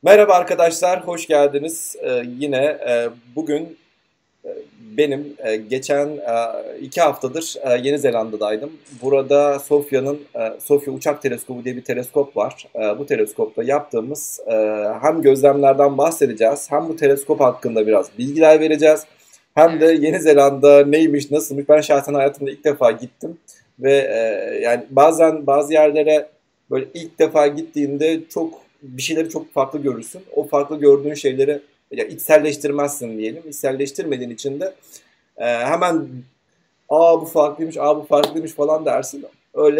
Merhaba arkadaşlar, hoş geldiniz. Yine bugün benim geçen 2 haftadır Yeni Zelanda'daydım. Burada Sofya Uçak Teleskobu diye bir teleskop var. Bu teleskopta yaptığımız hem gözlemlerden bahsedeceğiz, hem bu teleskop hakkında biraz bilgiler vereceğiz. Hem de Evet. Yeni Zelanda neymiş, nasılmış? Ben şahsen hayatımda ilk defa gittim ve yani bazen bazı yerlere böyle ilk defa gittiğinde bir şeyleri çok farklı görürsün. O farklı gördüğün şeyleri ya içselleştirmezsin diyelim. İçselleştirmediğin için de hemen bu farklıymış, bu farklıymış falan dersin. Öyle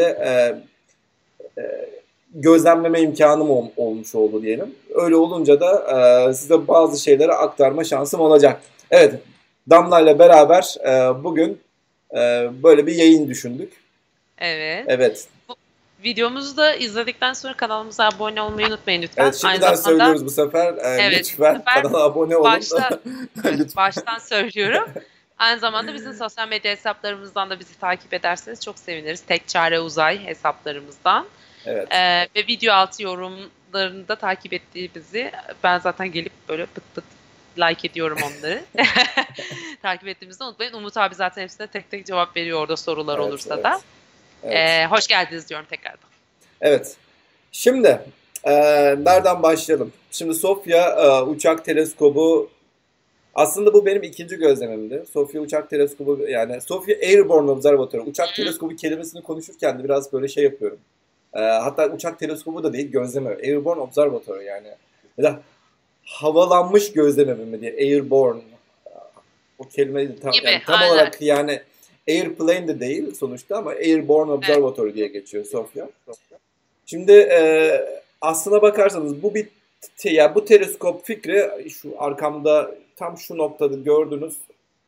gözlemleme imkanım olmuş oldu diyelim. Öyle olunca da size bazı şeyleri aktarma şansım olacak. Evet, Damla ile beraber bugün böyle bir yayın düşündük. Evet. Evet, Bu videomuzu da izledikten sonra kanalımıza abone olmayı unutmayın lütfen. evet Aynı şimdiden zamanda söylüyoruz bu sefer. bu Lütfen sefer kanala abone olun. başta Lütfen. baştan söylüyorum. Aynı zamanda bizim sosyal medya hesaplarımızdan da bizi takip ederseniz çok seviniriz. Tek Çare Uzay hesaplarımızdan. Evet. Ve video altı yorumlarını da takip ettiğimizi ben zaten gelip böyle pıt pıt like ediyorum onları. Takip ettiğimizi unutmayın. Umut abi zaten hepsine tek tek cevap veriyor orada sorular Evet, olursa da. evet. Evet. Hoş geldiniz diyorum tekrardan. Evet. Şimdi nereden başlayalım? Şimdi Sofya Uçak Teleskobu aslında bu benim ikinci gözlemimdi. Sofya Uçak Teleskobu yani Sofya Airborne Observatory. Uçak teleskobu kelimesini konuşurken de biraz böyle şey yapıyorum. Hatta uçak teleskobu da değil gözleme. Airborne Observatory yani. Ya da havalanmış gözleme mi diye. Airborne. O kelimeyi de Gibi, yani tam aynen. olarak yani airplane de değil sonuçta ama Airborne Evet. Observatory diye geçiyor Sofya. Şimdi aslına bakarsanız bu teleskop fikri şu arkamda tam şu noktada gördüğünüz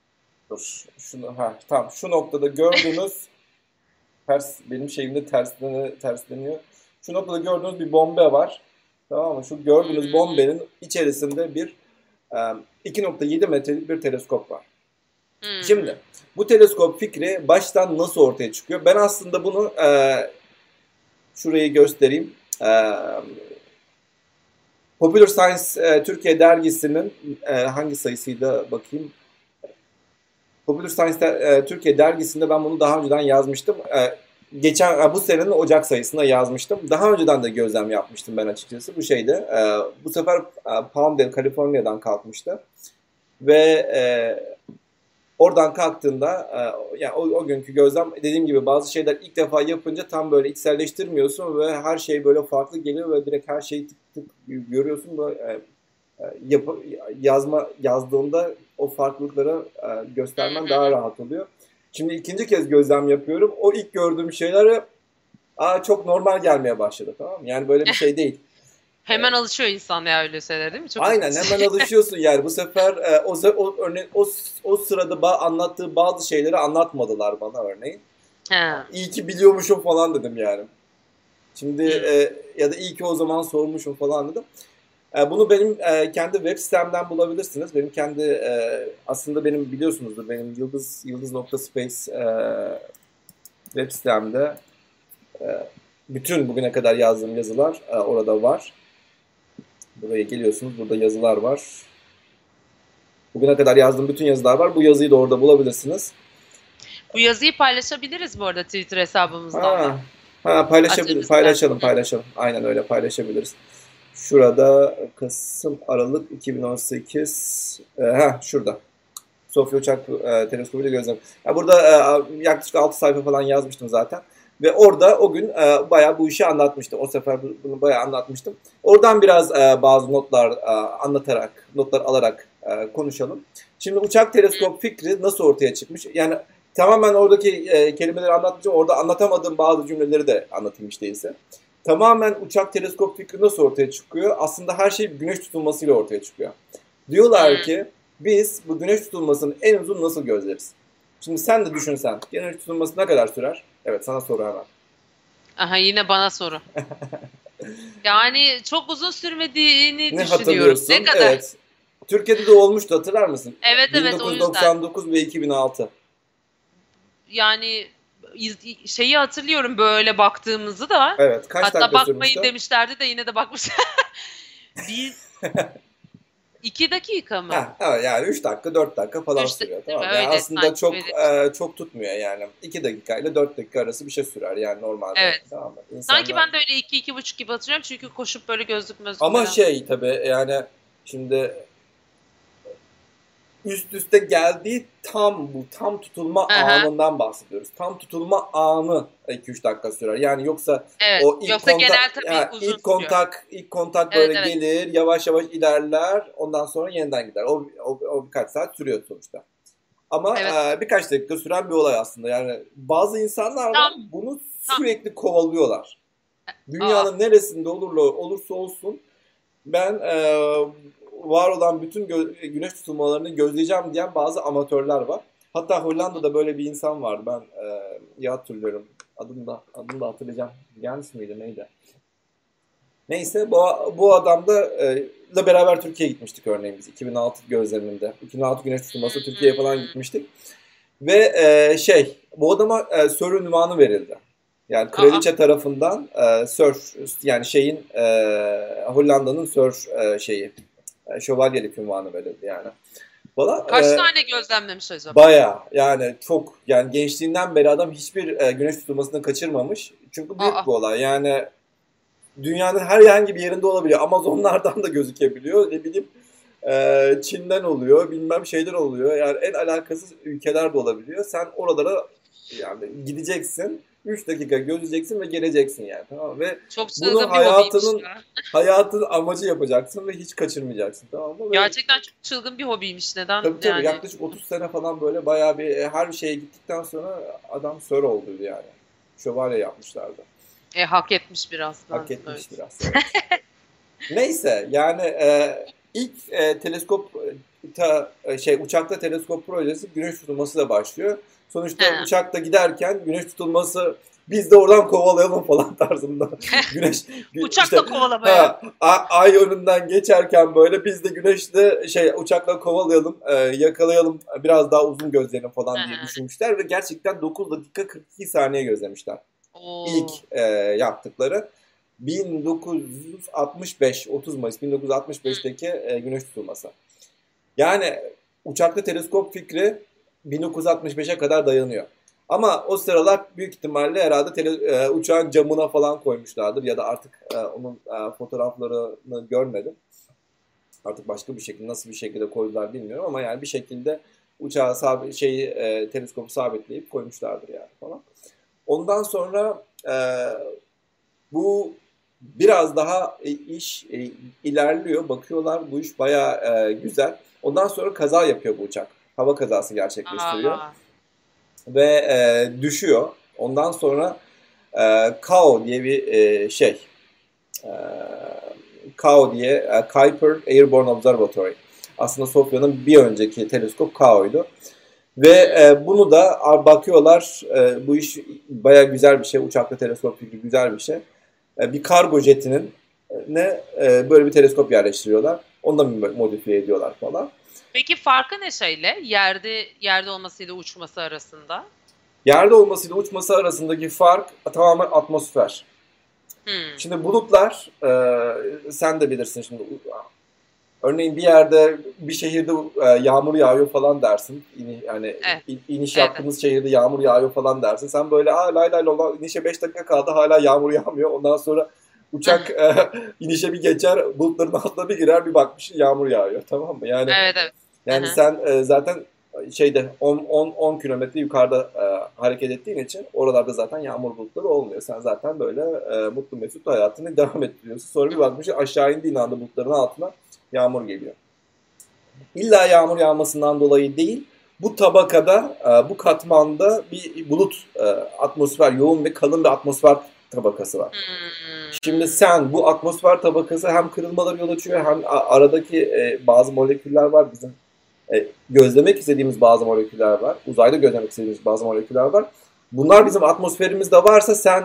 tam şu noktada gördüğünüz benim şeyimde tersleniyor. Şu noktada gördüğünüz bir bombe var. Tamam mı? Şu Hı gördüğünüz hı. bombenin içerisinde bir e, 2,7 metrelik bir teleskop var. Hı hı. Şimdi bu teleskop fikri baştan nasıl ortaya çıkıyor? Ben aslında bunu şurayı göstereyim. Popular Science Türkiye dergisinin hangi sayısıydı bakayım. Popular Science Türkiye dergisinde ben bunu daha önceden yazmıştım. Bu senenin Ocak sayısında yazmıştım. Daha önceden de gözlem yapmıştım ben açıkçası. Bu sefer Palmdale, Kaliforniya'dan kalkmıştı. Ve oradan kalktığında yani o günkü gözlem dediğim gibi bazı şeyler ilk defa yapınca tam böyle içselleştirmiyorsun ve her şey böyle farklı geliyor ve direkt her şeyi tık tık görüyorsun. Böyle, yap, yazdığında o farklılıkları Hı göstermen daha hı. rahat oluyor. Şimdi ikinci kez gözlem yapıyorum. O ilk gördüğüm şeyler çok normal gelmeye başladı, tamam mı? Yani böyle bir şey değil. Hemen alışıyor insan ya öyle şeyler değil mi? Çok Aynen ilginç. hemen alışıyorsun yani bu sefer o sırada anlattığı bazı şeyleri anlatmadılar bana örneğin. Ha. İyi ki biliyormuşum falan dedim yani. Şimdi Hı. ya da iyi ki o zaman sormuşum falan dedim. Bunu benim kendi web sitemden bulabilirsiniz. Aslında benim biliyorsunuzdur benim yıldız.space web sitemde bütün bugüne kadar yazdığım yazılar orada var. Buraya geliyorsunuz. Burada yazılar var. Bugüne kadar yazdığım bütün yazılar var. Bu yazıyı da orada bulabilirsiniz. Bu yazıyı paylaşabiliriz bu arada Twitter hesabımızdan da. Ha, Atarız ben. paylaşalım. Aynen öyle paylaşabiliriz. Şurada Kasım Aralık 2018. Şurada. Sofya Uçak Teleskobu'yla gözlem. Burada yaklaşık 6 sayfa falan yazmıştım zaten. Ve orada o gün bayağı bu işi anlatmıştım. O sefer bunu bayağı anlatmıştım. Oradan biraz bazı notlar alarak konuşalım. Şimdi uçak teleskop fikri nasıl ortaya çıkmış? Yani tamamen oradaki kelimeleri anlatmayacağım. Orada anlatamadığım bazı cümleleri de anlatayım işte ise. Tamamen uçak teleskop fikri nasıl ortaya çıkıyor? Aslında her şey güneş tutulmasıyla ortaya çıkıyor. Diyorlar Hı. ki biz bu güneş tutulmasını en uzun nasıl gözleriz? Şimdi sen de düşünsen. Güneş tutulması ne kadar sürer? Evet sana soru hemen. Aha yine bana soru. Yani çok uzun sürmediğini Ne düşünüyorum. Ne hatırlıyorsun? kadar? Evet. Türkiye'de de olmuştu hatırlar mısın? Evet evet o yüzden. 1999 ve 2006. Yani şeyi hatırlıyorum böyle baktığımızı da. Evet. Kaç Hatta dakika bakmayın sürmüştü? demişlerdi de yine de bakmış. 2 dakika mı? Ha, evet, yani 3 dakika 4 dakika falan 3 sürüyor, değil mi? tamam mı? Yani Öyle aslında sanki çok böyle bir şey. çok tutmuyor yani. 2 dakika ile 4 dakika arası bir şey sürer yani normalde. Evet. Tamam mı? Sanki İnsanlar ben de öyle 2-2,5 gibi hatırlıyorum. Çünkü koşup böyle gözlük mözlük ama falan. şey tabii yani şimdi üst üste geldiği tam tutulma Aha. anından bahsediyoruz. Tam tutulma anı 2-3 dakika sürer. Yani yoksa Evet. o ilk Yoksa kontak genel tabii ya uzun ilk sürüyor. kontak Evet, böyle evet. gelir, yavaş yavaş ilerler, ondan sonra yeniden gider. O birkaç saat sürüyor sonuçta. Ama Evet. birkaç dakika süren bir olay aslında. Yani bazı insanlar var Tam bunu tam sürekli kovalıyorlar. aa. Dünyanın neresinde olursa olsun ben var olan bütün güneş tutulmalarını gözleyeceğim diyen bazı amatörler var. Hatta Hollanda'da böyle bir insan vardı. Ben iyi hatırlıyorum. Adını da hatırlayacağım. Jens miydi neydi? Neyse bu adam da ile beraber Türkiye'ye gitmiştik örneğin biz 2006 gözleminde. 2006 güneş tutulması Türkiye'ye falan Hmm. gitmiştik. Ve bu adama Sir unvanı verildi. Yani Aa. kraliçe tarafından Sir yani Hollanda'nın Sir şövalyelik unvanı verildi yani. Falan Kaç tane gözlemlemiş acaba? baya yani çok yani gençliğinden beri adam hiçbir güneş tutulmasını kaçırmamış. Çünkü büyük Aa. bir olay. Yani dünyanın herhangi bir yerinde olabiliyor. Amazonlardan da gözükebiliyor. Ne bileyim Çin'den oluyor, bilmem şeyden oluyor. Yani en alakasız ülkeler de olabiliyor. Sen oralara yani gideceksin, 3 dakika gözleyeceksin ve geleceksin yani. Tamam mı? Ve Çok bunu çılgın bir hobiymiş ya. hayatın amacı yapacaksın ve hiç kaçırmayacaksın. Tamam mı? Ve Gerçekten çok çılgın bir hobiymiş. Neden tabii yani? yaklaşık 30 sene falan böyle bayağı bir her şeye gittikten sonra adam sör oldu yani. Şövalye yapmışlardı. Hak etmiş biraz Hak ben öyle. etmiş biraz, evet. Neyse yani ilk teleskop uçakta teleskop projesi güneş tutulmasıyla başlıyor. Sonuçta He. uçakta giderken güneş tutulması biz de oradan kovalayalım falan tarzında. Güneş işte Uçakla kovalamaya. ay önünden geçerken böyle biz de güneşle uçakla kovalayalım, yakalayalım, biraz daha uzun gözleyelim falan diye He. düşünmüşler ve gerçekten 9 dakika 42 saniye gözlemişler. İlk Oo. yaptıkları 1965, 30 Mayıs Hı. 1965'teki güneş tutulması. Yani uçakta teleskop fikri 1965'e kadar dayanıyor. Ama o sıralar büyük ihtimalle herhalde uçağın camına falan koymuşlardır ya da artık onun fotoğraflarını görmedim. Artık başka bir şekilde nasıl bir şekilde koydular bilmiyorum ama yani bir şekilde uçağı teleskopu sabitleyip koymuşlardır yani falan. Ondan sonra bu biraz daha iş ilerliyor. Bakıyorlar bu iş bayağı güzel. Ondan sonra kaza yapıyor bu uçak. Hava kazası gerçekleştiriyor. Aa. Ve düşüyor. Ondan sonra KAO diye bir E, KAO diye Kuiper Airborne Observatory. Aslında Sofya'nın bir önceki teleskop KAO'ydu. Ve bunu da bakıyorlar bu iş bayağı güzel bir şey. Uçakla teleskop fikri güzel bir şey. Bir kargo jetinin böyle bir teleskop yerleştiriyorlar. Onu da modifiye ediyorlar falan. Peki farkı ne şeyle? Yerde olmasıyla uçması arasında? Yerde olmasıyla uçması arasındaki fark tamamen atmosfer. Hmm. Şimdi bulutlar, sen de bilirsin şimdi. Örneğin bir yerde, bir şehirde yağmur yağıyor falan dersin. Yani Evet. iniş Evet. yaptığımız şehirde yağmur yağıyor falan dersin. Sen böyle lay lay lay inişe 5 dakika kaldı hala yağmur yağmıyor. Ondan sonra uçak inişe bir geçer, bulutların altına bir girer bir bakmışsın yağmur yağıyor, tamam mı? Yani Evet, evet. Hı yani hı. sen zaten 10 kilometre yukarıda hareket ettiğin için oralarda zaten yağmur bulutları olmuyor. Sen zaten böyle mutlu mesut hayatını devam ettiriyorsun. Sonra bir bakmışsın aşağı indiğin anda bulutların altına yağmur geliyor. İlla yağmur yağmasından dolayı değil, bu tabakada, bu katmanda bir bulut, atmosfer, yoğun ve kalın bir atmosfer tabakası var. Şimdi Hmm. sen bu atmosfer tabakası hem kırılmalara yol açıyor hem aradaki bazı moleküller var bizim gözlemek istediğimiz bazı moleküller var. Uzayda gözlemek istediğimiz bazı moleküller var. Bunlar bizim atmosferimizde varsa sen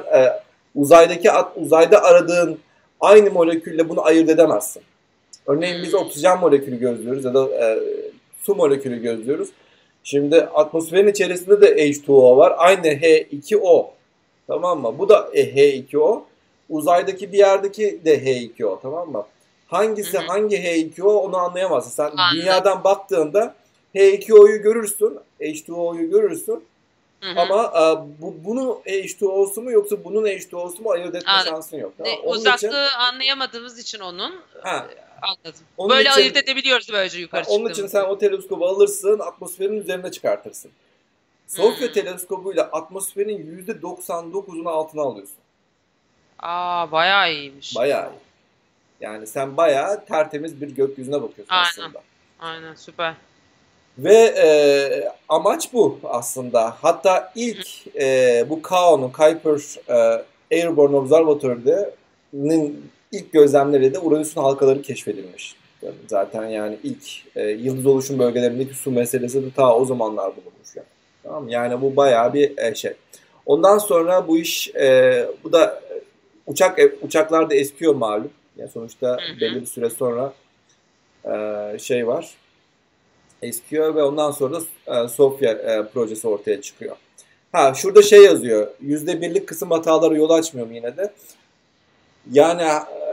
uzayda aradığın aynı molekülle bunu ayırt edemezsin. Örneğin biz Hmm. oksijen molekülü gözlüyoruz ya da su molekülü gözlüyoruz. Şimdi atmosferin içerisinde de H2O var. Aynı H2O. Tamam mı? Bu da H2O. Uzaydaki bir yerdeki de H2O. Tamam mı? Hı Hangisi hı. hangi H2O onu anlayamazsın. Sen Anladım. dünyadan baktığında H2O'yu görürsün, H2O'yu görürsün. Hı hı. Ama bunun H2O'su mu yoksa bunun H2O'su mu ayırt etme Anladım. şansın yok. Tamam. Onun için Uzaklığı anlayamadığımız için ha anladım. onun Böyle ayırt için edebiliyoruz böylece yukarı onun için çıktığımızda. sen o teleskobu alırsın, atmosferin üzerine çıkartırsın. Sofya Hmm. teleskobuyla atmosferin %99'unu altına alıyorsun. Bayağı iyiymiş. Bayağı iyi. Yani sen bayağı tertemiz bir gökyüzüne bakıyorsun Aynen. aslında. Aynen, süper. Ve amaç bu aslında. Hatta ilk bu KAO'nun Kuiper Airborne Observatory'nin ilk gözlemleri de Uranüs'ün halkaları keşfedilmiş. Zaten yani ilk yıldız oluşum bölgelerindeki su meselesi de ta o zamanlar bulunmuş. Yani. Tamam mı? Yani bu bayağı bir şey. Ondan sonra bu iş bu da uçaklar da eskiyor malum. Yani sonuçta Hı hı. belli bir süre sonra şey var. Eskiyor ve ondan sonra Sofya projesi ortaya çıkıyor. Ha şurada şey yazıyor. %1'lik kısım hataları yol açmıyor mu yine de? Yani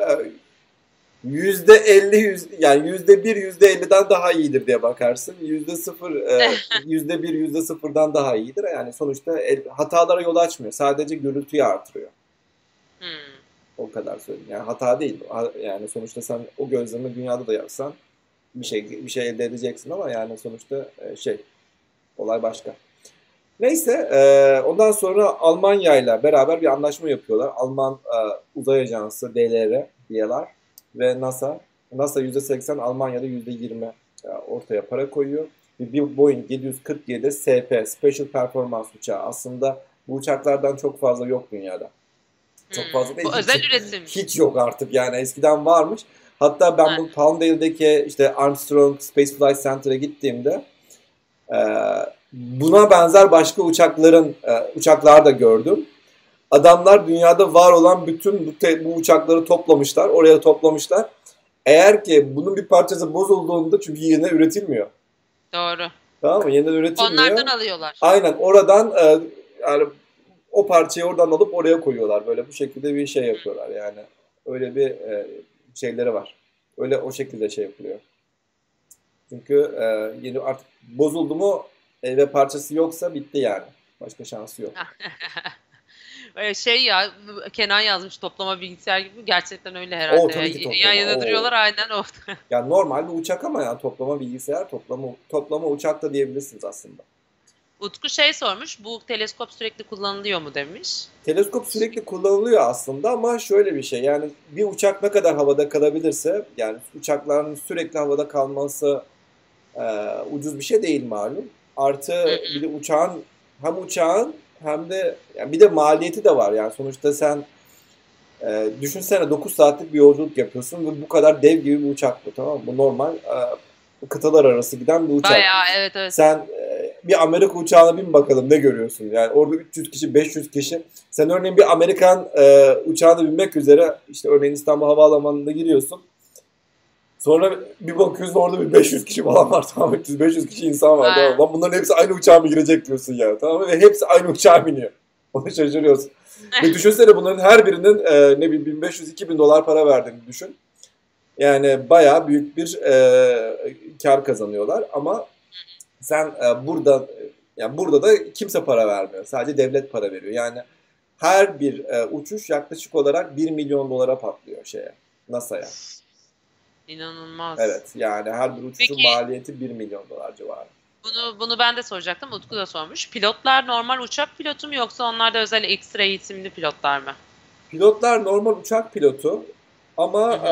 %50 yani %1 %50'den daha iyidir diye bakarsın. %0 %1 %0'dan daha iyidir. Yani sonuçta hatalara yol açmıyor. Sadece gürültüyü artırıyor. Hmm. O kadar söyleyeyim. Yani hata değil. Yani sonuçta sen o gözlemi dünyada da yapsan bir şey elde edeceksin ama yani sonuçta olay başka. Neyse ondan sonra Almanya ile beraber bir anlaşma yapıyorlar. Alman uzay ajansı DLR diyorlar ve NASA. NASA %80, Almanya'da %20 ortaya para koyuyor. Bir Boeing 747 SP Special Performance uçağı. Aslında bu uçaklardan çok fazla yok dünyada. Çok fazla değil, Bu özel üretim. hiç yok artık yani eskiden varmış. Hatta ben Ha. bu Palmdale'deki işte Armstrong Space Flight Center'a gittiğimde buna benzer başka uçaklar da gördüm. Adamlar dünyada var olan bütün bu uçakları toplamışlar, oraya toplamışlar. Eğer ki bunun bir parçası bozulduğunda çünkü yeniden üretilmiyor. Doğru. Tamam mı? Yeniden üretilmiyor. Onlardan alıyorlar. Aynen oradan yani o parçayı oradan alıp oraya koyuyorlar. Böyle bu şekilde bir şey yapıyorlar yani. Öyle bir şeyleri var. Öyle o şekilde şey yapılıyor. Çünkü yeni artık bozuldu mu ve parçası yoksa bitti yani. Başka şansı yok. Ya, Kenan yazmış, toplama bilgisayar gibi. Gerçekten öyle O herhalde. tabii ki Yan toplama. yana O. duruyorlar, aynen o. Yani normal bir uçak ama yani toplama bilgisayar, toplama uçak da diyebilirsiniz aslında. Utku sormuş, bu teleskop sürekli kullanılıyor mu demiş. Teleskop sürekli kullanılıyor aslında ama şöyle bir şey yani bir uçak ne kadar havada kalabilirse yani uçakların sürekli havada kalması ucuz bir şey değil malum. Hı Artı bir hı. de uçağın hem de yani bir de maliyeti de var yani sonuçta sen düşünsene 9 saatlik bir yolculuk yapıyorsun ve bu kadar dev gibi bir uçak bu tamam mı? Bu normal kıtalar arası giden bir uçak. Bayağı, evet evet. Sen bir Amerika uçağına bin bakalım ne görüyorsun? Yani orada 300 kişi, 500 kişi. Sen örneğin bir Amerikan uçağına binmek üzere işte örneğin İstanbul Havaalanı'nda giriyorsun. Sonra bir bakıyorsun orada bir 500 kişi falan var tamam mı? 300-500 kişi insan var tamam mı? Aynen. Lan bunların hepsi aynı uçağa mı girecek diyorsun ya tamam mı? Ve hepsi aynı uçağa biniyor. Onu şaşırıyorsun. Ve düşünsene bunların her birinin ne bileyim 1500-2000 dolar para verdiğini düşün. Yani bayağı büyük bir kar kazanıyorlar ama sen yani burada da kimse para vermiyor. Sadece devlet para veriyor. Yani her bir uçuş yaklaşık olarak 1 milyon dolara patlıyor NASA'ya. İnanılmaz. Evet yani her bir uçuşun Peki, maliyeti 1 milyon dolar civarı. bunu ben de soracaktım. Utku da sormuş. Pilotlar normal uçak pilotu mu, yoksa onlar da özel ekstra eğitimli pilotlar mı? Pilotlar normal uçak pilotu ama Hı hı.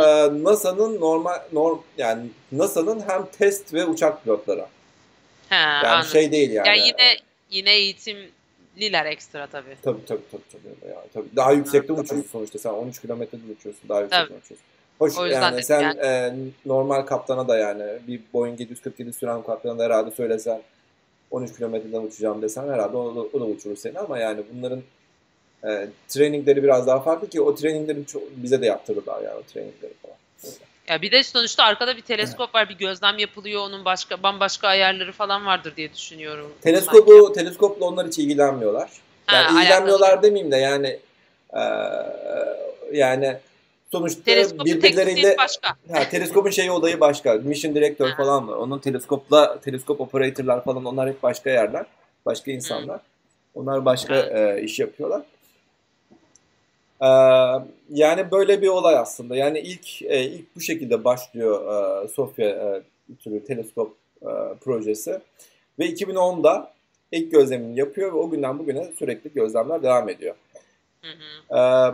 yani NASA'nın hem test ve uçak pilotları. He, Yani anladım. şey değil Ya yani. yine eğitimliler ekstra tabii. Tabii. Yani, tabii. Daha yüksekten Ha, uçuyorsun sonuçta. Sen 13 kilometreden uçuyorsun. Daha tabii. yüksekten uçuyorsun. Hoş O yüzden yani dedim sen yani. normal kaptana da yani bir Boeing 747 süren kaptana da herhalde söylesen 13 kilometreden uçacağım desen herhalde o da uçurur seni ama yani bunların trainingleri biraz daha farklı ki o trainingleri bize de yaptırırlar yani o trainingleri falan. Ya bir de sonuçta arkada bir teleskop var, bir gözlem yapılıyor, onun bambaşka ayarları falan vardır diye düşünüyorum sanki. Teleskopla onlar hiç ilgilenmiyorlar. Yani Ha, alakalı ilgilenmiyorlar yok. demeyeyim de yani e, yani sonuçta Teleskopun teknisyeni birbirleriyle başka. teleskopun olayı başka. Mission Director Aha. falan var. Onun teleskop operatorlar falan onlar hep başka yerler. Başka insanlar. Onlar başka Evet. iş yapıyorlar. Ee, Yani böyle bir olay aslında. Yani ilk bu şekilde başlıyor Sofia türü teleskop projesi. Ve 2010'da ilk gözlemini yapıyor ve o günden bugüne sürekli gözlemler devam ediyor. Hı hı. Ee,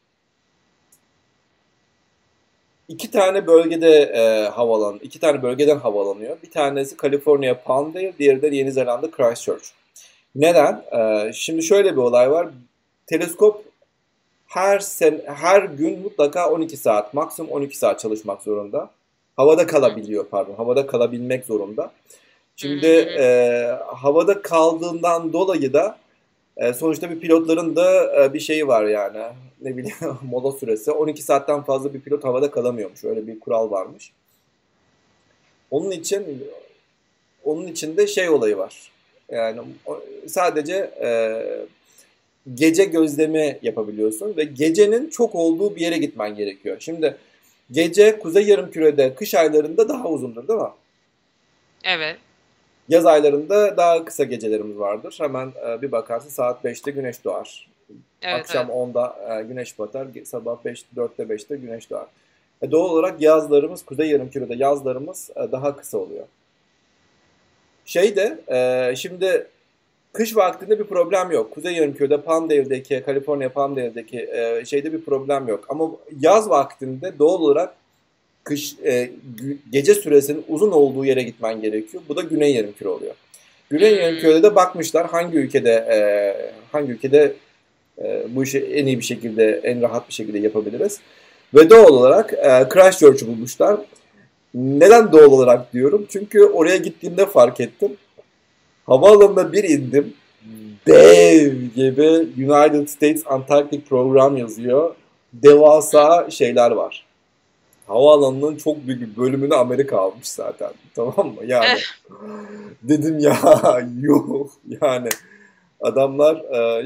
iki tane bölgede iki tane bölgeden havalanıyor. Bir tanesi Kaliforniya Palmdale, diğeri de Yeni Zelanda Christchurch. Neden? Şimdi şöyle bir olay var. Teleskop her gün mutlaka 12 saat, maksimum 12 saat çalışmak zorunda. Havada kalabilmek zorunda. Hı Şimdi hı. havada kaldığından dolayı da sonuçta bir pilotların da bir şeyi var yani. Ne bileyim mola süresi. 12 saatten fazla bir pilot havada kalamıyormuş. Öyle bir kural varmış. Onun için onun için de olayı var. Yani sadece gece gözlemi yapabiliyorsun ve gecenin çok olduğu bir yere gitmen gerekiyor. Şimdi gece Kuzey Yarımküre'de kış aylarında daha uzundur değil mi? Evet. Yaz aylarında daha kısa gecelerimiz vardır. Hemen bir bakarsın saat 5'te güneş doğar. Evet, Akşam evet. 10'da güneş batar. Sabah 4'te 5'te güneş doğar. Doğal olarak yazlarımız, Kuzey Yarımküre'de yazlarımız daha kısa oluyor. Şimdi kış vaktinde bir problem yok. Kuzey Yarımküre'de Kaliforniya Palmdale'deki şeyde bir problem yok. Ama yaz vaktinde doğal olarak gece süresinin uzun olduğu yere gitmen gerekiyor. Bu da Güney Yarımküre oluyor. Güney Hmm. Yarımküre'de de bakmışlar hangi ülkede bu işi en iyi bir şekilde, en rahat bir şekilde yapabiliriz. Ve doğal olarak Christchurch'u bulmuşlar. Neden doğal olarak diyorum? Çünkü oraya gittiğimde fark ettim. Havaalanına bir indim. Dev gibi United States Antarctic Program yazıyor. Devasa şeyler var. Havaalanının çok büyük bir bölümünü Amerika almış zaten. Tamam mı? Yani dedim ya yuh yani adamlar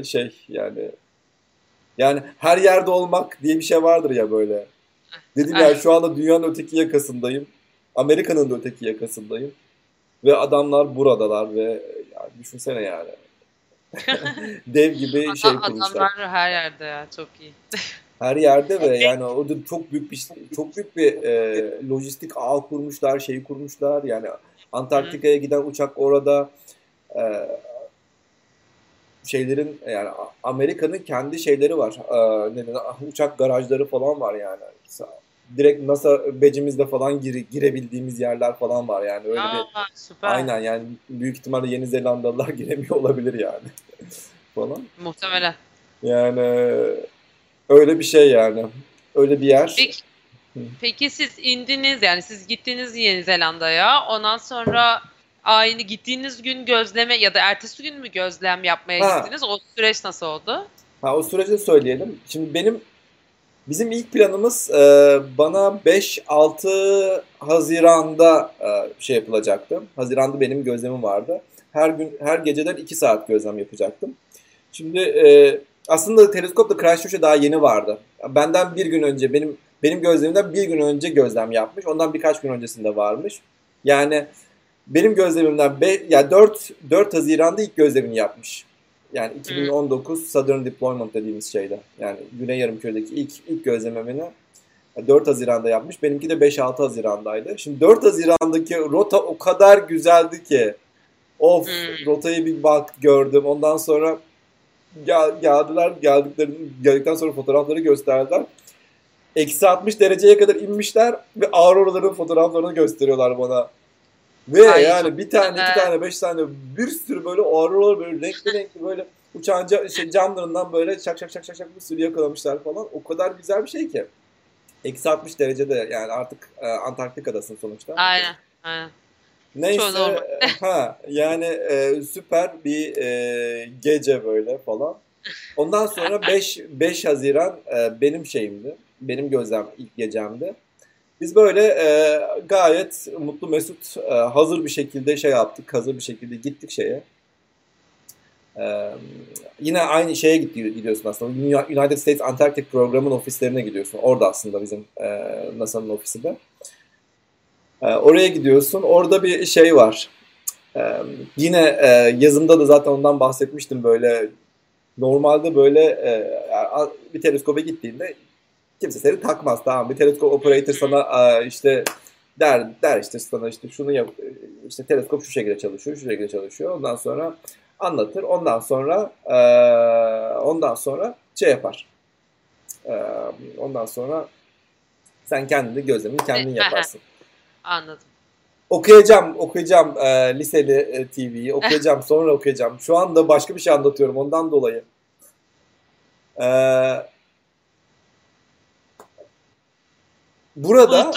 yani her yerde olmak diye bir şey vardır ya böyle. Dedim ya şu anda dünyanın öteki yakasındayım. Amerika'nın da öteki yakasındayım. Ve adamlar buradalar ve yani düşünsene yani. Dev gibi şey kurmuşlar. Adamlar her yerde ya. Çok iyi. Her yerde ve yani o da çok büyük bir lojistik ağ kurmuşlar, şeyi kurmuşlar. Yani Hı. Antarktika'ya giden uçak orada e, yani Amerika'nın kendi şeyleri var. Uçak garajları falan var yani. Direkt NASA becimizle falan girebildiğimiz yerler falan var yani. Öyle bir Aa, süper. aynen yani büyük ihtimalle Yeni Zelandalılar giremiyor olabilir yani falan. Muhtemelen. Yani öyle bir şey yani. Öyle bir yer. Peki, peki siz indiniz yani siz gittiniz Yeni Zelanda'ya. Ondan sonra aynı gittiğiniz gün gözleme ya da ertesi gün mü gözlem yapmaya Ha, gittiniz? O süreç nasıl oldu? o süreci söyleyelim. Şimdi bizim ilk planımız bana 5-6 Haziran'da şey yapılacaktı. Haziran'da benim gözlemim vardı. Her geceden 2 saat gözlem yapacaktım. Şimdi aslında teleskop da Christchurch'e daha yeni vardı. Benden bir gün önce benim gözlemimden bir gün önce gözlem yapmış. Ondan birkaç gün öncesinde varmış. Yani benim gözlemimden ya 4 Haziran'da ilk gözlemini yapmış. Yani Hı. 2019 Southern Deployment dediğimiz şeyde. Yani Güney Yarımküre'deki ilk gözlemini 4 Haziran'da yapmış. Benimki de 5-6 Haziran'daydı. Şimdi 4 Haziran'daki rota o kadar güzeldi ki. Of, Hı. rotayı bir bak gördüm. Ondan sonra geldikten sonra fotoğrafları gösterdiler. Eksi 60 dereceye kadar inmişler ve auroraların fotoğraflarını gösteriyorlar bana. Ve Ay çok yani bir tane, iki güzel. tane, 5 tane bir sürü böyle auroralar böyle renkli renkli böyle uçağın camlarından böyle şak şak şak şak şak bir sürü yakalamışlar falan. O kadar güzel bir şey ki. Eksi 60 derecede yani artık Antarktika'dasın sonuçta. Aynen. Aynen. Çok Neyse normal. yani süper bir gece böyle falan. Ondan sonra 5 Haziran benim şeyimdi. Benim ilk gecemdi. Biz böyle gayet mutlu mesut hazır bir şekilde şey yaptık. Hazır bir şekilde gittik şeye. Ee, Yine aynı şeye gidiyorsun aslında. United States Antarctic Program'ın ofislerine gidiyorsun. Orada aslında bizim NASA'nın ofisi de. Oraya gidiyorsun. Orada bir şey var. Yine yazımda da zaten ondan bahsetmiştim. Böyle normalde böyle bir teleskoba gittiğinde kimse seni takmaz, tamam. Bir teleskop operator sana işte der işte sana işte şunu yap, işte teleskop şu şekilde çalışıyor, şu şekilde çalışıyor. Ondan sonra anlatır. Ondan sonra şey yapar. Ondan sonra sen kendini gözlemini kendin yaparsın. Anladım. Okuyacağım liseli TV'yi okuyacağım, sonra okuyacağım. Şu anda başka bir şey anlatıyorum ondan dolayı. Burada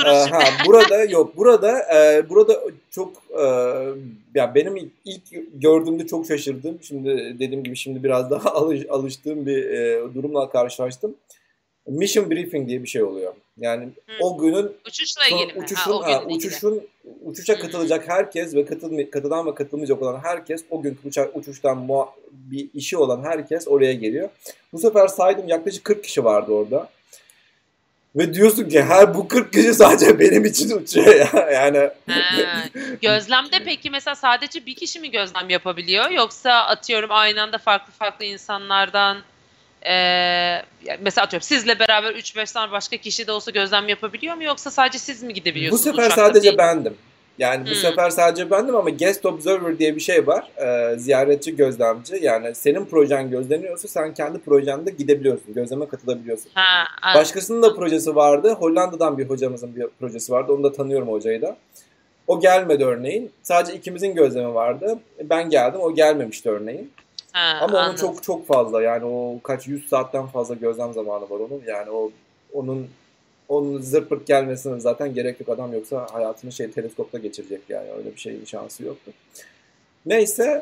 burada çok ya benim ilk gördüğümde çok şaşırdım. Şimdi dediğim gibi şimdi biraz daha alıştığım bir durumla karşılaştım. Mission briefing diye bir şey oluyor. Yani o günün uçuşla ilgili uçuşa katılacak herkes ve katılan ve katılmayacak olan herkes, o gün uçuştan bir işi olan herkes oraya geliyor. Bu sefer saydım, yaklaşık 40 kişi vardı orada. Ve diyorsun ki bu 40 kişi sadece benim için uçuyor ya. Yani gözlemde peki mesela sadece bir kişi mi gözlem yapabiliyor, yoksa atıyorum aynı anda farklı insanlardan mesela atıyorum sizle beraber 3-5 tane başka kişi de olsa gözlem yapabiliyor mu, yoksa sadece siz mi gidebiliyorsunuz? Bu sefer sadece bendim. Yani bu sefer sadece bendim ama guest observer diye bir şey var. Ziyaretçi gözlemci. Yani senin projen gözleniyorsa sen kendi projende gidebiliyorsun. Gözleme katılabiliyorsun. Başkasının da projesi vardı. Hollanda'dan bir hocamızın bir projesi vardı. Onu da tanıyorum, hocayı da. O gelmedi örneğin. Sadece ikimizin gözlemi vardı. Ben geldim. O gelmemişti örneğin. Ama onun çok fazla, yani o kaç 100 saatten fazla gözlem zamanı var onun. Yani onun zırt pırt gelmesine zaten gerek yok, adam yoksa hayatını teleskopta geçirecek, yani öyle bir şeyin şansı yoktu. Neyse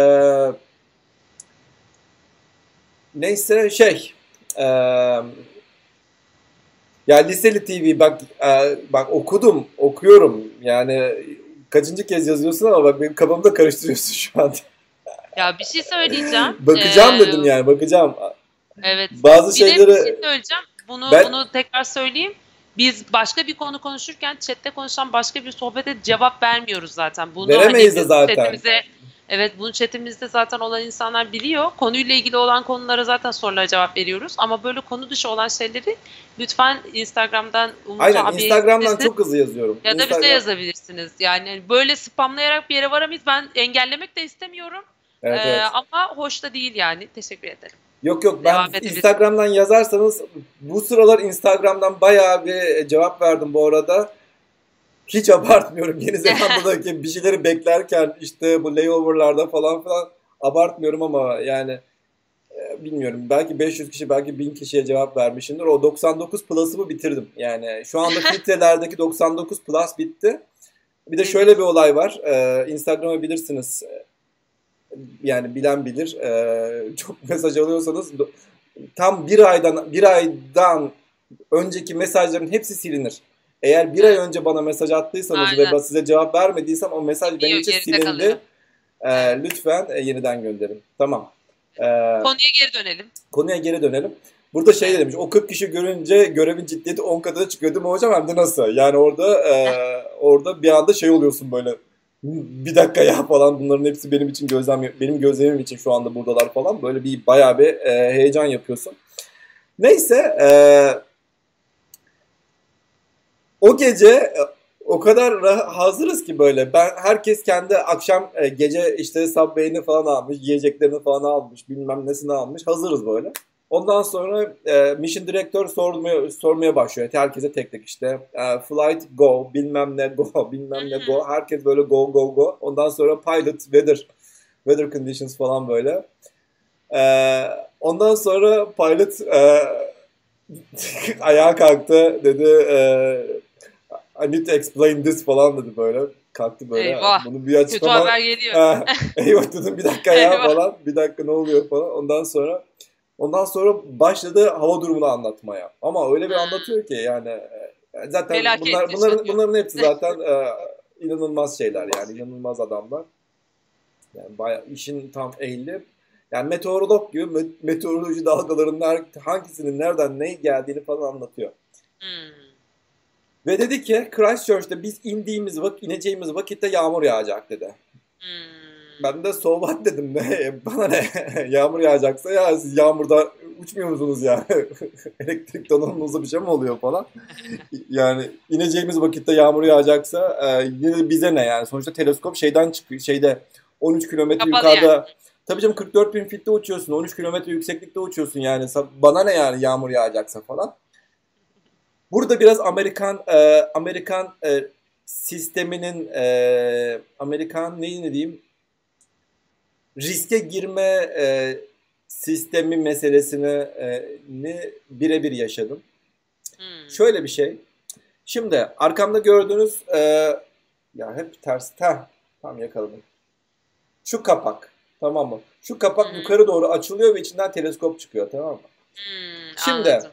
ya liseli TV bak okuyorum yani, kaçıncı kez yazıyorsun ama bak benim kafamda karıştırıyorsun şu anda. Ya bir şey söyleyeceğim. Bakacağım dedim yani, bakacağım. Evet. Bazı şeyleri... Bir şey söyleyeceğim. Bunu tekrar söyleyeyim. Biz başka bir konu konuşurken chatte konuşan başka bir sohbete cevap vermiyoruz zaten. Veremeyiz de zaten. Bunu chatimizde zaten olan insanlar biliyor. Konuyla ilgili olan konulara zaten sorulara cevap veriyoruz. Ama böyle konu dışı olan şeyleri lütfen Instagram'dan Aynen, Instagram'dan çok hızlı yazıyorum. Ya da bize yazabilirsiniz. Yani böyle spamlayarak bir yere varamayız. Ben engellemek de istemiyorum. Evet. Ama hoş da değil yani. Teşekkür ederim. Yok ben Instagram'dan yazarsanız, bu sıralar Instagram'dan bayağı bir cevap verdim bu arada. Hiç abartmıyorum. Yeni Zelanda'daki bir şeyleri beklerken işte bu layover'larda falan abartmıyorum ama yani bilmiyorum. Belki 500 kişi, belki 1000 kişiye cevap vermişimdir. O 99 plus'ımı bitirdim. Yani şu anda filtrelerdeki 99 plus bitti. Bir de şöyle bir olay var. Instagram'ı bilirsiniz. Yani bilen bilir. Çok mesaj alıyorsanız tam bir aydan önceki mesajların hepsi silinir. Eğer bir ay önce bana mesaj attıysanız ve ben size cevap vermediysem, o mesaj benim için silindi. Lütfen yeniden gönderin. Tamam. Konuya geri dönelim. Burada demiş. O 40 kişi görünce görevin ciddiyeti 10 katına çıkıyor değil mi hocam? Hem de nasıl? Yani orada bir anda oluyorsun böyle. Bir dakika ya falan, bunların hepsi benim için benim gözlemim için şu anda buradalar falan. Böyle bayağı bir heyecan yapıyorsun. Neyse o gece o kadar hazırız ki böyle. Herkes kendi akşam gece işte Subway'ini falan almış, yiyeceklerini falan almış, bilmem nesini almış. Hazırız böyle. Ondan sonra mission direktör sormaya başlıyor. Herkese tek tek işte flight go, bilmem ne go, bilmem ne go. Herkes böyle go go go. Ondan sonra pilot weather conditions falan böyle. Ondan sonra pilot ayağa kalktı, dedi I need to explain this falan dedi böyle. Kalktı böyle. Eyvah. Bunu bir açıklama. Kötü haber geliyor. Eyvah dedim, bir dakika ya falan. Bir dakika, ne oluyor falan. Ondan sonra başladı hava durumunu anlatmaya. Ama öyle bir anlatıyor ki yani zaten bunların hepsi zaten inanılmaz şeyler yani, inanılmaz adamlar. Yani bayağı işin tam ehli. Yani meteorolog gibi meteoroloji dalgalarının hangisinin nereden ne geldiğini falan anlatıyor. Hmm. Ve dedi ki Christchurch'te biz ineceğimiz vakitte yağmur yağacak dedi. Hmm. Ben de so what dedim, ne bana ne yağmur yağacaksa ya, siz yağmurda uçmuyor musunuz ya? Elektrik donanımınızda bir şey mi oluyor falan. Yani ineceğimiz vakitte yağmur yağacaksa yine bize ne yani, sonuçta teleskop şeyden çıkıyor, 13 kilometre Kapalı yukarıda. yani. Tabii canım, 44 bin fitte uçuyorsun, 13 kilometre yükseklikte uçuyorsun yani, bana ne yani yağmur yağacaksa falan. Burada biraz Amerikan sisteminin Amerikan neyini diyeyim, riske girme sistemi meselesini birebir yaşadım. Şöyle bir şey. Şimdi arkamda gördüğünüz ya hep ters. Tam yakaladım. Şu kapak. Tamam mı? Şu kapak yukarı doğru açılıyor ve içinden teleskop çıkıyor. Tamam mı? Şimdi Anladım.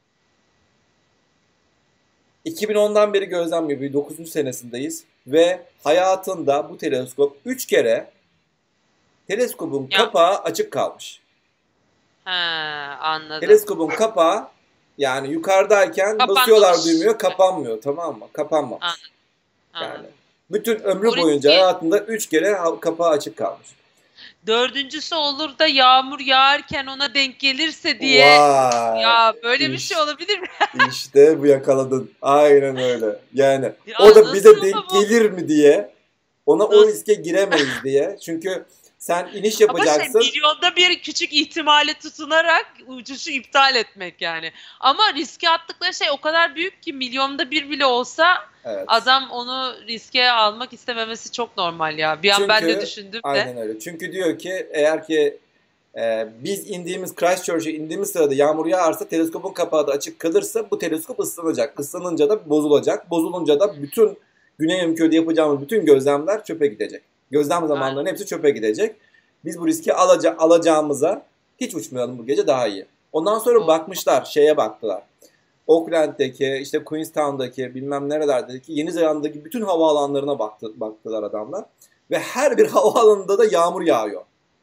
2010'dan beri gözlem yapıyor. 9. senesindeyiz. Ve hayatında bu teleskop 3 kere teleskopun kapağı açık kalmış. Anladım. Teleskopun kapağı yani yukarıdayken basıyorlar düğmeye, kapanmıyor, tamam mı? Kapanmamış. Anladım. Yani bütün ömrü boyunca hayatında 3 kere kapağı açık kalmış. Dördüncüsü olur da yağmur yağarken ona denk gelirse diye. Vay, ya böyle bir şey olabilir mi? İşte bu, yakaladın. Aynen öyle. Yani o da bize denk gelir mi diye, ona o riske giremeyiz diye. Çünkü sen iniş yapacaksın. Ama milyonda bir küçük ihtimale tutunarak uçuşu iptal etmek yani. Ama riske attıkları şey o kadar büyük ki milyonda bir bile olsa adam onu riske almak istememesi çok normal ya. Bir an ben de düşündüm de. Aynen öyle. Çünkü diyor ki eğer ki biz Christchurch'e indiğimiz sırada yağmur yağarsa, teleskopun kapağı da açık kalırsa bu teleskop ıslanacak. Islanınca da bozulacak. Bozulunca da bütün Güney Yarımküre'de yapacağımız bütün gözlemler çöpe gidecek. Gözlem zamanlarının hepsi çöpe gidecek. Biz bu riski alacağımıza hiç uçmayalım bu gece, daha iyi. Ondan sonra baktılar. Auckland'daki, işte Queenstown'daki, bilmem nerelerdeki, Yeni Zelanda'daki bütün havaalanlarına baktılar adamlar. Ve her bir havaalanında da yağmur yağıyor.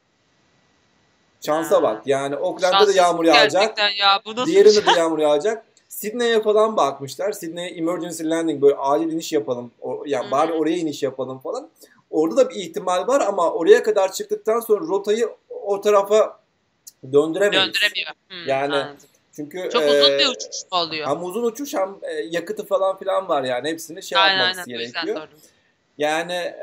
Şansa bak. Yani Auckland'da da yağmur yağacak. Diğerinde de yağmur yağacak. Sydney'e falan bakmışlar. Sydney'e emergency landing, böyle acil iniş yapalım. Yani bari oraya iniş yapalım falan. Orada da bir ihtimal var ama oraya kadar çıktıktan sonra rotayı o tarafa döndüremiyor. Yani anladım. Çünkü çok uzun bir uçuş oluyor. Hem uzun uçuş hem yakıtı falan filan var yani, hepsini yapması gerekiyor. Yani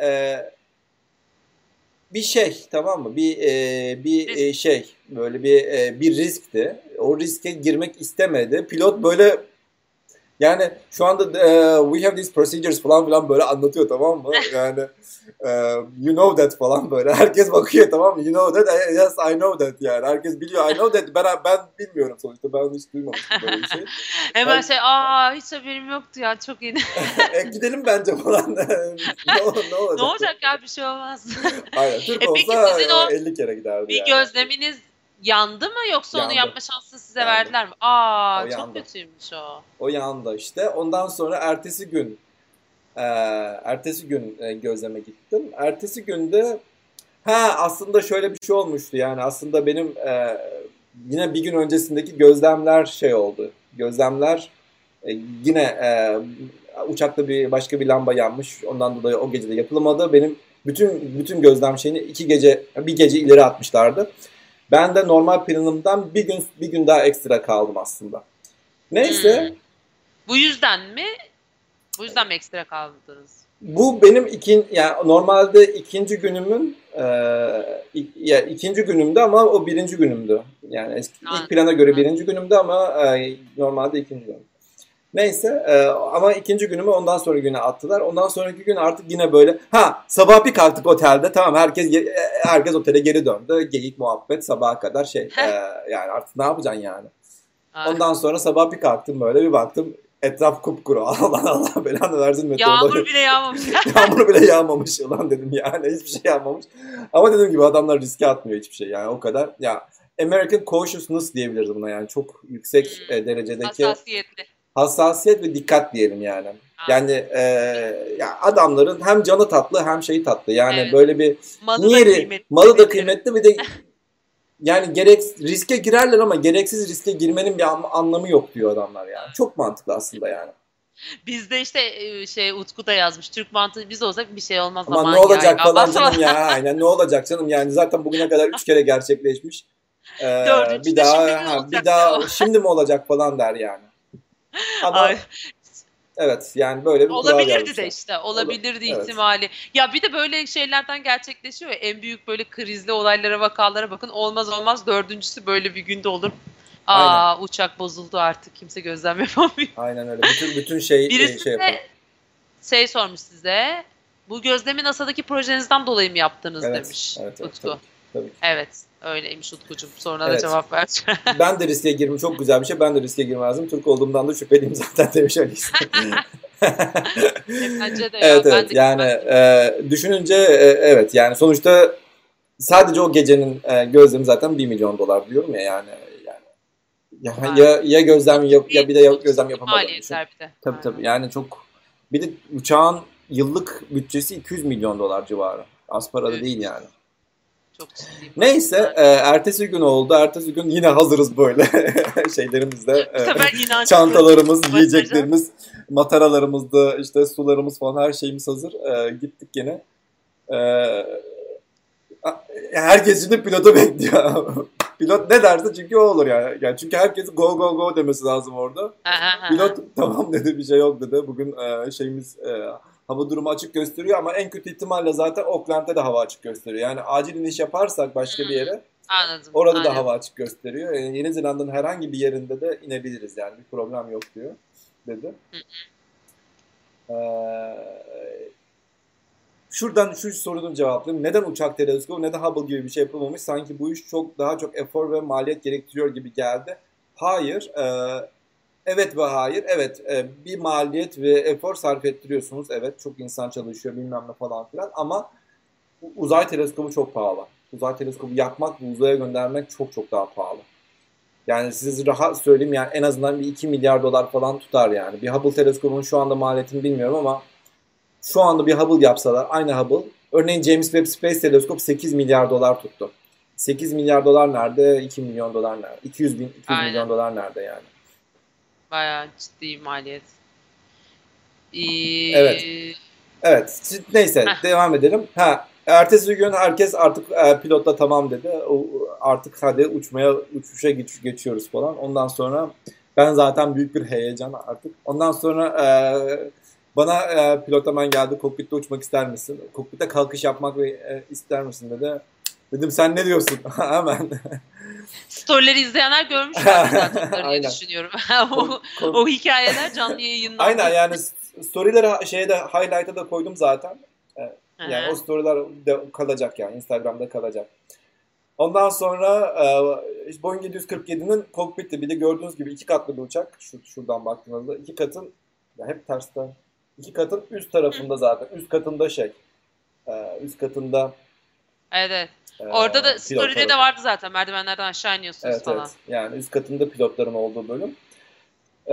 bir şey, tamam mı? Bir şey, böyle bir riskti. O riske girmek istemedi. Pilot böyle, yani şu anda we have these procedures falan filan böyle anlatıyor, tamam mı? Yani you know that falan böyle. Herkes bakıyor, tamam mı? You know that? Yes, I know that yani. Herkes biliyor. I know that. Ben bilmiyorum sonuçta. Ben hiç duymamıştım böyle bir şey. Hemen hiç haberim yoktu ya. Çok iyi. Gidelim bence falan. Ne olacak ya, bir şey olmaz. Aynen. Türk olsa 50 kere giderdi bir gözleminiz yandı mı, yoksa onu yapma şansını size verdiler mi? Çok kötüymüş o. O yandı işte. Ondan sonra ertesi gün gözleme gittim. Ertesi günde aslında şöyle bir şey olmuştu yani, aslında benim yine bir gün öncesindeki gözlemler oldu. Gözlemler yine uçakta başka bir lamba yanmış. Ondan dolayı o gece de yapılamadı. Benim bütün gözlem şeyini bir gece ileri atmışlardı. Ben de normal planımdan bir gün daha ekstra kaldım aslında. Neyse. Bu yüzden mi? Bu yüzden mi ekstra kaldınız? Bu benim yani normalde ikinci günümün ikinci günümdü ama o birinci günümdü. Yani ilk plana göre birinci günümdü ama normalde ikinci günüm. Neyse ama ikinci günümü ondan sonraki güne attılar. Ondan sonraki gün artık yine böyle sabah bir kalktık otelde, tamam, herkes otele geri döndü. Geyik muhabbet sabaha kadar yani artık ne yapacaksın yani. Ondan sonra sabah bir kalktım, böyle bir baktım etraf kupkuru. Allah belanı versin. Yağmur bile yağmamış. Yağmur bile yağmamış ulan dedim yani, hiçbir şey yağmamış. Ama dediğim gibi adamlar riske atmıyor hiçbir şey yani, o kadar. Ya American cautiousness diyebiliriz buna yani, çok yüksek derecedeki hassasiyet ve dikkat diyelim yani. Yani ya adamların hem canı tatlı hem şeyi tatlı yani, böyle bir malı da kıymetli bir de yani riske girerler ama gereksiz riske girmenin bir anlamı yok diyor adamlar yani. Çok mantıklı aslında yani. Bizde işte Utku da yazmış. Türk mantığı biz olsak bir şey olmaz Ama ne aman ya. olacak falan Basma. canım ya. Aynen ne olacak canım yani zaten bugüne kadar 3 kere gerçekleşmiş. Bir Dördüncü de şimdi mi daha bir olacak diyor. daha şimdi mi olacak falan der yani. Ay, Ama evet yani böyle bir kural olabilirdi de yazmışlar. işte. Olabilirdi Evet. ihtimali. Ya bir de böyle şeylerden gerçekleşiyor ya. En büyük böyle krizli olaylara, vakalara bakın. Olmaz olmaz dördüncüsü böyle bir günde olur. Aynen. Aa, uçak bozuldu artık. Kimse gözlem yapamıyor. Aynen öyle. Bütün şey Birisi şey yapıyor. de sormuş size. Bu gözlemi NASA'daki projenizden dolayı mı yaptınız Evet. demiş Evet, evet tabii Utku. ki. Tabii ki. Evet, öyleymiş Utkucuğum. Sonra da Evet. cevap ver. Ben de riske girdim. Çok güzel bir şey. Ben de riske girmezdim. Türk olduğumdan da şüpheliyim zaten demiş Alice. Bence de Evet ya. Ben evet de yani gitmezdim. düşününce evet yani sonuçta sadece o gecenin gözlemi zaten 1 milyon dolar diyorum ya yani Aynen. ya gözlem ya bir de Çok gözlem ciddi yapamadığını düşün. maliyetler bir de. Tabii Aynen. tabii yani çok bir de uçağın yıllık bütçesi 200 milyon dolar civarı. Az para da Üf, değil yani. çok ciddi Neyse maliyetler. ertesi gün oldu. Ertesi gün yine hazırız böyle şeylerimizde. Bu sefer inançlıyız. Çantalarımız, Başaracağız. yiyeceklerimiz, mataralarımızda işte sularımız falan her şeyimiz hazır. Gittik yine. E, Herkes şimdi pilotu bekliyor. Pilot ne derse çünkü o olur yani. Yani çünkü herkes go go go demesi lazım orada. Pilot tamam dedi bir şey yok dedi. Bugün hava durumu açık gösteriyor ama en kötü ihtimalle zaten Auckland'da da hava açık gösteriyor. Yani acil iniş yaparsak başka bir yere Anladım, orada da anladım. hava açık gösteriyor. Yani Yeni Zelanda'nın herhangi bir yerinde de inebiliriz yani bir problem yok diyor dedi. Ee, Şuradan şu sorunun cevaplayayım. Neden uçak teleskobu, neden Hubble gibi bir şey yapılmamış? Sanki bu iş daha çok efor ve maliyet gerektiriyor gibi geldi. Hayır. Evet ve hayır. Evet, bir maliyet ve efor sarf ettiriyorsunuz. Evet, çok insan çalışıyor bilmem ne falan filan. Ama uzay teleskobu çok pahalı. Uzay teleskobu yapmak ve uzaya göndermek çok çok daha pahalı. Yani size rahat söyleyeyim yani en azından bir 2 milyar dolar falan tutar yani. Bir Hubble teleskobunun şu anda maliyetini bilmiyorum ama şu anda bir Hubble yapsalar, aynı Hubble. Örneğin James Webb Space Teleskop 8 milyar dolar tuttu. 8 milyar dolar nerede? 2 milyon dolar nerede? 200 Aynen. milyon dolar nerede yani? Bayağı ciddi maliyet. Evet. Ee, Evet. Neyse heh, devam edelim. Ertesi gün herkes artık pilotla tamam dedi. Artık hadi uçuşa geçiyoruz falan. Ondan sonra ben zaten büyük bir heyecan artık. Ondan sonra bana pilot hemen geldi. Kokpitte uçmak ister misin? Kokpitte kalkış yapmak ister misin dedi. Dedim sen ne diyorsun? Hemen. storyleri izleyenler görmüşlerdir zaten onları diye Aynen. düşünüyorum. Kon- kon- o hikayeler canlı Aynen yayınlandı. yani storyleri highlight'a da koydum zaten. Hı Yani o hı. storyler de kalacak yani Instagram'da kalacak. Ondan sonra Boeing 747'nin kokpiti bir de gördüğünüz gibi 2 katlı bir uçak. Şuradan baktığınızda 2 katın ya hep tersten 2 katın üst tarafında zaten üst katında üst katında Evet, evet. e, Orada da story'de de pilotların vardı zaten. Merdivenlerden aşağı iniyorsunuz evet falan. evet yani üst katında pilotların olduğu bölüm. E,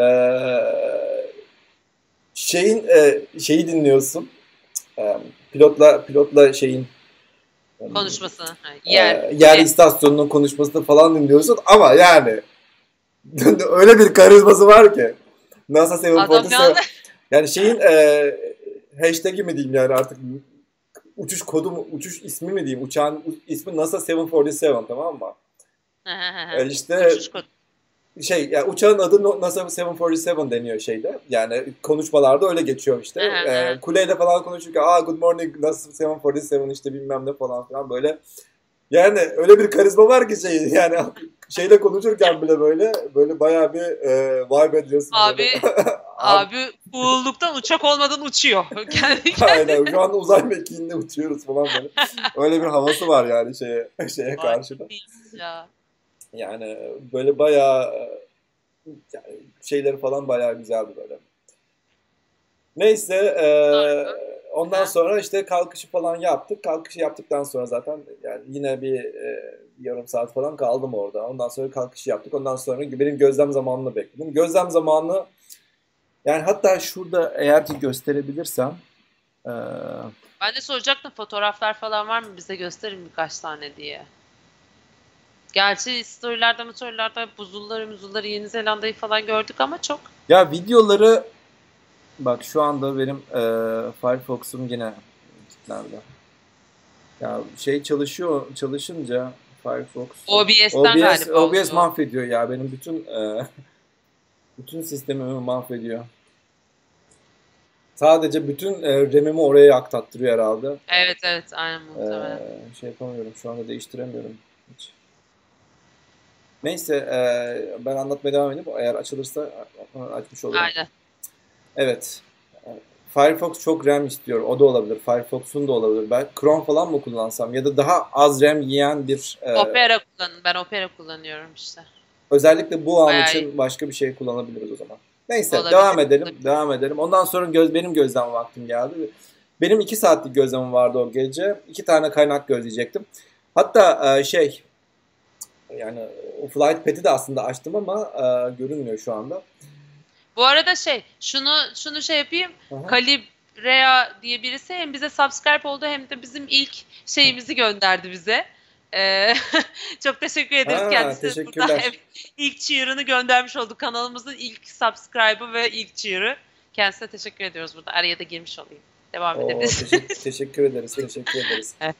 şeyi dinliyorsun. E, pilotla Konuşmasını. Ha, e, yer, yer kule. istasyonunun konuşmasını falan dinliyorsun ama yani öyle bir karizması var ki. NASA Adam ne anlar? 747 yani hashtag'i mi diyeyim yani artık uçuş kodu mu, uçuş ismi mi diyeyim uçağın ismi NASA 747 tamam mı? İşte Uçuş kodu. yani uçağın adı NASA 747 deniyor şeyde. Yani konuşmalarda öyle geçiyor işte. Kuleyle falan konuşurken good morning NASA 747 işte bilmem ne falan filan böyle. Yani öyle bir karizma var ki yani şeyle konuşurken bile böyle bayağı bir vibe ediyorsun böyle. Abi, Abi, abi cool'luktan uçak olmadan uçuyor. Kendi aynen kendine. şu an uzay mekiğinde uçuyoruz falan böyle. Öyle bir havası var yani şeye Vay karşı da. ya. Yani böyle bayağı yani şeyleri falan bayağı güzeldi böyle. Neyse ondan Sonra. sonra işte kalkışı falan yaptık. Kalkışı yaptıktan sonra zaten yani yine bir yarım saat falan kaldım orada. Ondan sonra kalkışı yaptık. Ondan sonra benim gözlem zamanını bekledim. Gözlem zamanı yani hatta şurada eğer ki gösterebilirsem e, Ben de soracaktım fotoğraflar falan var mı bize gösterin birkaç tane diye. Gerçi storylerde buzulları Yeni Zelanda'yı falan gördük ama çok. Ya videoları bak şu anda benim Firefox'um yine kilitlendi. Ya şey çalışınca Firefox OBS'ten galiba OBS oluyor. mahvediyor ya benim bütün sistemimi mahvediyor. Sadece bütün RAM'imi oraya aktattırıyor herhalde. Evet aynen muhtemelen. Şey yapamıyorum şu anda değiştiremiyorum hiç. Neyse ben anlatmaya devam edeyim. Eğer açılırsa açmış olurum. Aynen. Evet. Firefox çok RAM istiyor. O da olabilir. Firefox'un da olabilir. Ben Chrome falan mı kullansam ya da daha az RAM yiyen bir Opera kullanın. Ben Opera kullanıyorum işte. özellikle bu an Bayağı için başka bir şey kullanabiliriz o zaman. Neyse olabilir. devam edelim. Olabilir. Devam edelim. Ondan sonra benim gözlem vaktim geldi. Benim 2 saatlik gözlemim vardı o gece. 2 tane kaynak gözleyecektim. Hatta yani o Flight Path'i de aslında açtım ama görünmüyor şu anda. Bu arada şunu şey yapayım. Aha. Calibrea diye birisi hem bize subscribe oldu hem de bizim ilk şeyimizi gönderdi bize. Çok teşekkür ederiz kendisine. Teşekkürler. Burada ilk cheer'ını göndermiş olduk. Kanalımızın ilk subscribe'ı ve ilk cheer'ı. Kendisine teşekkür ediyoruz burada. Araya da girmiş olayım. Devam edebiliriz. Teşekkür ederiz. Teşekkür ederiz. Evet.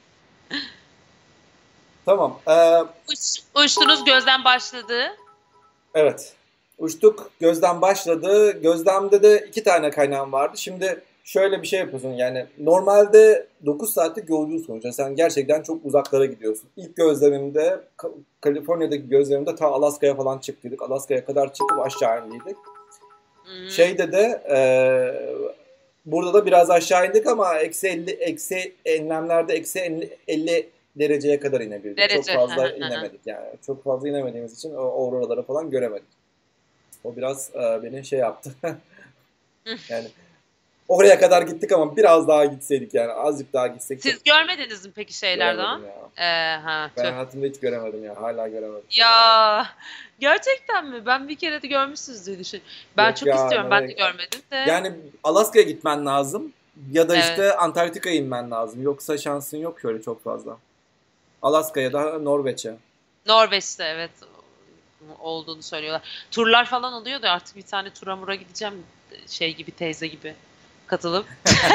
Tamam. Uçtunuz gözden başladı. Evet. Uçtuk. Gözlem başladı. Gözlemde de 2 tane kaynağım vardı. Şimdi şöyle bir şey yapıyorsun. Yani normalde 9 saatlik yolculuk sonuçta. Sen gerçekten çok uzaklara gidiyorsun. İlk gözlemimde Kaliforniya'daki gözlemimde ta Alaska'ya falan çıktıydık. Alaska'ya kadar çıkıp aşağı indiydik. Şeyde de burada da biraz aşağı indik ama enlemlerde eksi 50 dereceye kadar inebildik. Çok fazla inemedik yani. Çok fazla inemediğimiz için o auroraları falan göremedik. O biraz beni şey yaptı. Yani oraya kadar gittik ama biraz daha gitseydik yani. Azıcık daha gitsek. Siz görmediniz mi peki şeylerden? Ben hayatımda hiç göremedim ya. Hala göremedim. Ya gerçekten mi? Ben bir kere de görmüşsünüz diye düşünüyorum. Ben çok istiyorum. Ben de görmedim de. Yani Alaska'ya gitmen lazım. Ya da işte Antarktika'ya inmen lazım. Yoksa şansın yok şöyle çok fazla. Alaska'ya da Norveç'e. Norveç'te evet olduğunu söylüyorlar. Turlar falan oluyor da artık bir tane tura gideceğim. Şey gibi teyze gibi katılıp.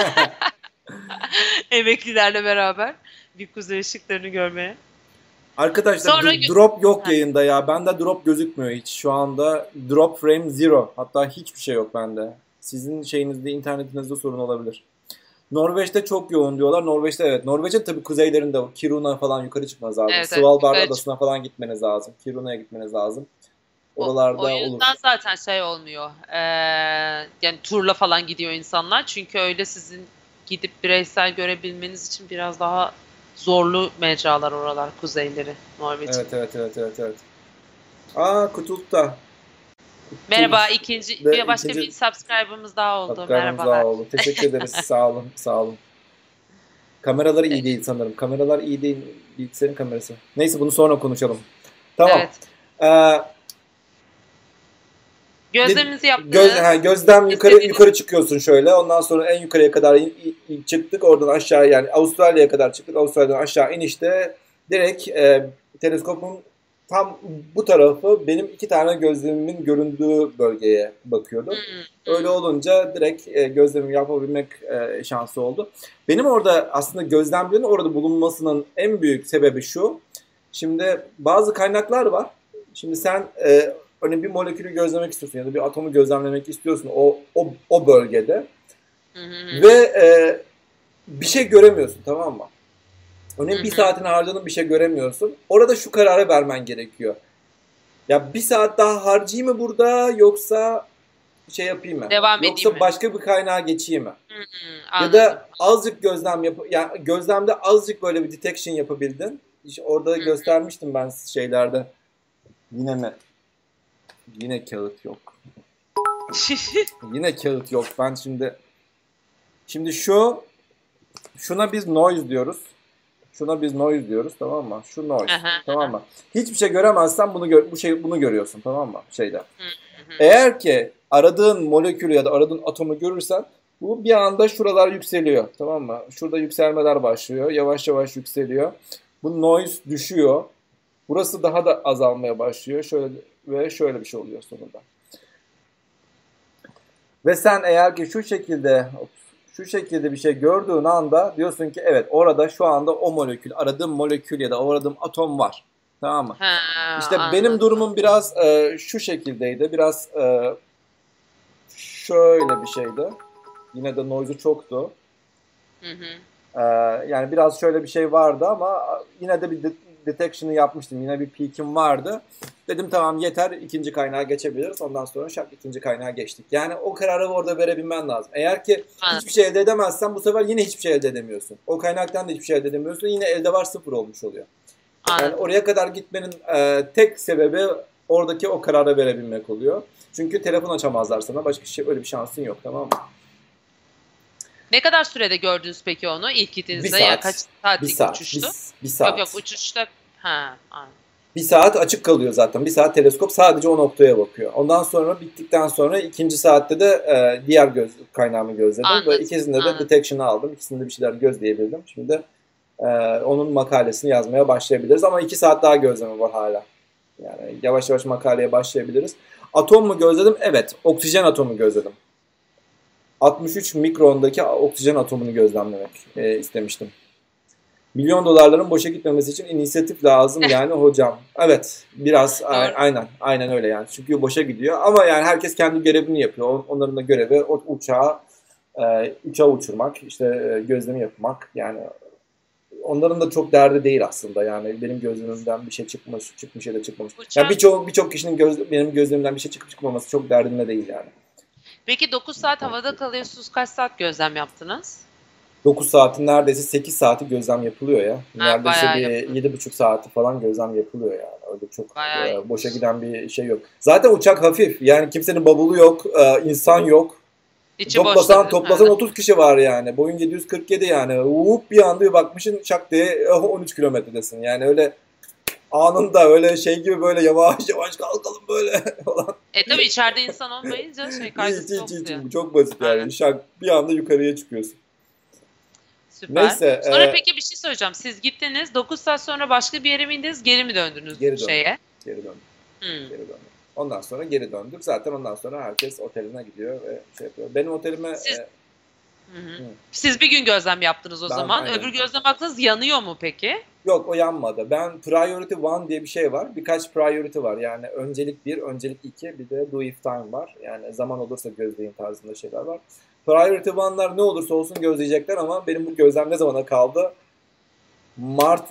Emeklilerle beraber bir kuzey ışıklarını görmeye. Arkadaşlar sonra drop yok yayında ya. Bende drop gözükmüyor hiç. Şu anda drop frame zero. Hatta hiçbir şey yok bende. Sizin şeyinizde, internetinizde sorun olabilir. Norveç'te çok yoğun diyorlar. Norveç'te evet. Norveç'in tabii kuzeylerinde Kiruna falan yukarı çıkmanız lazım. Evet, Svalbard adasına falan gitmeniz lazım. Kiruna'ya gitmeniz lazım. Oralarda o yüzden olur. Zaten şey olmuyor. Yani turla falan gidiyor insanlar. Çünkü öyle sizin gidip bireysel görebilmeniz için biraz daha zorlu mecralar oralar, kuzeyleri Norveç'in. Evet. Kutuluk'ta. Merhaba, başka bir subscriber'ımız daha oldu. Merhabalar. Oldu. Teşekkür ederiz. Sağ olun. Kameraları iyi değil sanırım. Kameralar iyi değil. Bilgisayarın kamerası. Neyse bunu sonra konuşalım. Tamam. Evet. Gözlemimizi yaptık. Gözlem yukarı çıkıyorsun şöyle. Ondan sonra en yukarıya kadar çıktık. Oradan aşağı yani Avustralya'ya kadar çıktık. Avustralya'dan aşağı inişte direkt teleskopun tam bu tarafı benim 2 tane gözlemimin göründüğü bölgeye bakıyordu. Öyle olunca direkt gözlemimi yapabilmek şansı oldu. Benim orada aslında gözlemlerin orada bulunmasının en büyük sebebi şu. Şimdi bazı kaynaklar var. Şimdi sen örneğin bir molekülü gözlemek istiyorsun ya da bir atomu gözlemlemek istiyorsun o bölgede. Ve bir şey göremiyorsun, tamam mı? Örneğin bir saatini harcadın, bir şey göremiyorsun. Orada şu kararı vermen gerekiyor. Ya bir saat daha harcayayım mı burada yoksa şey yapayım mı? Yoksa başka bir kaynağa geçeyim mi? Ya da azıcık gözlemde azıcık böyle bir detection yapabildin. İşte orada göstermiştim ben şeylerde. Yine mi? Yine kağıt yok. Yine kağıt yok. Ben şimdi şuna biz noise diyoruz. Tamam mı? Şu noise. Tamam mı? Hiçbir şey göremezsen bunu görüyorsun, tamam mı? Eğer ki aradığın molekülü ya da aradığın atomu görürsen bu bir anda şuralar yükseliyor, tamam mı? Şurada yükselmeler başlıyor. Yavaş yavaş yükseliyor. Bu noise düşüyor. Burası daha da azalmaya başlıyor. Şöyle ve şöyle bir şey oluyor sonunda. Ve sen eğer ki şu şekilde bir şey gördüğün anda diyorsun ki evet, orada şu anda o molekül, aradığım molekül ya da aradığım atom var. Tamam mı? Ha, İşte benim anladım. durumum biraz şu şekildeydi. Biraz şöyle bir şeydi. Yine de noise'u çoktu. Hı hı. E, Yani biraz şöyle bir şey vardı ama yine de bir detection'ı yapmıştım. Yine bir peak'im vardı. Dedim tamam yeter, ikinci kaynağa geçebiliriz. Ondan sonra şak ikinci kaynağa geçtik. Yani o kararı orada verebilmen lazım. Eğer ki Anladım. hiçbir şey elde edemezsen bu sefer yine hiçbir şey elde edemiyorsun. O kaynaktan da hiçbir şey elde edemiyorsun. Yine elde var, sıfır olmuş oluyor. Yani Anladım. oraya kadar gitmenin tek sebebi oradaki o kararı verebilmek oluyor. Çünkü telefon açamazlar sana. Başka şey, öyle bir şansın yok, tamam mı? Ne kadar sürede gördünüz peki onu ilk Bir gittiğinizde? Yani kaç saat. Bir saatlik saat. uçuştu? Bir Yok yok, saat. uçuşta. Ha, anladım. Bir saat açık kalıyor zaten. Bir saat teleskop sadece o noktaya bakıyor. Ondan sonra bittikten sonra ikinci saatte de diğer kaynağımı gözledim. Ve Anladım. ikisinde de Anladım. detection'ı aldım. İkisinde bir şeyler gözleyebildim. Şimdi onun makalesini yazmaya başlayabiliriz. Ama 2 saat daha gözleme var hala. Yani yavaş yavaş makaleye başlayabiliriz. Atom mu gözledim? Evet. Oksijen atomu gözledim. 63 mikrondaki oksijen atomunu gözlemlemek istemiştim. Milyon dolarların boşa gitmemesi için inisiyatif lazım yani hocam. Evet, biraz Doğru. aynen öyle yani. Çünkü boşa gidiyor ama yani herkes kendi görevini yapıyor. Onların da görevi o uçağı uçurmak, işte gözlemi yapmak. Yani onların da çok derdi değil aslında. Yani benim gözlemimden bir şey çıkmış ya da çıkmamış. Yani Uçak. birçok kişinin benim gözlemimden bir şey çıkıp çıkmaması çok derdinde değil yani. Peki 9 saat havada kalıyorsunuz. Kaç saat gözlem yaptınız? 9 saatin neredeyse 8 saati gözlem yapılıyor ya. Ha, Neredeyse bayağı bir yaptınız. 7,5 saati falan gözlem yapılıyor yani. Öyle çok Bayağı boşa iyiymiş. giden bir şey yok. Zaten uçak hafif. Yani kimsenin bavulu yok, insan yok. İçi boş Toplasan tabii değil toplasan mi? 30 kişi var yani. Boyun 747 yani. Bir anda bir bakmışsın şak diye 13 kilometredesin. Yani öyle anında öyle şey gibi böyle yavaş yavaş kalkalım böyle falan. Tabii içeride insan olmayınca Hiç kaygısı hiç yok diyor. hiç. Çok basit Aynen. yani. Şak bir anda yukarıya çıkıyorsun. Süper. Neyse Sonra peki bir şey söyleyeceğim. Siz gittiniz 9 saat sonra başka bir yere mi indiniz? Geri mi döndünüz geri döndüm. şeye? Geri döndüm. Hmm. Geri döndüm. Ondan sonra geri döndük. Zaten ondan sonra herkes oteline gidiyor ve şey yapıyor. Benim otelime Siz Siz bir gün gözlem yaptınız o ben zaman. aynen. Öbür gözlem baktınız, yanıyor mu peki? Yok, o yanmadı. Ben priority one diye bir şey var. Birkaç priority var. Yani öncelik 1, öncelik 2, bir de do if time var. Yani zaman olursa gözleyin tarzında şeyler var. Priority one'lar ne olursa olsun gözleyecekler ama benim bu gözlem ne zamana kaldı? Mart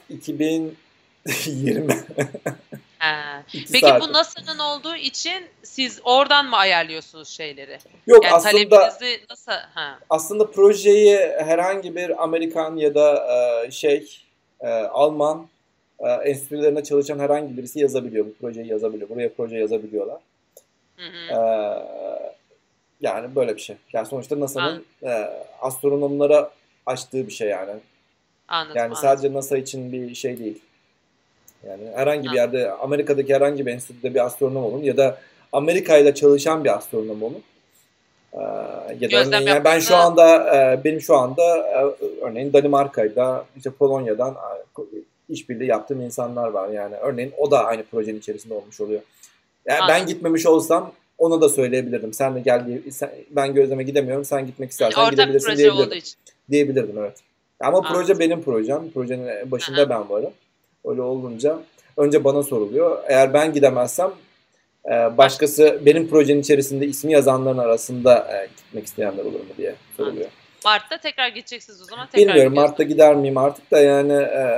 2020. Ha. 2 Peki saat. bu NASA'nın olduğu için siz oradan mı ayarlıyorsunuz şeyleri? Yok Yani aslında talebinizi nasıl? Ha. projeyi herhangi bir Amerikan ya da Alman enstitülerinde çalışan herhangi birisi yazabiliyor. Bu projeyi yazabiliyor. Buraya proje yazabiliyorlar. Hı E, hı. Yani böyle bir şey. Yani sonuçta An- NASA'nın astronomlara açtığı bir şey yani. Anladım, Yani anladım. sadece NASA için bir şey değil. Yani herhangi bir Anladım. yerde, Amerika'daki herhangi bir enstitüde bir astronom olun ya da Amerika ile çalışan bir astronom olun. Ya da Gözlem örneğin yani ben şu yapmanızı anda benim şu anda örneğin Danimarka'da işte Polonya'dan işbirliği yaptığım insanlar var. Yani örneğin o da aynı projenin içerisinde olmuş oluyor. Yani ben anladım. gitmemiş olsam ona da söyleyebilirdim. Sen de gel, ben gözleme gidemiyorum. Sen gitmek istersen Ortak gidebilirsin proje olduğu diyebilirdim. için. Diyebilirdim, evet. Ama Anladım. proje benim projem. Projenin Hı hı. başında ben varım. Öyle olunca önce bana soruluyor. Eğer ben gidemezsem Başkası başkası benim projenin içerisinde ismi yazanların arasında gitmek isteyenler olur mu diye anladım. soruluyor. Mart'ta tekrar gideceksiniz o zaman. Tekrar bir Bilmiyorum gözlem. Mart'ta gider miyim artık da yani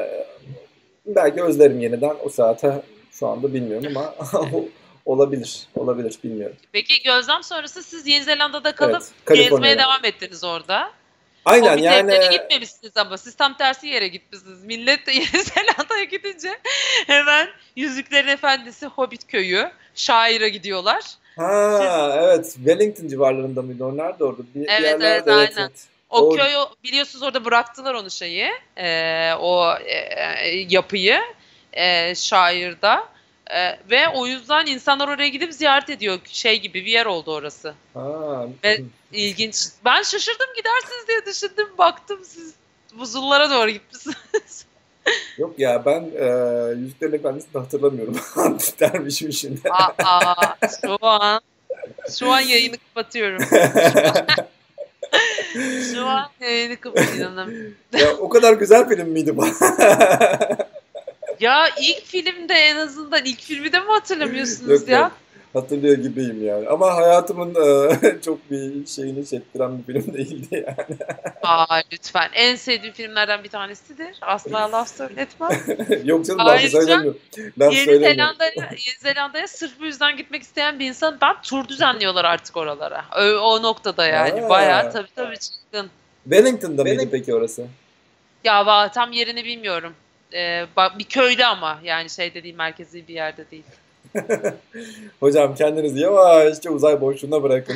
belki özlerim yeniden o saate, şu anda bilmiyorum ama olabilir. Olabilir, bilmiyorum. Peki gözlem sonrası siz Yeni Zelanda'da kalıp Evet, gezmeye Kaliforniya'da. devam ettiniz orada. Aynen Hobbit yani evlerine gitmemişsiniz ama siz tam tersi yere gitmişsiniz. Millet de Yeni Zelanda'ya gidince hemen Yüzüklerin Efendisi Hobbit köyü, Şair'e gidiyorlar. Siz evet, Wellington civarlarında mıydı? O nerede orada? Bir evet evet yerlerde, evet aynen. evet. O O köyü biliyorsunuz orada bıraktılar onu yapıyı Şair'da. Ve o yüzden insanlar oraya gidip ziyaret ediyor. Şey gibi bir yer oldu orası. ha, Ve ilginç. Ben şaşırdım gidersiniz diye düşündüm. Baktım siz buzullara doğru gitmişsiniz. Yok ya ben Yüzüklerin Efendisi'ni de hatırlamıyorum. Dermişim şimdi. Aa, şu an yayını kapatıyorum. Şu an yayını inanamıyorum. Ya o kadar güzel film miydi bu? Ya ilk filmde en azından ilk filmi de mi hatırlamıyorsunuz Yok ya? yok. Hatırlıyor gibiyim yani. Ama hayatımın çok bir şeyini çektiren bir film değildi yani. Aa, lütfen. En sevdiğim filmlerden bir tanesidir. Asla laf söyletmem. Yok canım laf Ayrıca söylemiyorum. Laf Yeni söylemiyorum. Zelanda'ya Yeni Zelanda'ya sırf bu yüzden gitmek isteyen bir insan. Ben tur düzenliyorlar artık oralara. O noktada yani. Bayağı Aa, tabii çıkın. Wellington'da mıydı peki orası? Ya tam yerini bilmiyorum. Bir köyde ama yani şey değil, merkezi bir yerde değil. Hocam kendinizi yavaşça uzay boşluğuna bırakın.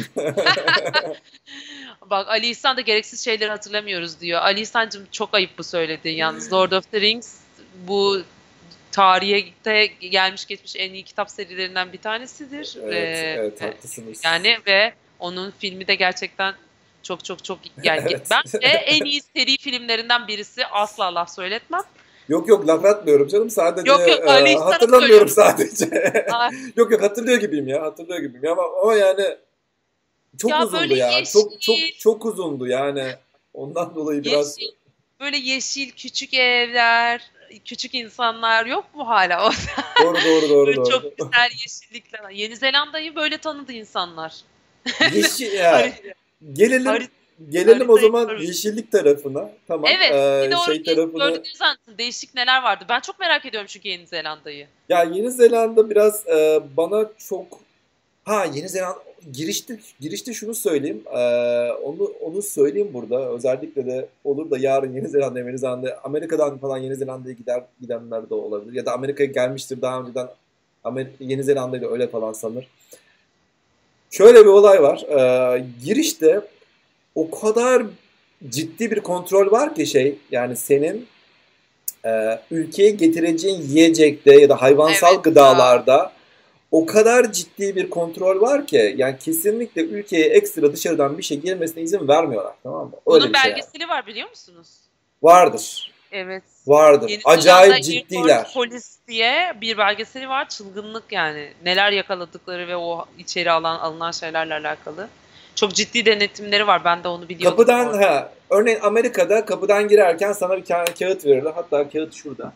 Bak, Ali İhsan da gereksiz şeyleri hatırlamıyoruz diyor. Ali İhsan'cığım çok ayıp bu söylediğin yalnız. Lord of the Rings bu tarihe gelmiş geçmiş en iyi kitap serilerinden bir tanesidir. Evet, evet haklısınız. Yani ve onun filmi de gerçekten çok yani Evet. bence en iyi seri filmlerinden birisi, asla laf söyletmem. Yok yok laf atmıyorum canım sadece Yok Ali İhsan'a hatırlamıyorum söylüyorum. sadece. Ay, Yok yok hatırlıyor gibiyim ya hatırlıyor gibiyim ya ama yani çok ya uzundu böyle ya yeşil, çok uzundu yani ondan dolayı biraz yeşil, böyle yeşil küçük evler, küçük insanlar yok mu hala? doğru doğru doğru Böyle doğru. çok güzel yeşillikler. Yeni Zelanda'yı böyle tanıdı insanlar. Yeşil ya Hari- gelelim hari- gelelim o Haritayı zaman görmüş. yeşillik tarafına tamam Evet, bir de şey orayı tarafını gördünüz zaten. Değişik neler vardı. Ben çok merak ediyorum çünkü Yeni Zelanda'yı. ya Yeni Zelanda biraz bana çok Yeni Zelanda girişte şunu söyleyeyim. Onu söyleyeyim burada. Özellikle de olur da yarın Yeni Zelanda, Yeni Zelanda, Amerika'dan falan Yeni Zelanda'ya gidenler de olabilir. Ya da Amerika'ya gelmiştir daha önceden Yeni Zelanda'yı öyle falan sanır. Şöyle bir olay var. Girişte o kadar ciddi bir kontrol var ki yani senin ülkeye getireceğin yiyecekte ya da hayvansal Evet ya. gıdalarda o kadar ciddi bir kontrol var ki yani kesinlikle ülkeye ekstra dışarıdan bir şey girmesine izin vermiyorlar tamam mı? Öyle Bunun bir şey yani. belgeseli var, biliyor musunuz? Vardır. Evet. Vardır. Yeni Zelanda Acayip Airport ciddiler. Police diye bir belgeseli var. Çılgınlık yani. Neler yakaladıkları ve o içeri alınan şeylerle alakalı. Çok ciddi denetimleri var. Ben de onu biliyordum bu arada. Örneğin Amerika'da kapıdan girerken sana bir kağıt verirler. Hatta kağıt şurada.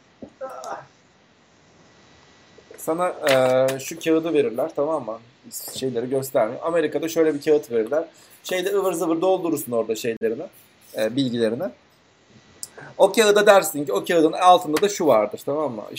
Sana şu kağıdı verirler tamam mı? Şeyleri göstermiyor. Amerika'da şöyle bir kağıt verirler. Şeyde ıvır zıvır doldurursun orada şeylerini, bilgilerini. O kağıda dersin ki o kağıdın altında da şu vardır tamam mı?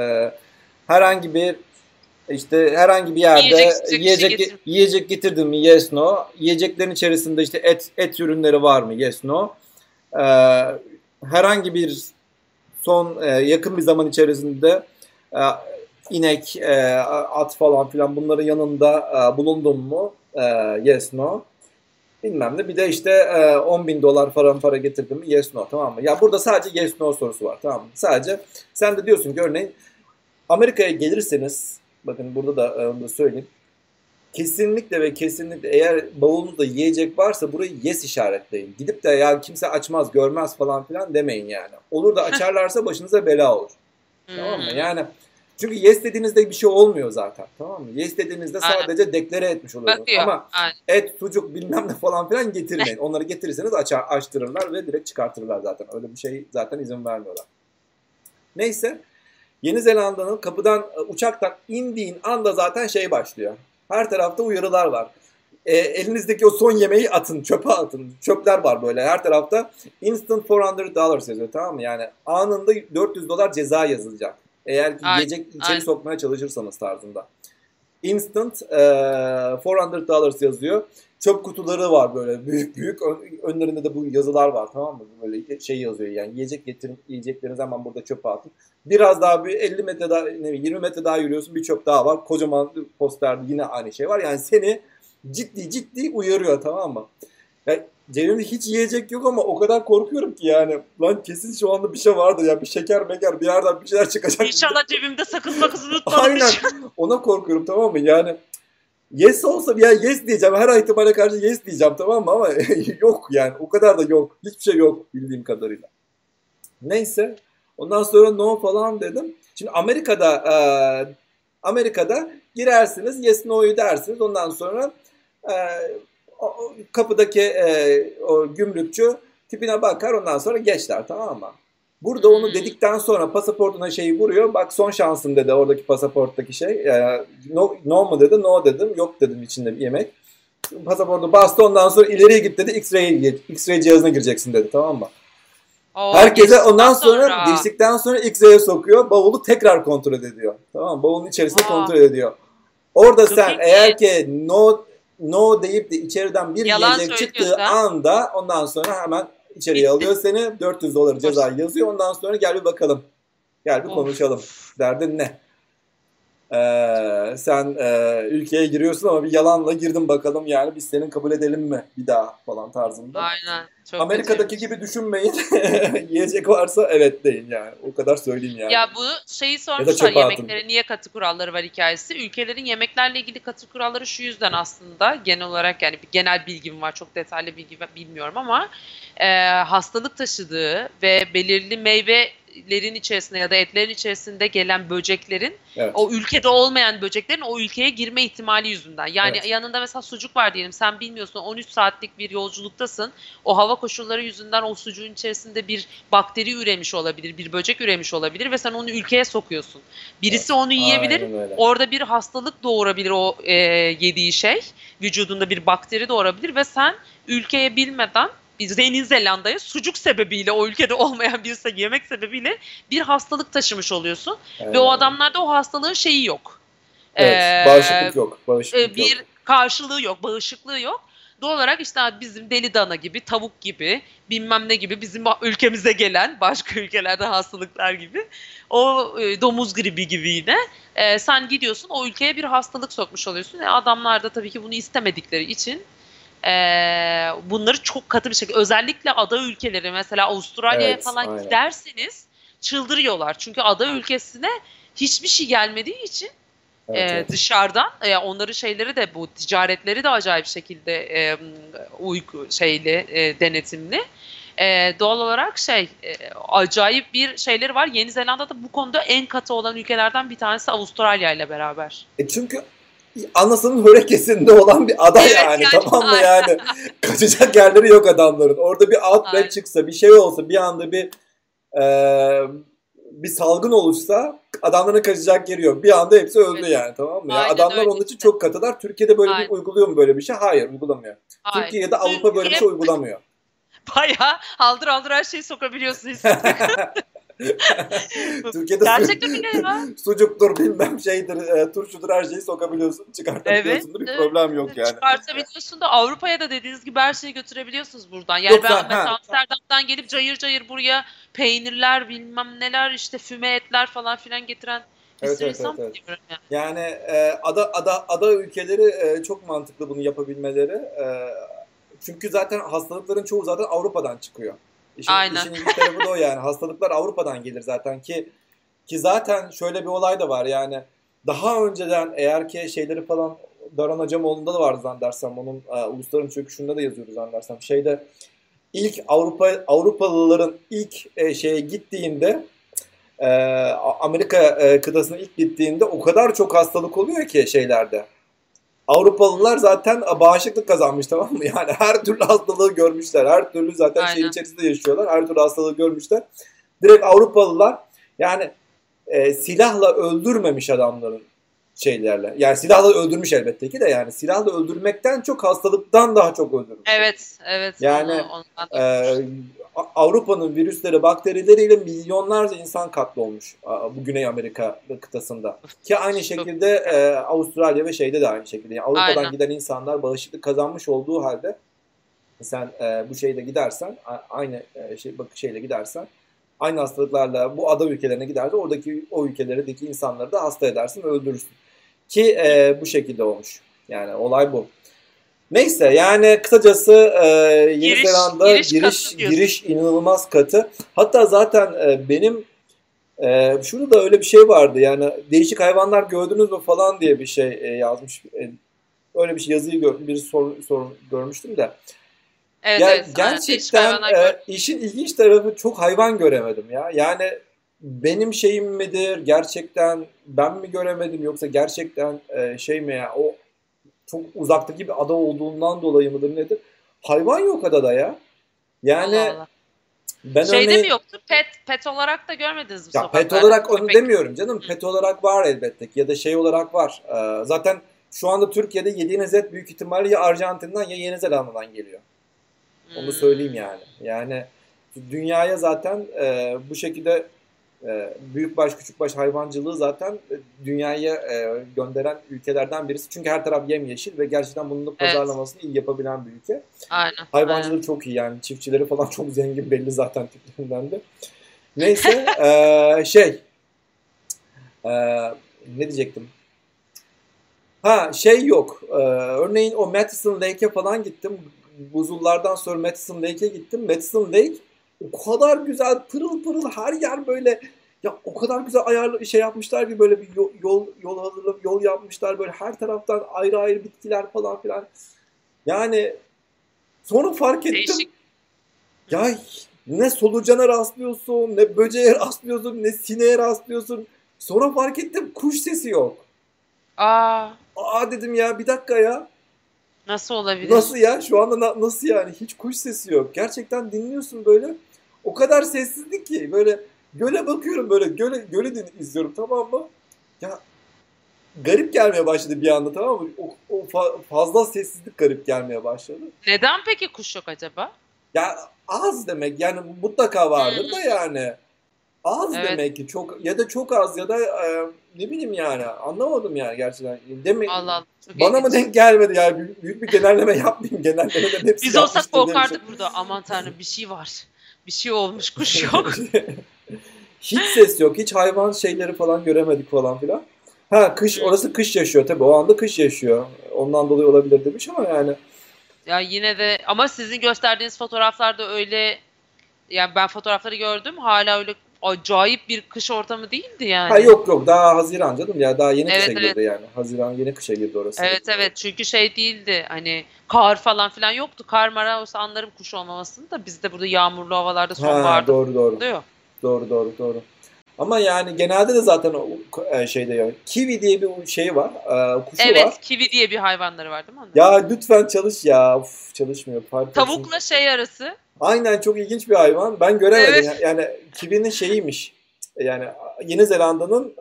Herhangi bir yerde yiyecek getirdin mi? Yes no. Yiyeceklerin içerisinde işte et ürünleri var mı? Yes no. E, Herhangi bir yakın bir zaman içerisinde e, inek, at falan filan bunların yanında bulundun mu? Yes no. Bilmem ne. Bir de işte $10.000 falan para getirdim mi? Yes no. Tamam mı? Ya burada sadece yes no sorusu var. Tamam mı? Sadece sen de diyorsun ki örneğin Amerika'ya gelirseniz bakın burada da onu da söyleyeyim. Kesinlikle ve kesinlikle eğer bavulunuzda yiyecek varsa burayı yes işaretleyin. Gidip de ya kimse açmaz görmez falan filan demeyin yani. Olur da açarlarsa başınıza bela olur. Tamam mı? Yani çünkü yes dediğinizde bir şey olmuyor zaten. Tamam mı? Yes dediğinizde Aynen. sadece deklare etmiş oluyorsunuz. Bakıyor. Ama Aynen. et, sucuk bilmem ne falan filan getirmeyin. Onları getirirseniz açtırırlar ve direkt çıkartırlar zaten. Öyle bir şey zaten izin vermiyorlar. Neyse. Yeni Zelanda'nın kapıdan uçaktan indiğin anda zaten şey başlıyor. Her tarafta uyarılar var. Elinizdeki o son yemeği atın, çöpe atın. Çöpler var böyle her tarafta. Instant $400 yazıyor tamam mı? Yani anında $400 ceza yazılacak. Eğer ki yiyecek içeri sokmaya çalışırsanız tarzında. Instant $400 yazıyor. Çöp kutuları var böyle büyük büyük. Önlerinde de bu yazılar var tamam mı? Böyle şey yazıyor yani yiyecek getirin, yiyeceklerinizi hemen burada çöpe atın. Biraz daha bir 50 metre daha, 20 metre daha yürüyorsun bir çöp daha var. Kocaman poster yine aynı şey var. Yani seni ciddi uyarıyor tamam mı? Ya, cebimde hiç yiyecek yok ama o kadar korkuyorum ki yani. Lan kesin şu anda bir şey vardır ya. Bir şeker bir yerden bir şeyler çıkacak. İnşallah cebimde sakız makız unutmadım. Aynen. Ona korkuyorum tamam mı? Yani yes olsa ya yes diyeceğim. Her ihtimale karşı yes diyeceğim tamam mı? Ama yok yani. O kadar da yok. Hiçbir şey yok bildiğim kadarıyla. Neyse. Ondan sonra no falan dedim. Şimdi Amerika'da girersiniz, yes no'yu dersiniz. Ondan sonra e, kapıdaki o gümrükçü tipine bakar, ondan sonra geçler, tamam mı? Burada onu dedikten sonra pasaportuna şeyi vuruyor. Bak son şansın dedi oradaki pasaporttaki şey. No mu dedi? No dedim. Yok dedim, içinde bir yemek. Pasaportu bastı, ondan sonra ileriye git dedi. X-ray cihazına gireceksin dedi, tamam mı? Herkese ondan sonra geçtikten sonra X-ray'e sokuyor. Bavulu tekrar kontrol ediyor. Tamam mı? Bavulun içerisinde kontrol ediyor. Orada çok sen eğer ki no deyip de içeriden bir yiyecek çıktığı anda ondan sonra hemen içeriye alıyor seni. $400 ceza yazıyor. Ondan sonra gel bir bakalım. Gel bir konuşalım. Derdin ne? Sen ülkeye giriyorsun ama bir yalanla girdin bakalım, yani biz senin kabul edelim mi bir daha falan tarzında. Aynen. Çok Amerika'daki gibi düşünmeyin. Yiyecek varsa evet deyin yani. O kadar söyleyeyim yani. Ya bu şeyi sormuşlar, yemeklere niye katı kuralları var hikayesi. Ülkelerin yemeklerle ilgili katı kuralları şu yüzden aslında, genel olarak yani bir genel bilgim var. Çok detaylı bilgi bilmiyorum ama hastalık taşıdığı ve belirli meyvelerin içerisinde ya da etlerin içerisinde gelen böceklerin, o ülkede olmayan böceklerin o ülkeye girme ihtimali yüzünden. Yani yanında mesela sucuk var diyelim, sen bilmiyorsun, 13 saatlik bir yolculuktasın. O hava koşulları yüzünden o sucuğun içerisinde bir bakteri üremiş olabilir, bir böcek üremiş olabilir ve sen onu ülkeye sokuyorsun. Birisi onu yiyebilir, orada bir hastalık doğurabilir o yediği şey. Vücudunda bir bakteri doğurabilir ve sen ülkeye bilmeden Yeni Zelanda'ya sucuk sebebiyle, o ülkede olmayan bir yemek sebebiyle bir hastalık taşımış oluyorsun. Ve o adamlarda o hastalığın şeyi yok. Bağışıklık yok. Bir karşılığı yok, bağışıklığı yok. Doğal olarak işte bizim deli dana gibi, tavuk gibi, bilmem ne gibi, bizim ülkemize gelen başka ülkelerde hastalıklar gibi, o domuz gribi gibi yine sen gidiyorsun o ülkeye bir hastalık sokmuş oluyorsun. Adamlar da tabii ki bunu istemedikleri için bunları çok katı bir şekilde, özellikle ada ülkeleri, mesela Avustralya'ya falan giderseniz çıldırıyorlar. Çünkü ada ülkesine hiçbir şey gelmediği için dışarıdan onların şeyleri de, bu ticaretleri de acayip şekilde denetimli. Doğal olarak acayip bir şeyleri var. Yeni Zelanda'da bu konuda en katı olan ülkelerden bir tanesi Avustralya ile beraber. Çünkü anasının hörekesinde olan bir ada yani tamam mı yani? Kaçacak yerleri yok adamların. Orada bir outbreak çıksa, bir şey olsa, bir anda bir salgın oluşsa adamların kaçacak yeri yok. Bir anda hepsi öldü yani, tamam mı? Yani adamlar onun için çok katılar. Türkiye'de böyle bir uyguluyor mu böyle bir şey? Hayır, uygulamıyor. Türkiye'de Avrupa böyle bir şey uygulamıyor. Bayağı haldır haldır her şeyi sokabiliyorsun. Türkiye'de gerçekten öyle ya. Sucuktur, bilmem şeydir, turşudur, her şeyi sokabiliyorsun, çıkartabiliyorsun da bir problem yok yani. Çıkartabiliyorsun da Avrupa'ya da dediğiniz gibi her şeyi götürebiliyorsunuz buradan. Yani ben mesela Amsterdam'dan gelip cayır cayır buraya peynirler, bilmem neler, işte füme etler falan filan getiren bir sürü insan biliyorum yani. Yani ada ülkeleri çok mantıklı bunu yapabilmeleri. Çünkü zaten hastalıkların çoğu zaten Avrupa'dan çıkıyor. İşin ilginç tarafı da o yani. Hastalıklar Avrupa'dan gelir zaten ki zaten şöyle bir olay da var yani. Daha önceden eğer ki şeyleri falan, Daran Acemoğlu'nda da vardı zannedersem, onun Ulusların Çöküşü'nde de yazıyordu zannedersem. İlk Avrupalıların ilk şeye gittiğinde, Amerika kıtasına ilk gittiğinde o kadar çok hastalık oluyor ki şeylerde. Avrupalılar zaten bağışıklık kazanmış, tamam mı? Yani her türlü hastalığı görmüşler. Her türlü zaten şeyin içerisinde yaşıyorlar. Her türlü hastalığı görmüşler. Direkt Avrupalılar yani silahla öldürmemiş adamların şeylerle. Yani silahla öldürmüş elbette ki de, yani silahla öldürmekten çok hastalıktan daha çok öldürmüş. Evet. Yani Avrupa'nın virüsleri, bakterileriyle milyonlarca insan katolmuş bu Güney Amerika kıtasında. Ki aynı şekilde Avustralya ve şeyde de aynı şekilde. Yani Avrupa'dan giden insanlar bağışıklık kazanmış olduğu halde sen bu şeyle gidersen, aynı şeyle gidersen, aynı hastalıklarla bu ada ülkelerine giderse o ülkelerdeki insanları da hasta edersin ve öldürürsün. Ki bu şekilde olmuş. Yani olay bu. Neyse yani kısacası Yeni Zelanda giriş inanılmaz katı. Hatta zaten benim şurada da öyle bir şey vardı yani, değişik hayvanlar gördünüz mü falan diye bir şey yazmış. Öyle bir şey, yazıyı görmüştüm de. Evet, gerçekten işin ilginç tarafı, çok hayvan göremedim ya. Yani benim şeyim midir? Gerçekten ben mi göremedim yoksa gerçekten şey mi ya? O çok uzaktaki bir ada olduğundan dolayı mıdır nedir? Hayvan yok adada ya. Allah Yani Allah. ben Şeyde mi örneğin yoktu? Pet olarak da görmediniz mi ya pet sokaklarda? olarak onu Köpek. demiyorum canım. Hı. Pet olarak var elbette ki ya da şey olarak var. Zaten şu anda Türkiye'de yediğiniz et büyük ihtimalle ya Arjantin'den ya Yeni Zelanda'dan geliyor. Onu söyleyeyim Hmm. yani. Yani dünyaya zaten bu şekilde büyükbaş küçükbaş hayvancılığı zaten dünyaya gönderen ülkelerden birisi. Çünkü her taraf yemyeşil ve gerçekten bunun da Evet. pazarlamasını iyi yapabilen bir ülke. Aynen. Aynen. Hayvancılığı çok iyi yani. Çiftçileri falan çok zengin belli zaten tiplerinden de. Neyse e, ne diyecektim? Ha şey yok. Örneğin o Madison Lake'e falan gittim. Buzullardan sonra Madison Lake'e gittim. Madison Lake o kadar güzel pırıl pırıl her yer böyle ya o kadar güzel ayarlı şey yapmışlar ki böyle bir yol hazırlayıp yol yapmışlar böyle her taraftan ayrı ayrı bitkiler falan filan. Yani sonra fark ettim Değişik. Hı. ya ne solucana rastlıyorsun, ne böceğe rastlıyorsun, ne sineğe rastlıyorsun. Sonra fark ettim kuş sesi yok. Aa, Aa dedim ya bir dakika ya. nasıl olabilir? Nasıl ya? Şu anda nasıl yani? Hiç kuş sesi yok. Gerçekten dinliyorsun böyle. O kadar sessizlik ki böyle göle bakıyorum böyle gölü izliyorum tamam mı? Ya garip gelmeye başladı bir anda tamam mı? Fazla sessizlik garip gelmeye başladı. Neden peki kuş yok acaba? Ya az demek yani mutlaka vardır da Hmm. yani. Az Evet. demek ki çok ya da çok az ya da ne bileyim yani anlamadım yani gerçekten. Demek Allah Allah. Çok bana mı ilginç. denk gelmedi yani büyük bir genelleme yapmayayım. Genellemelerin hepsi Biz olsak yapmıştır diye bir şey. korkardık burada. Aman tanrım bir şey var. Bir şey olmuş. Kuş yok. Hiç ses yok. Hiç hayvan şeyleri falan göremedik falan filan. Ha kış Hmm. orası kış yaşıyor tabii. O anda kış yaşıyor. Ondan dolayı olabilir demiş ama yani. Ya yine de ama sizin gösterdiğiniz fotoğraflarda öyle yani ben fotoğrafları gördüm. Hala öyle acayip bir kış ortamı değildi Ha yani. yok daha Haziran canım ya daha yeni kışa Evet evet. girdi yani. Haziran yeni kışa girdi orası. Evet evet. Çünkü şey değildi. Hani kar falan filan yoktu. Kar mara olsa anlarım kuş olmamasını da bizde burada yağmurlu havalarda Ha sonbaharda doğru doğru. oluyor. Doğru. Ama yani genelde de zaten o şeyde ya. Kiwi diye bir şey var. Kuşu var. Evet, kivi diye bir hayvanları var değil mi onların? Ya lütfen çalış ya. Uf, çalışmıyor. Firefox'un. Tavukla şey arası. Aynen çok ilginç bir hayvan. Ben göremedim. Evet. Yani kiwinin şeyiymiş. Yani Yeni Zelanda'nın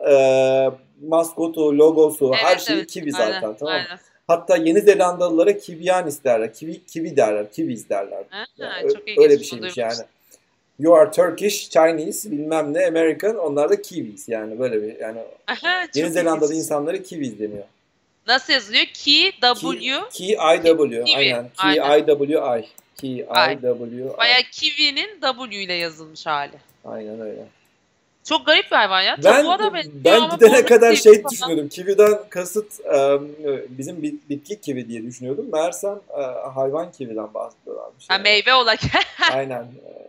maskotu, logosu, her Evet şeyi evet. kiwi Aynen. zaten tamam mı? Aynen. Hatta Yeni Zelandalılara kiwianis derler. Kiwi derler. Kiwis derler. Yani Ha, çok öyle bir ilginç. Bunu şeymiş yani. duymamıştım. You are Turkish, Chinese, bilmem ne, American. Onlar da kiwis yani böyle bir yani Aha, Yeni çok Zelandalı ilginç. insanlara kiwis deniyor. Nasıl yazılıyor? Ki W K-I-W. kiwi. Aynen. Aynen. K-I-W-I. Ay. K-I-W-I. Bayağı kivinin W ile yazılmış hali. Aynen öyle. Çok garip bir hayvan ya. Ben Tavuğa da benziyor ben ama gidene burnu kadar sivri şey falan. düşünüyordum. Kivi'den kasıt bizim bitki kivi diye düşünüyordum. Meğersem hayvan kividen bahsediyorlarmış Ha, yani. meyve olarak. Aynen.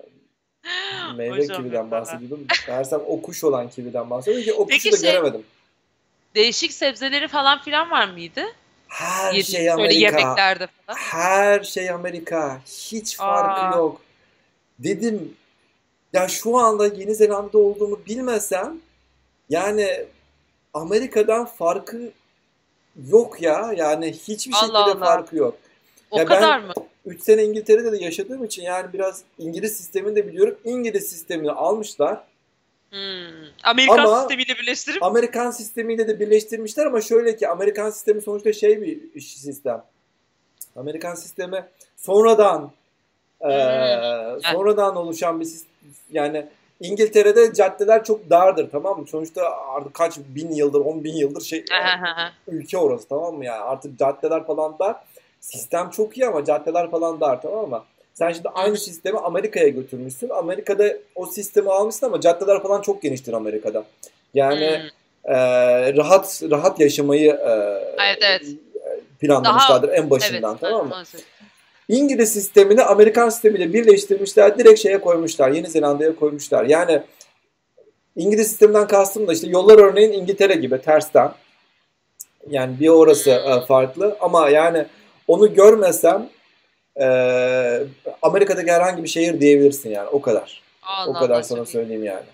Hoş Meyve olmuş kividen ama. bahsediyordum. Meğersem o kuş olan kividen bahsediyordum ki o kuşu Peki da şey göremedim. değişik sebzeleri falan filan var mıydı? Her şey Yediğiniz böyle Amerika. yemeklerde falan. Her şey Amerika. Hiç farkı Aa, yok. Dedim ya şu anda Yeni Zelanda'da olduğumu bilmesem yani Amerika'dan farkı yok ya. Yani hiçbir Allah şekilde Allah. farkı yok. O Ya ben kadar mı? 3 sene İngiltere'de de yaşadığım için yani biraz İngiliz sistemini de biliyorum. İngiliz sistemini almışlar Amerikan ama sistemiyle birleştirip. Amerikan sistemiyle de birleştirmişler ama şöyle ki Amerikan sistemi sonuçta şey bir sistem. Amerikan sistemi sonradan Hmm. Heh, sonradan oluşan bir sistem. Yani İngiltere'de caddeler çok dardır tamam mı? Sonuçta artık kaç bin yıldır, 10 bin yıldır şey ülke orası tamam mı? Yani artık caddeler falan dar. Sistem çok iyi ama caddeler falan dar tamam mı? Sen şimdi Hı hı. aynı sistemi Amerika'ya götürmüşsün. Amerika'da o sistemi almışsın ama caddeler falan çok geniştir Amerika'da. Yani Hmm. rahat rahat yaşamayı Evet evet. Daha planlamışlardır en evet. başından Aynen, tamam mı? onu söyleyeyim. İngiliz sistemini Amerikan sistemiyle birleştirmişler. Direkt şeye koymuşlar. Yeni Zelanda'ya koymuşlar. Yani İngiliz sisteminden kastım da işte yollar örneğin İngiltere gibi tersten. Yani bir orası Hmm. farklı ama yani onu görmesem e, Amerika'daki herhangi bir şehir diyebilirsin yani o kadar. O Allah kadar Allah sana çok iyi. söyleyeyim yani.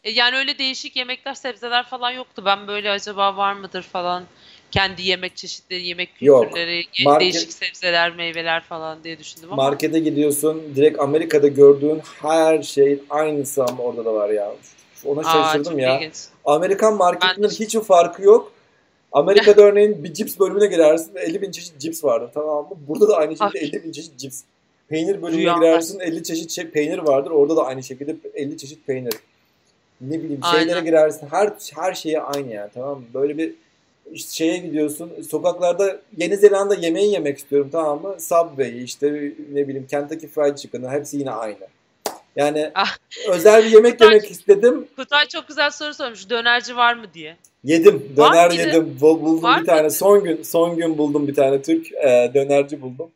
Yani öyle değişik yemekler, sebzeler falan yoktu. Ben böyle acaba var mıdır falan. Kendi yemek çeşitleri, yemek Yok. kültürleri, Market değişik sebzeler, meyveler falan diye düşündüm ama. markete gidiyorsun. Direkt Amerika'da gördüğün her şey aynısı ama orada da var ya. Ona Aa, şaşırdım çok ya. ilginç. Amerikan Ben de marketinden hiçbir farkı yok. Amerika'da örneğin bir cips bölümüne girersin, 50 bin çeşit cips vardır, tamam mı? Burada da aynı ay, şekilde 50 bin çeşit cips. Peynir bölümüne rüyamda. girersin, 50 çeşit peynir vardır. Orada da aynı şekilde 50 çeşit peynir. Ne bileyim şeylere Aynen. girersin, her şeye aynı yani, tamam mı? Böyle bir işte şeye gidiyorsun, sokaklarda Yeni Zelanda yemeği yemek istiyorum, tamam mı? Subway, işte ne bileyim Kentucky Fried Chicken'ı hepsi yine aynı. Yani Ah, özel bir yemek Kutay, yemek istedim. Kutay çok güzel soru sormuş. Dönerci var mı diye. Yedim. Var Döner mıydı? yedim. Buldum Var bir tane. mıydı? Son gün buldum bir tane Türk dönerci buldum.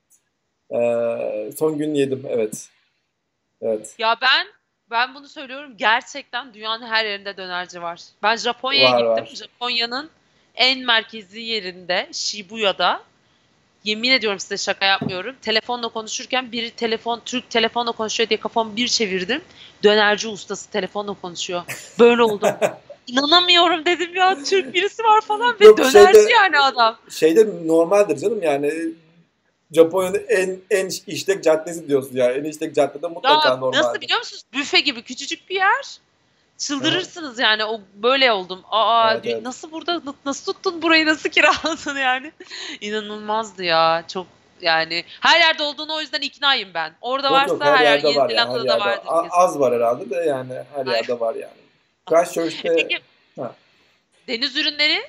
Son gün yedim. Evet. Evet. Ya ben bunu söylüyorum. Gerçekten dünyanın her yerinde dönerci var. Ben Japonya'ya Var gittim. var. Japonya'nın en merkezi yerinde, Shibuya'da. Yemin ediyorum, size şaka yapmıyorum. Telefonla konuşurken biri Türk telefonla konuşuyor diye kafamı bir çevirdim. Dönerci ustası telefonla konuşuyor. Böyle oldum. İnanamıyorum dedim ya, Türk birisi var falan ve Yok dönerci yani adam. şeyde normaldir canım yani Japonya'nın en işlek caddesi diyorsun ya. En işlek caddede mutlaka Ya nasıl normaldir. biliyor musunuz? Büfe gibi küçücük bir yer. Aha. Çıldırırsınız yani, o böyle oldum. Aa, Evet evet. nasıl burada, nasıl tuttun burayı, nasıl kiraladın yani? İnanılmazdı ya. Çok, yani her yerde olduğunu o yüzden iknayım ben. Orada Yok yok varsa her her yer, yerde Yeni var ya. Her Zelanda'da da yerde vardır kesin. az var herhalde de yani her Ay. yerde var yani. Christchurch'te Peki ha. deniz ürünleri?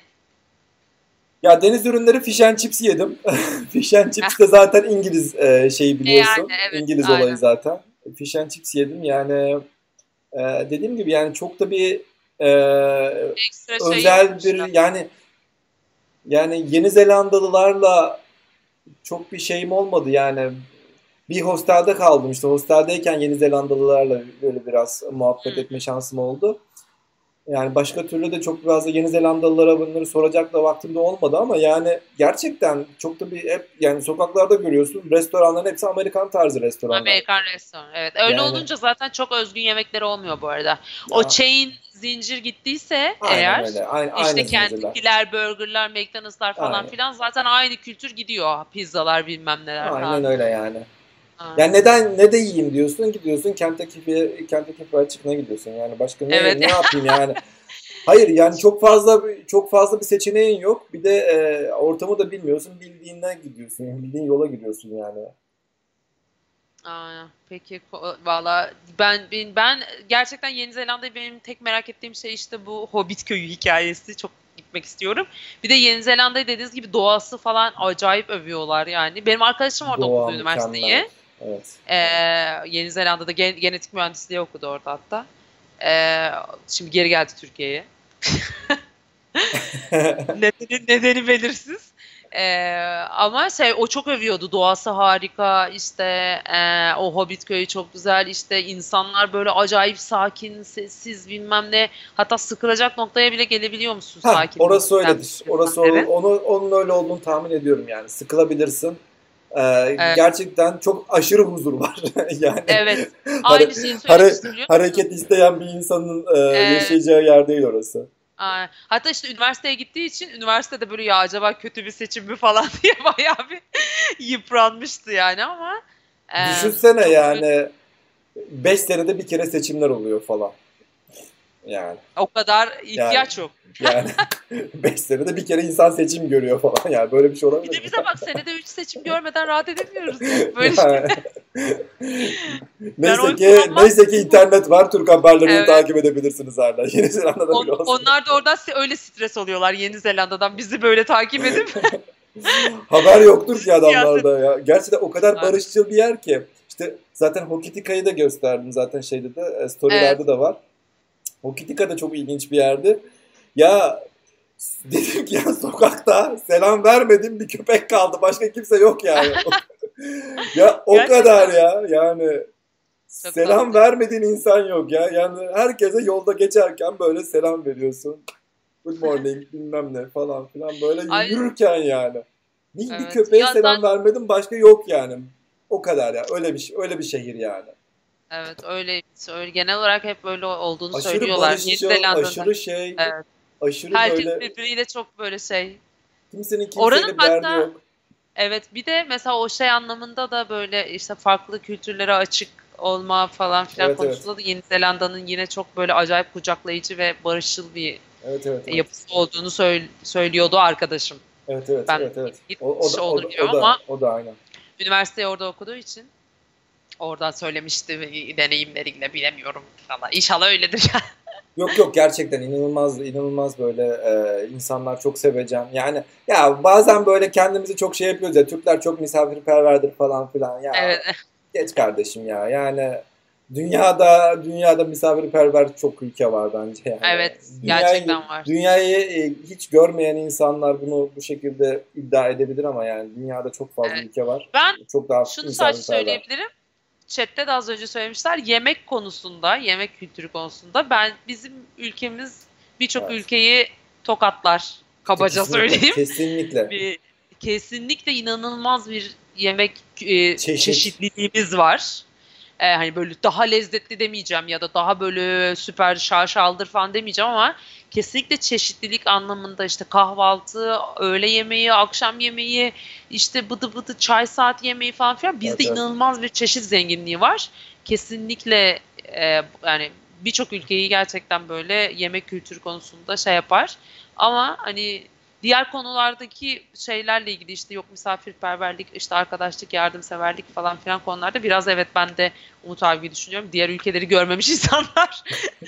Ya deniz ürünleri fish and chips yedim. Fish and chips de zaten İngiliz şeyi Yani biliyorsun. evet, İngiliz olayı aynen. zaten. Fish and chips yedim. Yani dediğim gibi yani çok da bir e, Ekstra şey özel yokmuş da. bir yani Yeni Zelandalılarla çok bir şeyim olmadı yani. Bir hostelde kaldım işte. Hosteldeyken Yeni Zelandalılarla böyle biraz muhabbet Hmm. etme şansım oldu. Yani başka türlü de çok fazla Yeni Zelandalılara bunları soracak da vaktim de olmadı ama yani gerçekten çok da bir hep yani sokaklarda görüyorsun restoranların hepsi Amerikan tarzı restoranlar. Amerikan restoran. Evet. Öyle Yani olunca zaten çok özgün yemekleri olmuyor bu arada. O ya, chain zincir gittiyse aynen eğer, öyle. işte Aynı zincirler. Kentucky'ler, burgerlar, McDonald'slar falan Aynen. filan, zaten aynı kültür gidiyor. Pizzalar, bilmem neler Aynen falan. öyle yani. Yani Aynen. neden ne de yiyeyim diyorsun gidiyorsun Kentucky Fried Chicken'a gidiyorsun yani başka Evet. ne yapayım yani. Hayır yani çok fazla bir seçeneğin yok. Bir de ortamı da bilmiyorsun. Bildiğinden gidiyorsun. Yani bildiğin yola gidiyorsun yani. Aynen. Peki, valla ben gerçekten Yeni Zelanda'yı, benim tek merak ettiğim şey işte bu Hobbit köyü hikayesi. Çok gitmek istiyorum. Bir de Yeni Zelanda'yı dediğiniz gibi doğası falan acayip övüyorlar yani. Benim arkadaşım orada Doğa okudu mükemmel. üniversiteyi. Evet. Ee, Yeni Zelanda'da genetik mühendisliği okudu orada hatta. Şimdi geri geldi Türkiye'ye. Nedeni belirsiz. Ama o çok övüyordu. Doğası harika, işte o Hobbit köyü çok güzel, işte insanlar böyle acayip sakin, sessiz, bilmem ne. Hatta sıkılacak noktaya bile gelebiliyor musun Orası sakinliğinden öyledir. Orası insanların? onun öyle olduğunu tahmin ediyorum yani. Sıkılabilirsin. Ee, Gerçekten çok aşırı huzur var. Yani evet. hare, Aynı şeyi söylemiştim, biliyor musun? hareket isteyen bir insanın Ee, yaşayacağı yer değil orası. Hatta işte üniversiteye gittiği için üniversitede böyle, ya acaba kötü bir seçim mi falan diye bayağı bir yıpranmıştı yani, ama Düşünsene çok güzel. yani 5 senede bir kere seçimler oluyor falan. Yani O kadar yani ihtiyaç yok. yani 5 senede bir kere insan seçim görüyor falan. Yani böyle bir şey Bir olabilir de mi? bize bak, senede 3 seçim görmeden rahat edemiyoruz ya. Böyle şey. Yani Ben neyse oy ki neyse ki kullanmazsam bu. internet var. Türk haberlerini Evet. takip edebilirsiniz hala. Yeni Zelanda'da bile olsa. Onlar da orada öyle stres oluyorlar, Yeni Zelanda'dan bizi böyle takip edip. Haber yoktur ki Siyaset. adamlarda ya. Gerçekten o kadar Aynen. barışçıl bir yer ki. İşte zaten Hokitika'yı da gösterdim zaten şeyde de Evet. storylerde de var. Hokitika da çok ilginç bir yerdi. Ya dedim ki ya sokakta selam vermediğim bir köpek kaldı. Başka kimse yok yani. Ya o kadar Gerçekten ya yani çok selam tatlı. vermediğin insan yok ya. Yani herkese yolda geçerken böyle selam veriyorsun. Good morning bilmem ne falan filan böyle Ay, yürürken yani. Bir evet. köpeğe Ya selam zaten vermedim başka yok yani. O kadar ya. Öyle bir şehir yani. Evet, öyle, öyle genel olarak hep böyle olduğunu Aşırı söylüyorlar. Yeni barışçıl, Zelanda'da. aşırı şey, Evet. aşırı Herkes böyle birbiriyle çok böyle şey. kimsenin Oranın kimseyle bir derdi hatta yok. evet, bir de mesela o şey anlamında da böyle işte farklı kültürlere açık olma falan filan Evet evet. konusunda da Yeni Zelanda'nın yine çok böyle acayip kucaklayıcı ve barışçıl bir Evet evet evet. yapısı olduğunu söylüyordu arkadaşım. Evet evet Ben evet evet. O gitmiş da o olduğunu da biliyorum o da ama o da aynen. üniversiteyi orada okuduğu için oradan söylemişti deneyimleriyle bilemiyorum falan. İnşallah öyledir yani. Yok yok gerçekten inanılmaz inanılmaz böyle insanlar çok sevecen. Yani ya bazen böyle kendimizi çok şey yapıyoruz ya Türkler çok misafirperverdir falan filan. Ya Evet, geç kardeşim ya. Yani dünyada misafirperver çok ülke var bence yani. evet, Dünyayı gerçekten var. dünyayı hiç görmeyen insanlar bunu bu şekilde iddia edebilir ama yani dünyada çok fazla Evet. ülke var. Ben Çok daha şunu sadece misafirperver. söyleyebilirim. Chat'te de az önce söylemişler. Yemek konusunda, yemek kültürü konusunda bizim ülkemiz birçok Evet. ülkeyi tokatlar. Kabaca Kesinlikle, söyleyeyim. kesinlikle. Bir, kesinlikle inanılmaz bir yemek Çeşit. çeşitliliğimiz var. Hani böyle daha lezzetli demeyeceğim ya da daha böyle süper şaşaldır falan demeyeceğim ama kesinlikle çeşitlilik anlamında işte kahvaltı, öğle yemeği, akşam yemeği, işte bıdı bıdı çay saat yemeği falan filan bizde Evet, evet. inanılmaz bir çeşit zenginliği var. Kesinlikle yani birçok ülkeyi gerçekten böyle yemek kültürü konusunda şey yapar. Ama hani diğer konulardaki şeylerle ilgili işte yok misafirperverlik, işte arkadaşlık, yardımseverlik falan filan konularda biraz evet ben de Umut abi düşünüyorum. Diğer ülkeleri görmemiş insanlar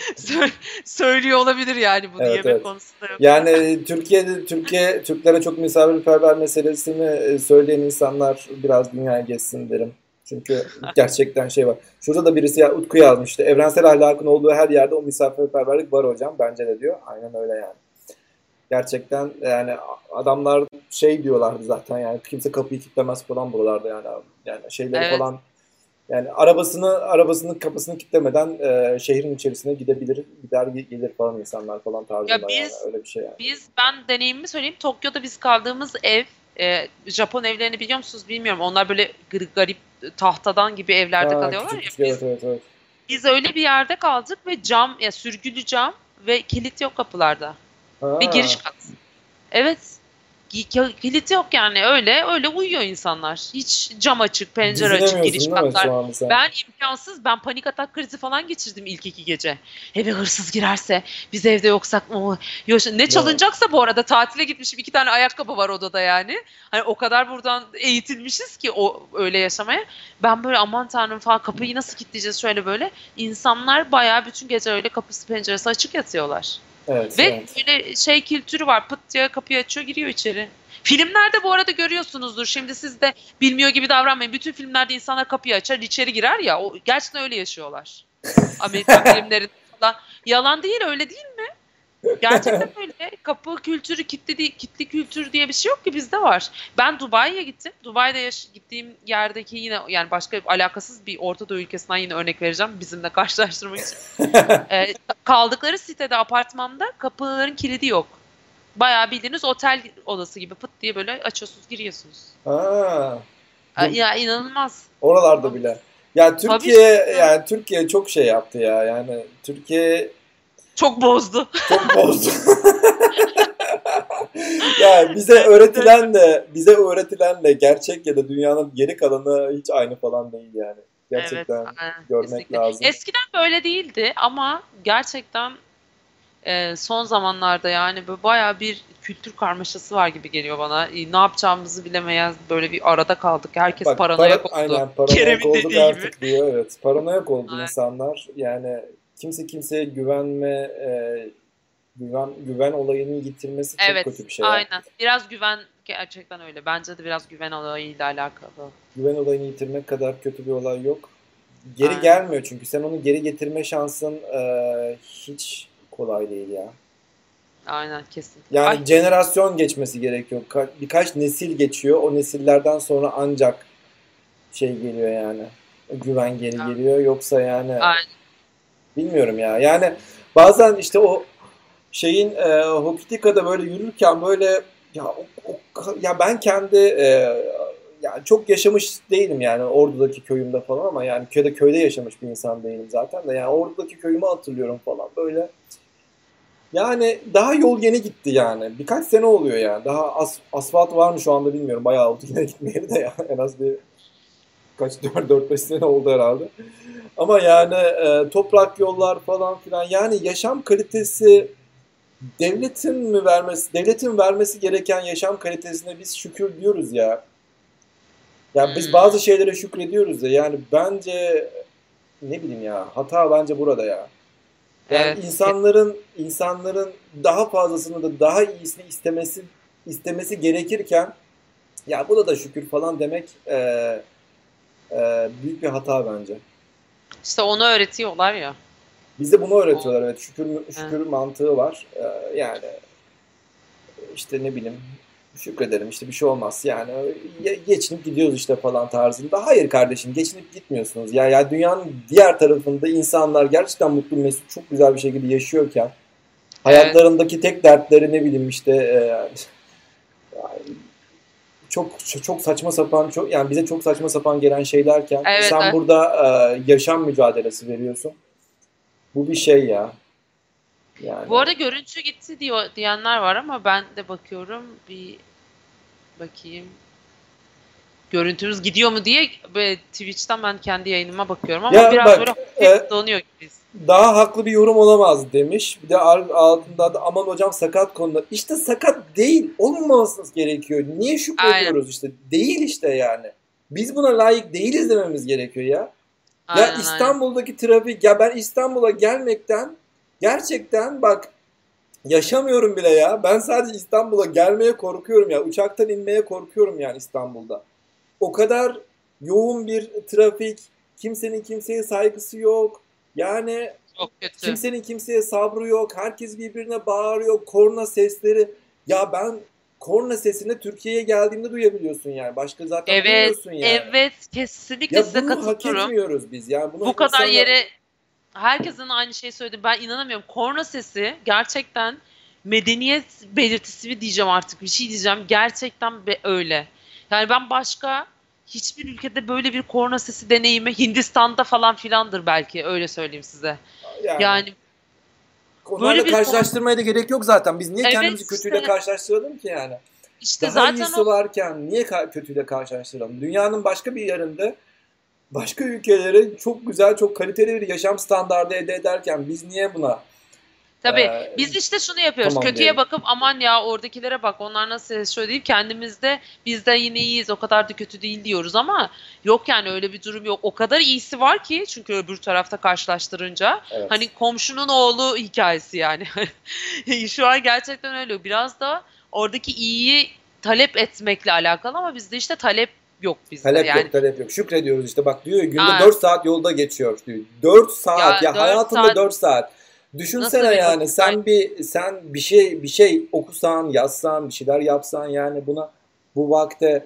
söylüyor olabilir yani bunu Evet, yemek evet. konusunda yoksa. Yani Türkiye Türklere çok misafirperver meselesini söyleyen insanlar biraz dünyaya geçsin derim. Çünkü gerçekten şey var. Şurada da birisi ya Utku yazmıştı. Evrensel ahlakın olduğu her yerde o misafirperverlik var hocam. Bence de diyor. Aynen öyle yani. Gerçekten yani adamlar şey diyorlardı zaten yani kimse kapıyı kilitlemez falan buralarda yani. Yani şeyleri Evet. falan yani arabasının kapısını kilitlemeden şehrin içerisine gidebilir, gider gelir falan insanlar falan Ya tarzında yani öyle bir şey yani. ben deneyimimi söyleyeyim. Tokyo'da biz kaldığımız ev Japon evlerini biliyor musunuz bilmiyorum. Onlar böyle garip tahtadan gibi evlerde Ha kalıyorlar küçük ya. küçük evet evet evet. Biz öyle bir yerde kaldık ve cam ya sürgülü cam ve kilit yok kapılarda. Ve giriş Ha kat. Evet. Kilit yok yani öyle öyle uyuyor insanlar. Hiç cam açık, pencere açık, giriş düşünemiyorsun değil mi katlar. şu anda sen? Ben imkansız, ben panik atak krizi falan geçirdim ilk 2 gece. Eve hırsız girerse, biz evde yoksak ne Ya, çalınacaksa bu arada tatile gitmişim 2 tane ayakkabı var odada yani. Hani o kadar buradan eğitilmişiz ki o öyle yaşamaya. Ben böyle aman tanrım falan kapıyı nasıl kilitleyeceğiz şöyle böyle. İnsanlar bayağı bütün gece öyle kapısı penceresi açık yatıyorlar. evet Ve evet. böyle şey kültürü var. Pıt diye kapıyı açıyor giriyor içeri. Filmlerde bu arada görüyorsunuzdur. Şimdi siz de bilmiyor gibi davranmayın. Bütün filmlerde insanlar kapıyı açar içeri girer ya. O, gerçekten öyle yaşıyorlar. Amerikan filmlerinde falan. Yalan değil öyle değil. Gerçekten öyle. Kapı kültürü, kitli kültür diye bir şey yok ki bizde var. Ben Dubai'ye gittim. Dubai'de gittiğim yerdeki yine yani başka alakasız bir Orta Doğu ülkesinden yine örnek vereceğim bizimle karşılaştırmak için. Kaldıkları sitede apartmanda kapıların kilidi yok. Bayağı bildiğiniz otel odası gibi pıt diye böyle açıyorsunuz giriyorsunuz. Ha, bu Ya inanılmaz. oralarda bile. Ya Tabii Türkiye çok şey yaptı ya. Yani Türkiye çok bozdu. çok bozdu. Ya Gerçekten çok. bize öğretilenle gerçek ya da dünyanın geri kalanı hiç aynı falan değil yani. Evet, Gerçekten aynen, görmek kesinlikle. lazım. Eskiden böyle değildi ama gerçekten son zamanlarda yani böyle bayağı bir kültür karmaşası var gibi geliyor bana. Ne yapacağımızı bilemeyen böyle bir arada kaldık. Herkes Bak paranoyak oldu. aynen paranoyak Kerem'in olduk dediği gibi. artık diyor. Evet paranoyak oldu Aynen. insanlar. Yani kimse kimseye güven olayının yitirmesi çok kötü Evet, bir şey ya. aynen. Biraz güven gerçekten öyle. Bence de biraz güven olayıyla alakalı. Güven olayını yitirmek kadar kötü bir olay yok. Geri Aynen. gelmiyor çünkü sen onu geri getirme şansın hiç kolay değil ya. Aynen kesinlikle. Ay, Yani jenerasyon geçmesi gerekiyor. Birkaç nesil geçiyor. O nesillerden sonra ancak şey geliyor yani. Güven geri geliyor. Yoksa yani aynen. bilmiyorum ya. Yani bazen işte o şeyin Hokitika'da böyle yürürken böyle ya ya ben kendi yani çok yaşamış değilim yani Ordu'daki köyümde falan ama yani köyde yaşamış bir insan değilim zaten de yani Ordu'daki köyümü hatırlıyorum falan böyle. Yani daha yol yeni gitti yani. Birkaç sene oluyor yani. Daha asfalt var mı şu anda bilmiyorum. Bayağı oldu yine gitmeyeli de ya. En az bir kaç 4-5 sene oldu herhalde. Ama yani toprak yollar falan filan yani yaşam kalitesi devletin vermesi gereken yaşam kalitesine biz şükür diyoruz ya. Ya biz Hmm, bazı şeylere şükrediyoruz ya. Yani bence ne bileyim ya hata bence burada ya. Yani evet. insanların daha fazlasını da daha iyisini istemesi gerekirken ya buna da şükür falan demek büyük bir hata bence. İşte onu öğretiyorlar ya. Bize bunu O, öğretiyorlar evet şükür evet. şükür mantığı var. Yani işte ne bileyim şükredelim işte bir şey olmaz yani geçinip gidiyoruz işte falan tarzında. Hayır kardeşim geçinip gitmiyorsunuz ya dünyanın diğer tarafında insanlar gerçekten mutlu mesut çok güzel bir şekilde yaşıyorken Evet. hayatlarındaki tek dertleri ne bileyim işte çok saçma sapan çok yani bize çok saçma sapan gelen şeylerken Evet. sen Evet. burada yaşam mücadelesi veriyorsun. Bu bir şey ya. Bu Yani arada görüntü gitti diyenler var ama ben de bakıyorum bir bakayım. Görüntümüz gidiyor mu diye böyle Twitch'ten ben kendi yayınıma bakıyorum ama ya biraz bak böyle hafif donuyor gibiyiz. daha haklı bir yorum olamaz demiş. Bir de altında da aman hocam sakat konuda. İşte sakat değil. Olmaması gerekiyor. Niye Aynen. şükrediyoruz işte? Değil işte yani. Biz buna layık değiliz dememiz gerekiyor ya. Ya Aynen aynen. İstanbul'daki trafik ya ben İstanbul'a gelmekten gerçekten bak yaşamıyorum bile ya. Ben sadece İstanbul'a gelmeye korkuyorum ya. Uçaktan inmeye korkuyorum yani İstanbul'da. O kadar yoğun bir trafik, kimsenin kimseye saygısı yok. Yani Çok kötü. kimsenin kimseye sabrı yok. Herkes birbirine bağırıyor. Korna sesleri. Ya ben korna sesini Türkiye'ye geldiğimde duyabiliyorsun yani. Başka zaten Evet, duymuyorsun yani. evet kesinlikle Ya size bunu hak katılıyorum. etmiyoruz biz. Yani bunu Bu kadar insanlar yere herkesin aynı şeyi söyledi. Ben inanamıyorum. Korna sesi gerçekten medeniyet belirtisi mi diyeceğim artık bir şey diyeceğim. Gerçekten öyle. Yani ben başka hiçbir ülkede böyle bir korna sesi deneyimi Hindistan'da falan filandır belki öyle söyleyeyim size. yani Yani böyle onlarla bir korna karşılaştırmaya da gerek yok zaten. Biz niye evet kendimizi kötüyle işte karşılaştıralım ki yani? işte Daha zaten o iyisi varken niye kötüyle karşılaştıralım? Dünyanın başka bir yerinde başka ülkeleri çok güzel, çok kaliteli bir yaşam standardı elde ederken biz niye buna tabii e, biz işte şunu yapıyoruz. tamam Kötüye diyelim? bakıp aman ya oradakilere bak onlar nasıl yaşıyor deyip kendimizde biz de yine iyiyiz o kadar da kötü değil diyoruz ama yok yani öyle bir durum yok. O kadar iyisi var ki çünkü öbür tarafta karşılaştırınca hani Evet. komşunun oğlu hikayesi yani. Şu an gerçekten öyle. Biraz da oradaki iyiyi talep etmekle alakalı ama bizde işte talep yok bizde. Talep Yani yok, talep yok. Şükrediyoruz işte. Bak diyor ya, günde ha, 4 saat yolda geçiyor diyor. 4 saat ya ya 4 hayatında saat 4 saat. nasıl Düşünsene bir yani vakit kaybı? sen bir şey okusan, yazsan, bir şeyler yapsan yani buna bu vakte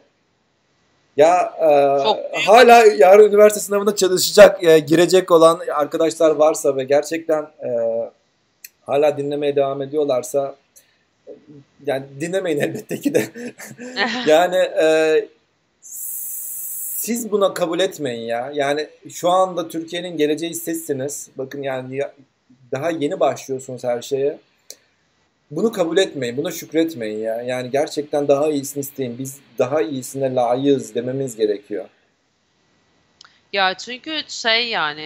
ya Çok büyük hala vakit. yarın üniversite sınavına çalışacak, girecek olan arkadaşlar varsa ve gerçekten hala dinlemeye devam ediyorlarsa yani dinlemeyin elbette ki de. Yani siz buna kabul etmeyin ya. Yani şu anda Türkiye'nin geleceği sizsiniz. Bakın yani daha yeni başlıyorsunuz her şeye. Bunu kabul etmeyin, buna şükretmeyin ya. Yani gerçekten daha iyisini isteyin. Biz daha iyisine layığız dememiz gerekiyor. Ya çünkü şey yani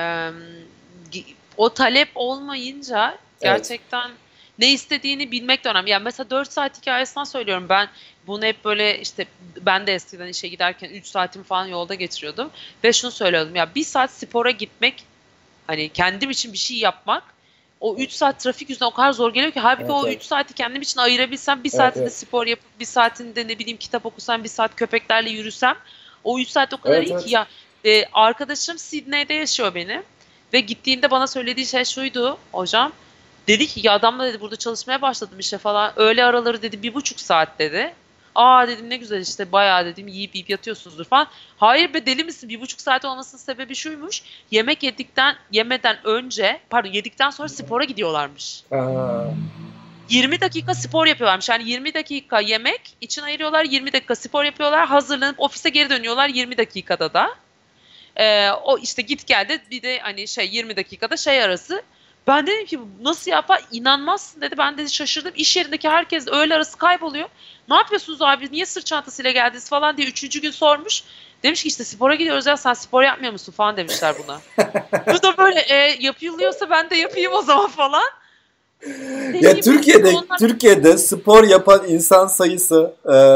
o talep olmayınca Evet, gerçekten ne istediğini bilmek de önemli. Yani mesela 4 saat hikayesinden söylüyorum ben bunu hep böyle işte ben de eskiden işe giderken 3 saatimi falan yolda geçiriyordum ve şunu söylüyordum ya bir saat spora gitmek hani kendim için bir şey yapmak o 3 saat trafik yüzünden o kadar zor geliyor ki halbuki evet, o 3 evet. saati kendim için ayırabilsem bir Evet, saatinde evet. spor yapıp bir saatinde ne bileyim kitap okusam bir saat köpeklerle yürüsem o 3 saat o kadar Evet, iyi ki evet. ya arkadaşım Sydney'de yaşıyor benim ve gittiğinde bana söylediği şey şuydu hocam dedi ki ya adamla dedi burada çalışmaya başladım işte falan öğle araları dedi 1,5 saat dedi. Aa dedim ne güzel işte bayağı dedim yiyip yiyip yatıyorsunuzdur falan. Hayır be deli misin 1,5 saat olmasının sebebi şuymuş. Yemeden önce pardon yedikten sonra spora gidiyorlarmış. Ha, 20 dakika spor yapıyorlarmış. Yani 20 dakika yemek için ayırıyorlar, 20 dakika spor yapıyorlar, hazırlanıp ofise geri dönüyorlar 20 dakikada da. O işte git geldi bir de hani 20 dakikada arası. Ben dedim ki nasıl yapar, inanmazsın dedi. Ben de şaşırdım. İş yerindeki herkes öğle arası kayboluyor. Ne yapıyorsunuz abi, niye sırt çantasıyla geldiniz falan diye 3. gün sormuş. Demiş ki işte spora gidiyoruz ya, sen spor yapmıyor musun falan demişler buna. Bu da böyle yapılıyorsa ben de yapayım o zaman falan. Ya Dediğim gibi onlar Türkiye'de spor yapan insan sayısı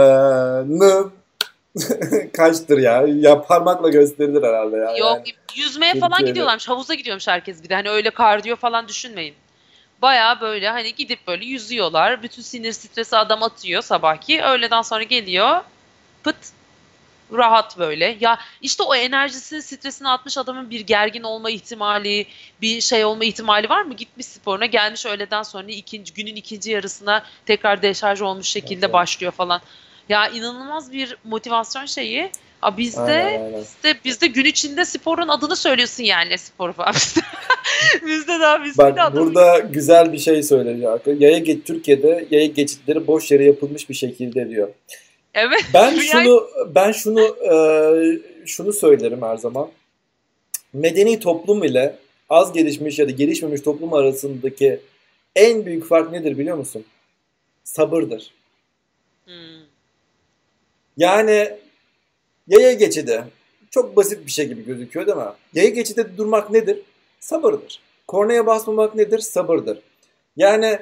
kaçtır ya? Ya parmakla gösterilir herhalde ya. yok, Yani yüzmeye falan Türkiye'de. gidiyorlarmış. Havuza gidiyormuş herkes bir de. Hani öyle kardiyo falan düşünmeyin. Baya böyle hani gidip böyle yüzüyorlar. Bütün sinir stresi adam atıyor sabahki. Öğleden sonra geliyor. Pıt, rahat böyle. Ya işte o enerjisini, stresini atmış adamın bir gergin olma ihtimali, bir olma ihtimali var mı? Gitmiş sporuna, gelmiş öğleden sonra günün ikinci yarısına tekrar deşarj olmuş Evet, şekilde evet. başlıyor falan. Ya inanılmaz bir motivasyon şeyi. Aynen, Bizde aynen. bizde gün içinde sporun adını söylüyorsun yani, spor falan. Bizde daha biz bile Bak adını. burada güzel bir şey söylüyor. Türkiye'de yaya geçitleri boş yere yapılmış bir şekilde diyor. Evet. Ben Yani şunu ben şunu şunu söylerim her zaman. Medeni toplum ile az gelişmiş ya da gelişmemiş toplum arasındaki en büyük fark nedir biliyor musun? Sabırdır. hmm, Yani yaya geçidi çok basit bir şey gibi gözüküyor değil mi? Yaya geçidi durmak nedir? Sabırdır. Kornaya basmamak nedir? Sabırdır. Yani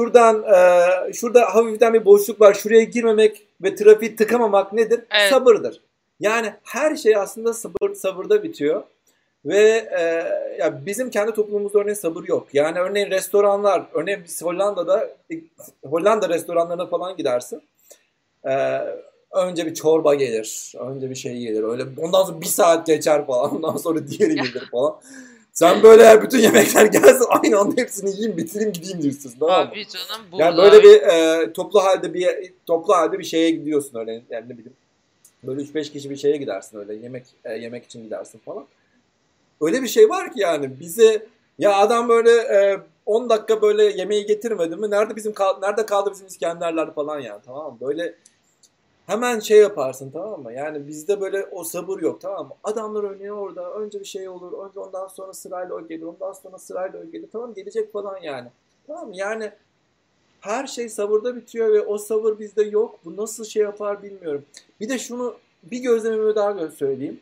şurada hafiften bir boşluk var. Şuraya girmemek ve trafiği tıkamamak nedir? evet. Sabırdır. Yani her şey aslında sabırda bitiyor. Ve ya bizim kendi toplumumuzda örneğin sabır yok. Yani örneğin restoranlar, örneğin biz Hollanda restoranlarına falan gidersin. E, Önce bir çorba gelir, önce bir şey gelir. Öyle ondan sonra bir saat geçer falan. Ondan sonra diğeri gelir falan. Sen böyle bütün yemekler gelsin aynı anda hepsini yiyeyim, bitireyim, gideyim diyorsun, tamam mı? Tabii canım, Yani burada böyle öyle. bir toplu halde bir şeye gidiyorsun öyle, yani ne bileyim. Böyle 3-5 kişi bir şeye gidersin öyle yemek için gidersin falan. Öyle bir şey var ki yani bize ya adam böyle 10 dakika böyle yemeği getirmedi mi? Nerede kaldı bizim İskenderler falan yani, tamam mı? Böyle hemen şey yaparsın, tamam mı? Yani bizde böyle o sabır yok, tamam mı? Adamlar oynuyor orada. Önce bir şey olur. Önce ondan sonra sırayla o gelir. Ondan sonra sırayla o gelir. Tamam, gelecek falan yani. Tamam mı? Yani her şey sabırda bitiyor ve o sabır bizde yok. Bu nasıl şey yapar bilmiyorum. Bir de şunu bir gözlemimi daha söyleyeyim.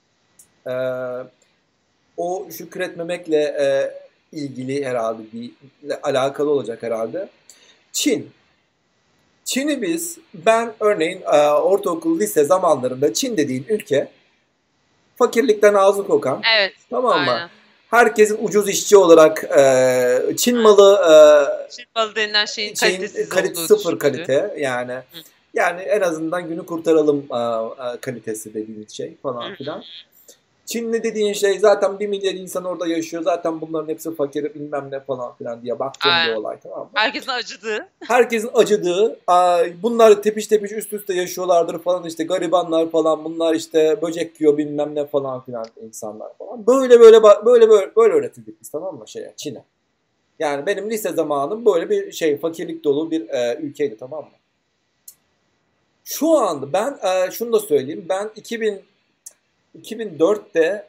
Ee, O şükretmemekle ilgili herhalde alakalı olacak herhalde. Çin. Ben örneğin ortaokul, lise zamanlarında Çin dediğin ülke fakirlikten ağzı kokan, Evet, tamam mı? aynen. Herkesin ucuz işçi olarak Çin Aynen. malı Çin malı denilen şeyin şeyin kalitesiz olduğu sıfır düşünülüyor. kalite yani. Hı. Yani en azından günü kurtaralım kalitesi dediğimiz şey Hı falan hı. filan. Çinli dediğin şey zaten 1 milyar insan orada yaşıyor. Zaten bunların hepsi fakir bilmem ne falan filan diye baktığım bir Aynen. olay, tamam mı? Herkesin acıdığı. Herkesin acıdığı, bunlar tepiş tepiş üst üste yaşıyorlardır falan, işte garibanlar falan, bunlar işte böcek yiyor bilmem ne falan filan insanlar falan. Böyle öğretildik biz, tamam mı, Çin'e. Yani benim lise zamanım böyle bir fakirlik dolu bir ülkeydi, tamam mı? Şu anda ben şunu da söyleyeyim. Ben 2004'te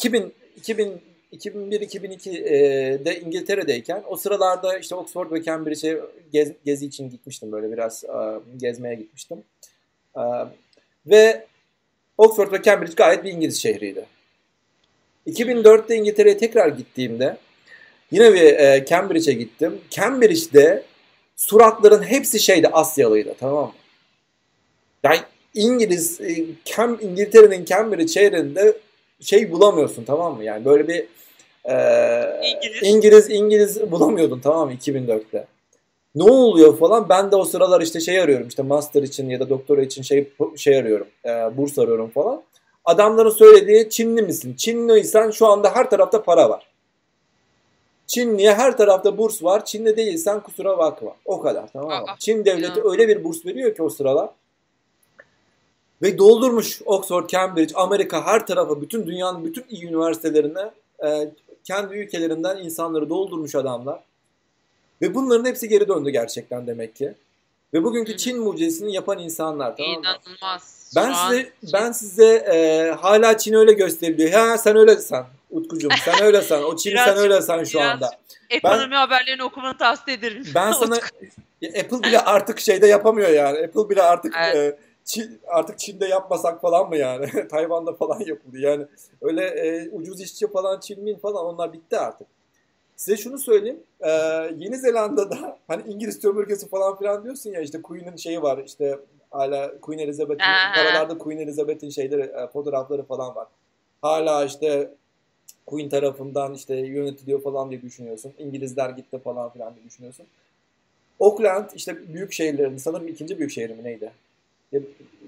2001-2002'de İngiltere'deyken o sıralarda işte Oxford ve Cambridge'e gezi için gitmiştim, böyle biraz gezmeye gitmiştim. E, Ve Oxford ve Cambridge gayet bir İngiliz şehriydi. Hı hı. 2004'te İngiltere'ye tekrar gittiğimde yine bir Cambridge'e gittim. Cambridge'de suratların hepsi Asyalıydı, tamam mı? Yani İngiltere'nin Cambridge şehrinde bulamıyorsun, tamam mı? Yani böyle bir İngiliz. İngiliz bulamıyordun, tamam mı, 2004'te. Ne oluyor falan. Ben de o sıralar işte arıyorum, işte master için ya da doktora için arıyorum. Burs arıyorum falan. Adamların söylediği, Çinli misin? Çinliysen şu anda her tarafta para var. Çinliye her tarafta burs var. Çinli değilsen kusura bakma. O kadar, tamam mı? Aa, Çin devleti inanılmaz. öyle bir burs veriyor ki o sıralar. Ve doldurmuş Oxford, Cambridge, Amerika, her tarafa, bütün dünyanın bütün iyi üniversitelerine kendi ülkelerinden insanları doldurmuş adamlar. Ve bunların hepsi geri döndü gerçekten demek ki. Ve Hı bugünkü hı. Çin mucizesini yapan insanlar, tamam mı? İnanılmaz. Ben Şu an size ben size hala Çin öyle gösteriliyor. Ha sen öyle san Utkucuğum, sen öyle san. O Çin'i sen birazcık öyle san şu anda. birazcık Ben ekonomi haberlerini okumanı tavsiye ederim. ben sana Utku. Apple bile artık şeyde yapamıyor yani. Apple bile artık Evet. artık Çin'de yapmasak falan mı yani? Tayvan'da falan yapıldı. Yani öyle ucuz işçi falan Çinmin falan onlar bitti artık. Size şunu söyleyeyim. Yeni Zelanda'da hani İngiliz sömürgesi falan filan diyorsun ya işte Queen'in şeyi var işte hala Queen Elizabeth'in Aha. karalarda Queen Elizabeth'in şeyleri fotoğrafları falan var. Hala işte Queen tarafından işte yönetiliyor falan diye düşünüyorsun. İngilizler gitti falan filan diye düşünüyorsun. Auckland işte büyük şehirlerin sanırım ikinci büyük şehri mi neydi? Ya,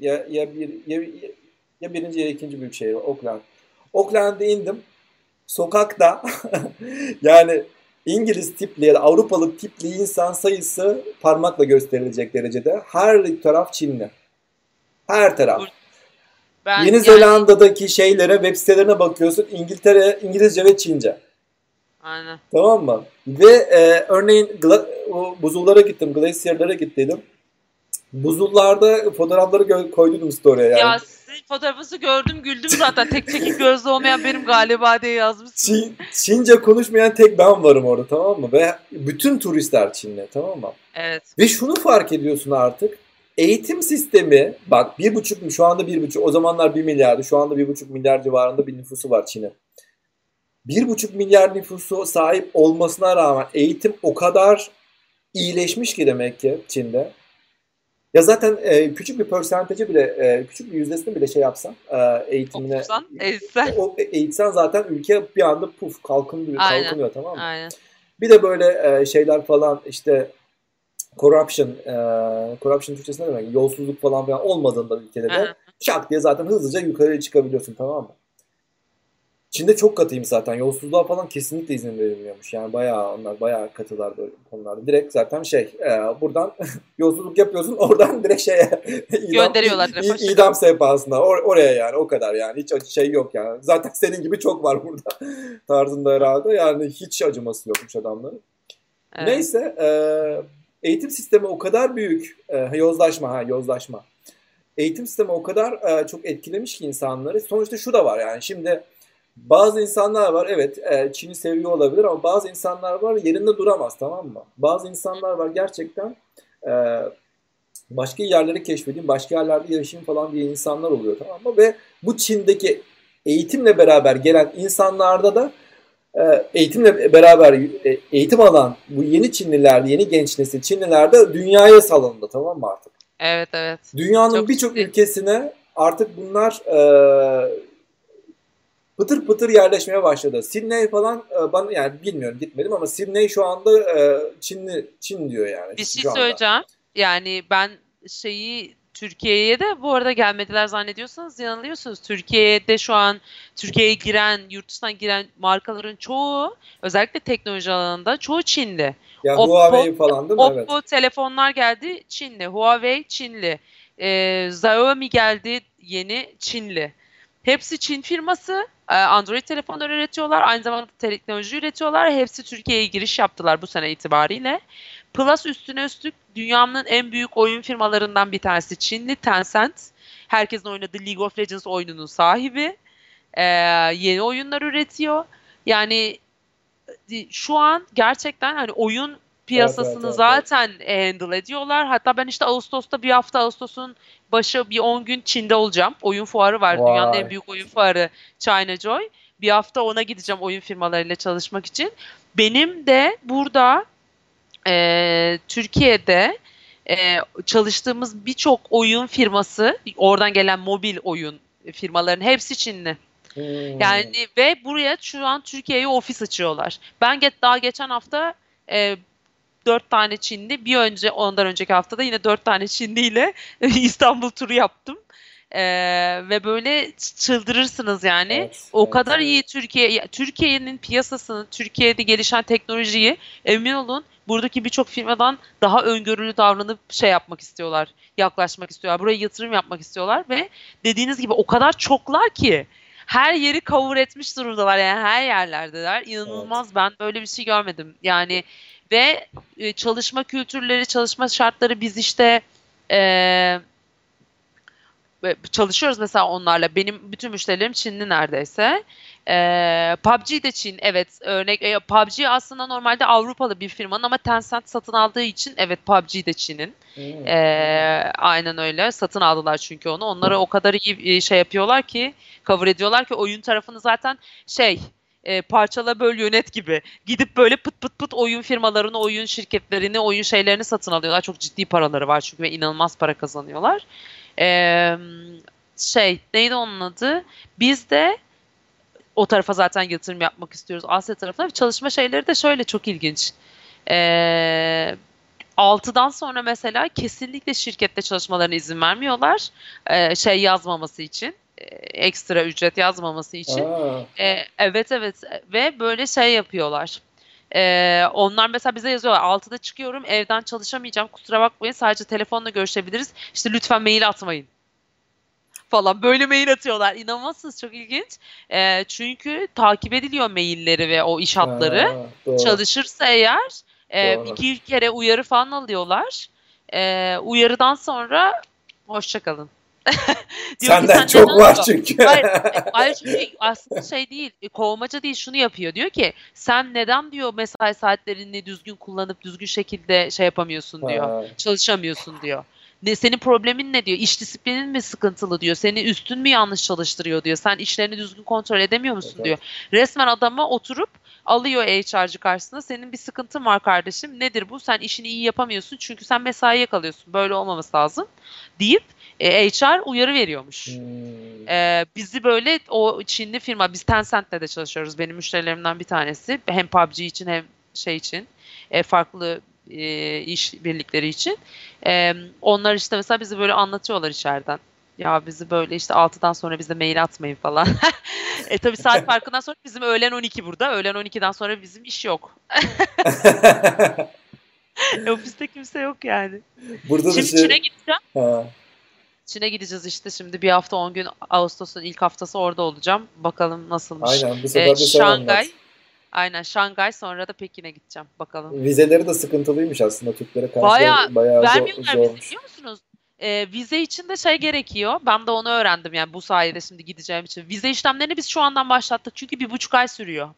ya birinci ya ikinci büyük şehir Auckland. Auckland'e indim. Sokakta yani İngiliz tipli ya da Avrupalı tipli insan sayısı parmakla gösterilecek derecede. Her taraf Çinli. Her taraf. Bu- Ben Yeni yani Zelanda'daki şeylere, web sitelerine bakıyorsun. İngiltere, İngilizce ve Çince. aynen. Tamam mı? Ve örneğin o buzullara gittim, glacier gittiydim. Buzullarda fotoğrafları koyduydum story'e yani. Ya sizin fotoğrafınızı gördüm güldüm zaten. Tek çekik gözlü olmayan benim galiba diye yazmışsınız. Çince konuşmayan tek ben varım orada, tamam mı? Ve bütün turistler Çinli, tamam mı? Evet. Ve şunu fark ediyorsun artık. Eğitim sistemi bak 1,5 şu anda 1,5 o zamanlar 1 milyardı. Şu anda 1,5 milyar civarında bir nüfusu var Çin'in. 1,5 milyar nüfusu sahip olmasına rağmen eğitim o kadar iyileşmiş ki demek ki Çin'de. Ya zaten küçük bir percentage'i bile, küçük bir yüzdesini bile şey yapsan, eğitimine Okursan, ezsen. eğitsen zaten ülke bir anda puf kalkınıyor, Aynen. kalkınıyor tamam mı? Aynen. Bir de böyle şeyler falan işte corruption Türkçesi ne demek? Yolsuzluk falan filan olmadığında ülkede de Aha. şak diye zaten hızlıca yukarıya çıkabiliyorsun tamam mı? Çin'de çok katıyım zaten. Yolsuzluğa falan kesinlikle izin verilmiyormuş. Yani bayağı onlar bayağı katılar böyle konularda. Direkt zaten buradan yolsuzluk yapıyorsun oradan direkt Gönderiyorlar direkt. Hoşça kal. idam sehpasına oraya yani o kadar yani hiç şey yok yani. Zaten senin gibi çok var burada tarzında herhalde. Yani hiç acıması yokmuş adamların. Evet. Neyse eğitim sistemi o kadar büyük yozlaşma. Eğitim sistemi o kadar çok etkilemiş ki insanları. Sonuçta şu da var yani şimdi bazı insanlar var evet Çin'i seviyor olabilir ama bazı insanlar var yerinde duramaz tamam mı? Bazı insanlar var gerçekten e, başka yerleri keşfedeyim, başka yerlerde yaşayayım falan diye insanlar oluyor tamam mı? Ve bu Çin'deki eğitimle beraber gelen insanlarda da eğitimle beraber eğitim alan bu yeni Çinliler, yeni genç nesil Çinliler de dünyaya salındı tamam mı artık? Evet, evet. Dünyanın Çok birçok ciddi. ülkesine artık bunlar pıtır pıtır yerleşmeye başladı. Sydney falan bana yani bilmiyorum gitmedim ama Sydney şu anda Çin diyor yani Bir şey şu anda. söyleyeceğim. Yani ben Türkiye'ye de bu arada gelmediler zannediyorsanız yanılıyorsunuz. Türkiye'de şu an Türkiye'ye giren, yurt dışından giren markaların çoğu özellikle teknoloji alanında çoğu Çinli. Ya Oppo, Huawei falan değil mi? Evet. Oppo telefonlar geldi Çinli. Huawei Çinli. Xiaomi geldi yeni Çinli. Hepsi Çin firması. Android telefonlar üretiyorlar. Aynı zamanda teknoloji üretiyorlar. Hepsi Türkiye'ye giriş yaptılar bu sene itibariyle. Plus üstüne üstlük dünyanın en büyük oyun firmalarından bir tanesi Çinli Tencent. Herkesin oynadığı League of Legends oyununun sahibi. Ee, Yeni oyunlar üretiyor. Yani şu an gerçekten hani oyun Evet, evet, piyasasını evet, evet. zaten handle ediyorlar. Hatta ben işte Ağustos'ta bir hafta Ağustos'un başı bir 10 gün Çin'de olacağım. Oyun fuarı var. Dünyanın en Vay. büyük oyun fuarı China Joy. Bir hafta ona gideceğim oyun firmalarıyla çalışmak için. Benim de burada Türkiye'de çalıştığımız birçok oyun firması, oradan gelen mobil oyun firmaların hepsi Çinli. Yani Hmm. ve buraya şu an Türkiye'ye ofis açıyorlar. Ben daha geçen hafta e, 4 tane Çinli, ondan önceki haftada yine 4 tane Çinliyle İstanbul turu yaptım. E, Ve böyle çıldırırsınız yani. Evet, O kadar evet. iyi Türkiye'nin piyasasını, Türkiye'de gelişen teknolojiyi emin olun buradaki birçok firmadan daha öngörülü davranıp şey yapmak istiyorlar, yaklaşmak istiyorlar. Buraya yatırım yapmak istiyorlar ve dediğiniz gibi o kadar çoklar ki her yeri cover etmiş durumdalar yani her yerlerdeler. Evet. İnanılmaz ben böyle bir şey görmedim. Yani Ve çalışma kültürleri, çalışma şartları biz işte e, çalışıyoruz mesela onlarla. Benim bütün müşterilerim Çinli neredeyse. PUBG de Çin, evet, örnek. PUBG aslında normalde Avrupalı bir firmanın ama Tencent satın aldığı için evet PUBG de Çin'in. Hmm. Aynen öyle. Satın aldılar çünkü onu. Onları o kadar iyi şey yapıyorlar ki, cover ediyorlar ki oyun tarafını zaten şey parçala böl yönet gibi. Gidip böyle pıt pıt pıt oyun firmalarını, oyun şirketlerini, oyun şeylerini satın alıyorlar. Çok ciddi paraları var çünkü ve inanılmaz para kazanıyorlar. Ee, neydi onun adı? Biz de o tarafa zaten yatırım yapmak istiyoruz. Asya tarafına. Çalışma şeyleri de şöyle çok ilginç. Ee, 6'dan sonra mesela kesinlikle şirkette çalışmalarına izin vermiyorlar. Şey yazmaması için. Ekstra ücret yazmaması için. Aa, Evet, evet, ve böyle şey yapıyorlar. Onlar mesela bize yazıyorlar. 6'da çıkıyorum, evden çalışamayacağım. Kusura bakmayın, sadece telefonla görüşebiliriz. İşte lütfen mail atmayın falan. Böyle mail atıyorlar. İnanılmazsınız, çok ilginç. Çünkü takip ediliyor mailleri ve o iş hatları. doğru, Çalışırsa eğer doğru. iki kere uyarı falan alıyorlar. Uyarıdan sonra hoşça kalın. Diyor ki Senden sen çok neden var diyor. çünkü. Hayır, hayır, çünkü aslında şey değil, kovmaca değil, şunu yapıyor. Diyor ki sen neden diyor mesai saatlerini düzgün kullanıp düzgün şekilde şey yapamıyorsun diyor. Ha, Çalışamıyorsun diyor. Senin problemin ne diyor? İş disiplinin mi sıkıntılı diyor. Seni üstün mü yanlış çalıştırıyor diyor. Sen işlerini düzgün kontrol edemiyor musun diyor. evet. Resmen adama oturup alıyor HR'cı karşısına. Senin bir sıkıntın var kardeşim. Nedir bu? Sen işini iyi yapamıyorsun çünkü sen mesaiye kalıyorsun. Böyle olmaması lazım deyip HR uyarı veriyormuş. Hmm. Bizi böyle o Çinli firma, biz Tencent'le de çalışıyoruz. Benim müşterilerimden bir tanesi. Hem PUBG için hem şey için, farklı iş birlikleri için. Onlar işte mesela bizi böyle anlatıyorlar içeriden. Ya bizi böyle işte 6'dan sonra bize mail atmayın falan. Tabii saat farkından sonra bizim öğlen 12 burada. Öğlen 12'den sonra bizim iş yok. Ofiste kimse yok yani. Burada da Şimdi Çin'e şey, gideceğim. ha, Çin'e gideceğiz işte şimdi bir hafta 10 gün, Ağustos'un ilk haftası orada olacağım. Bakalım nasılmış. aynen bu sefer de sen anlat. Şangay, aynen Şangay, sonra da Pekin'e gideceğim. Bakalım. Vizeleri de sıkıntılıymış aslında Türklere karşı Baya bayağı vermiyorlar vize, zormuş. biliyor musunuz? Vize için de şey gerekiyor. Ben de onu öğrendim yani bu sayede şimdi gideceğim için. Vize işlemlerini biz şu andan başlattık çünkü 1,5 ay sürüyor.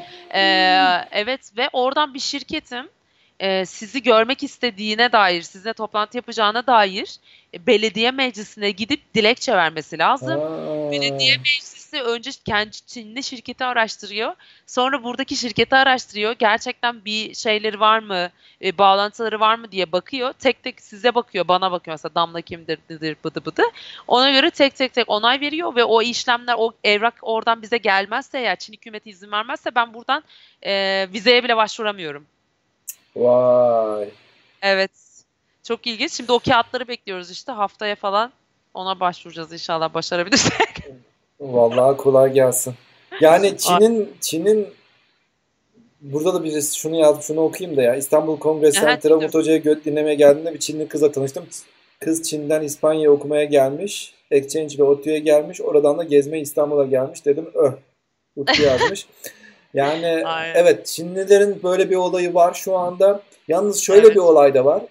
Evet, ve oradan bir şirketim sizi görmek istediğine dair, sizinle toplantı yapacağına dair belediye meclisine gidip dilekçe vermesi lazım. Belediye Ha, meclisi önce kendi Çinli şirketi araştırıyor. Sonra buradaki şirketi araştırıyor. Gerçekten bir şeyleri var mı, bağlantıları var mı diye bakıyor. Tek tek size bakıyor, bana bakıyor. Mesela Damla kimdir, dıdır, bıdı bıdı. Ona göre tek tek tek onay veriyor ve o işlemler, o evrak oradan bize gelmezse, eğer Çin hükümeti izin vermezse ben buradan vizeye bile başvuramıyorum. vay. Evet. Çok ilginç. Şimdi o kağıtları bekliyoruz işte. Haftaya falan ona başvuracağız inşallah, başarabilirsek. Vallahi kolay gelsin. Yani Ay, Çin'in burada da birisi şunu yaz, şunu okuyayım da ya. İstanbul Kongres aha, Center'a Umut dinliyorum. Hoca'ya dinlemeye geldiğinde bir Çinli kızla tanıştım. Kız Çin'den İspanya'ya okumaya gelmiş. Exchange ve ODTÜ'ye gelmiş. Oradan da gezmeye İstanbul'a gelmiş. Dedim Utku yazmış. Yani Ay, evet, Çinlilerin böyle bir olayı var şu anda. Yalnız şöyle bir evet. olay da var.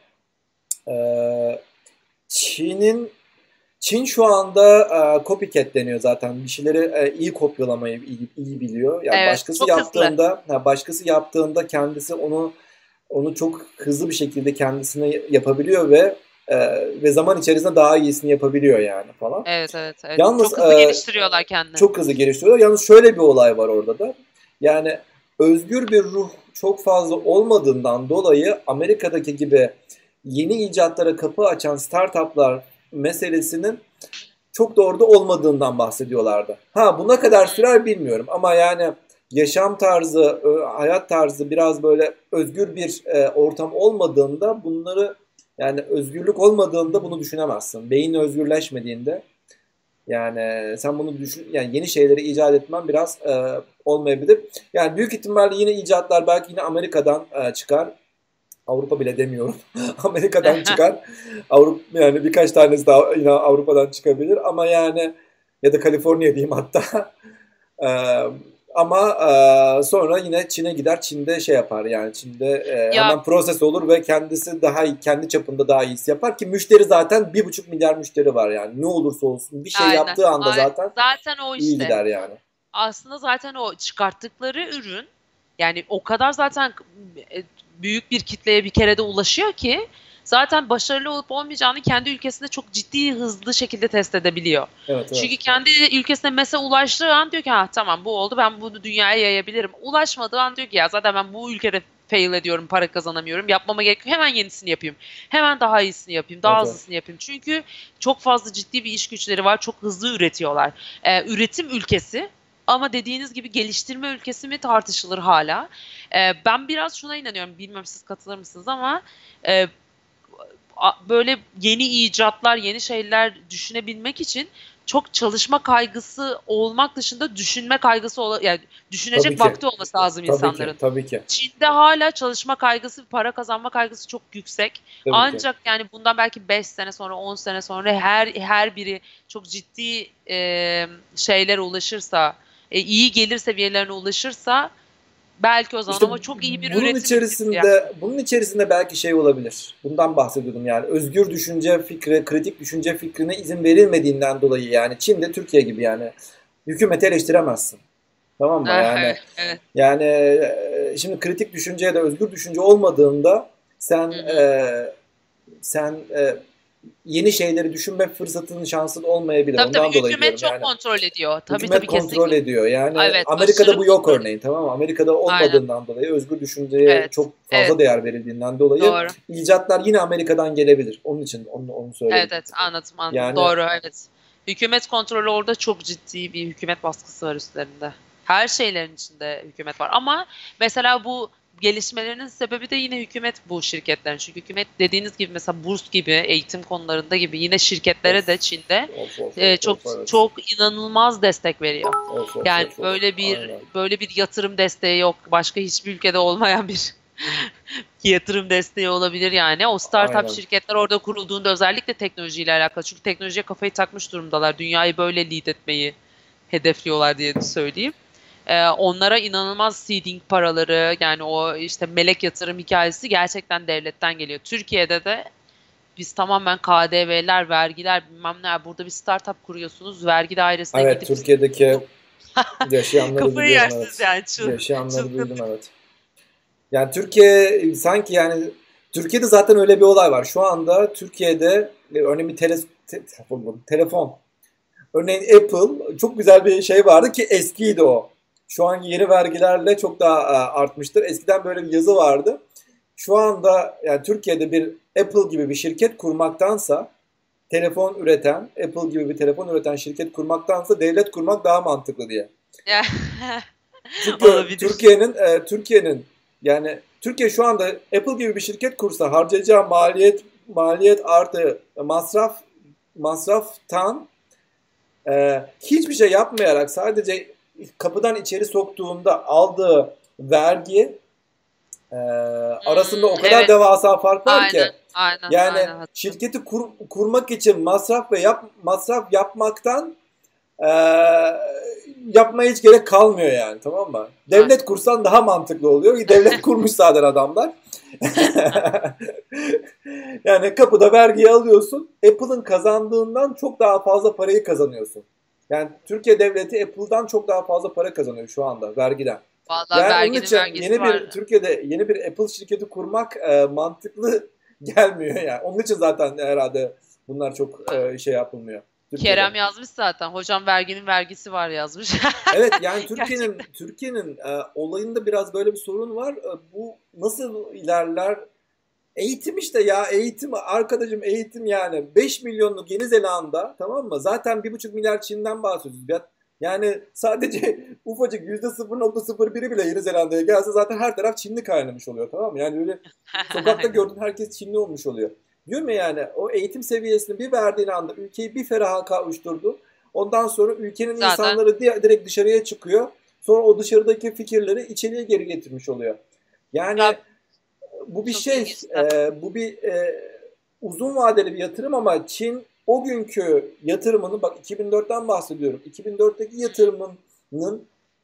Ee, Çin'in Çin şu anda copycat deniyor zaten. Bir şeyleri iyi kopyalamayı iyi biliyor. Yani Evet. Çok hızlı. başkası yaptığında kendisi onu çok hızlı bir şekilde kendisine yapabiliyor ve zaman içerisinde daha iyisini yapabiliyor yani falan. Evet, evet, evet. Yalnız Çok hızlı geliştiriyorlar kendini. çok hızlı geliştiriyorlar. Yalnız şöyle bir olay var orada da. Yani özgür bir ruh çok fazla olmadığından dolayı Amerika'daki gibi yeni icatlara kapı açan startuplar meselesinin çok da orada olmadığından bahsediyorlardı. Ha, bu ne kadar sürer bilmiyorum ama yani yaşam tarzı, hayat tarzı biraz böyle özgür bir ortam olmadığında bunları, yani özgürlük olmadığında bunu düşünemezsin. Beyin özgürleşmediğinde yani sen bunu düşün, yani yeni şeyleri icat etmen biraz olmayabilir. Yani büyük ihtimalle yine icatlar belki yine Amerika'dan çıkar. Avrupa bile demiyorum. Amerika'dan çıkar. Avrupa, yani birkaç tanesi daha yine Avrupa'dan çıkabilir ama yani, ya da Kaliforniya diyeyim hatta. Ama sonra yine Çin'e gider. Çin'de şey yapar yani Çin'de Ya hemen proses olur ve kendisi daha iyi, kendi çapında daha iyisi yapar ki müşteri zaten 1,5 milyar müşteri var yani. Ne olursa olsun bir şey aynen. yaptığı anda zaten Zaten o iyi işte. gider yani. Aslında zaten o çıkarttıkları ürün yani o kadar zaten e, büyük bir kitleye bir kerede ulaşıyor ki zaten başarılı olup olmayacağını kendi ülkesinde çok ciddi hızlı şekilde test edebiliyor. Evet, Çünkü evet. kendi ülkesine mesela ulaştığı an diyor ki ha tamam bu oldu ben bunu dünyaya yayabilirim. Ulaşmadığı an diyor ki ya zaten ben bu ülkede fail ediyorum, para kazanamıyorum. Yapmama gerek yok. Hemen yenisini yapayım. Hemen daha iyisini yapayım, daha Evet, evet. hızlısını yapayım. Çünkü çok fazla ciddi bir iş güçleri var. Çok hızlı üretiyorlar. Üretim ülkesi ama dediğiniz gibi geliştirme ülkesi mi tartışılır hala. Ben biraz şuna inanıyorum. Bilmiyorum siz katılır mısınız ama e, böyle yeni icatlar, yeni şeyler düşünebilmek için çok çalışma kaygısı olmak dışında düşünme kaygısı yani Tabii düşünecek ki. vakti olması lazım Tabii ki. insanların. Tabii ki. Çin'de hala çalışma kaygısı, para kazanma kaygısı çok yüksek. Tabii ki. Ancak yani bundan belki 5 sene sonra, 10 sene sonra her biri çok ciddi şeylere ulaşırsa, iyi gelir seviyelerine ulaşırsa belki o zaman İşte ama çok iyi bir bunun üretim ülkesi yani. içerisinde belki şey olabilir. Bundan bahsediyordum yani. Özgür düşünce fikri, kritik düşünce fikrine izin verilmediğinden dolayı yani Çin'de Türkiye gibi yani hükümeti eleştiremezsin. Tamam mı? Yani Evet, evet. yani şimdi kritik düşünce ya da özgür düşünce olmadığında sen Hı hı. yeni şeyleri düşünme fırsatının şansın olmayabilir. Tabii tabii Ondan dolayı hükümet diyorum çok yani. kontrol ediyor. Tabii Hükümet tabii kontrol kesinlikle. ediyor. Yani Evet, Amerika'da aşırı bu yok kontrol örneğin, ediyor. tamam mı? Amerika'da Aynen. olmadığından dolayı, özgür düşünceye Evet. çok Evet. fazla değer verildiğinden dolayı Doğru. icatlar yine Amerika'dan gelebilir. Onun için onu söyledim. Evet evet anladım anladım. Yani Doğru evet. Hükümet kontrolü orada çok ciddi bir hükümet baskısı var üstlerinde. Her şeylerin içinde hükümet var. Ama mesela bu gelişmelerinin sebebi de yine hükümet bu şirketlerin. Çünkü hükümet dediğiniz gibi mesela burs gibi eğitim konularında gibi yine of şirketlere de Çin'de of of of çok of evet. çok inanılmaz destek veriyor. Of of Yani of of. Aynen. böyle bir yatırım desteği yok. Başka hiçbir ülkede olmayan bir yatırım desteği olabilir yani. O startup Aynen. şirketler orada kurulduğunda özellikle teknolojiyle alakalı. Çünkü teknolojiye kafayı takmış durumdalar. Dünyayı böyle lead etmeyi hedefliyorlar diye söyleyeyim. Onlara inanılmaz seeding paraları yani o işte melek yatırım hikayesi gerçekten devletten geliyor. Türkiye'de de biz tamamen KDV'ler, vergiler bilmem ne. Burada bir startup kuruyorsunuz. Vergi dairesine Evet, gidip Türkiye'deki yaşayanları kafayı biliyorum, yersiniz evet. yani Yaşayanları çılgın. duydum, evet. Yani Türkiye sanki yani Türkiye'de zaten öyle bir olay var. Şu anda Türkiye'de örneğin bir telefon. Örneğin Apple çok güzel bir şey vardı ki eskiydi o. Şu anki yeni vergilerle çok daha artmıştır. Eskiden böyle bir yazı vardı. Şu anda yani Türkiye'de bir Apple gibi bir şirket kurmaktansa telefon üreten, Apple gibi bir telefon üreten şirket kurmaktansa devlet kurmak daha mantıklı diye. Ya, Çünkü olabilir. Türkiye'nin yani Türkiye şu anda Apple gibi bir şirket kursa harcayacağı maliyet artı masraftan hiçbir şey yapmayarak sadece kapıdan içeri soktuğunda aldığı vergi e, arasında o kadar Evet. devasa fark var ki Aynen. Aynen. yani Aynen. şirketi kurmak için masraf yapmaktan e, yapmaya hiç gerek kalmıyor yani, tamam mı? Aynen. Devlet kursan daha mantıklı oluyor. Devlet kurmuş zaten adamlar. Yani kapıda vergiyi alıyorsun. Apple'ın kazandığından çok daha fazla parayı kazanıyorsun. Yani Türkiye devleti Apple'dan çok daha fazla para kazanıyor şu anda vergiden. Vallahi Yani onun verginin için vergisi var. Türkiye'de yeni bir Apple şirketi kurmak mantıklı gelmiyor yani. Onun için zaten herhalde bunlar çok şey yapılmıyor Türkiye'de. Kerem yazmış zaten. Hocam verginin vergisi var yazmış. Evet yani Gerçekten. Türkiye'nin olayında biraz böyle bir sorun var. Bu nasıl ilerler? Eğitim işte ya, eğitim arkadaşım, eğitim yani 5 milyonluk Yeni Zelanda, tamam mı? Zaten 1,5 milyar Çin'den bahsediyoruz. Yani sadece ufacık %0,01'i bile Yeni Zelanda'ya gelse zaten her taraf Çinli kaynamış oluyor, tamam mı? Yani öyle sokakta Aynen. gördüğün herkes Çinli olmuş oluyor. Diyorum ya yani o eğitim seviyesini bir verdiğin anda ülkeyi bir feraha kavuşturdu. Ondan sonra ülkenin Zaten insanları direkt dışarıya çıkıyor. Sonra o dışarıdaki fikirleri içeriye geri getirmiş oluyor. Yani ya, bu bir çok ilginç şey, zaten. bu bir uzun vadeli bir yatırım ama Çin o günkü yatırımını, bak 2004'ten bahsediyorum. 2004'teki yatırımının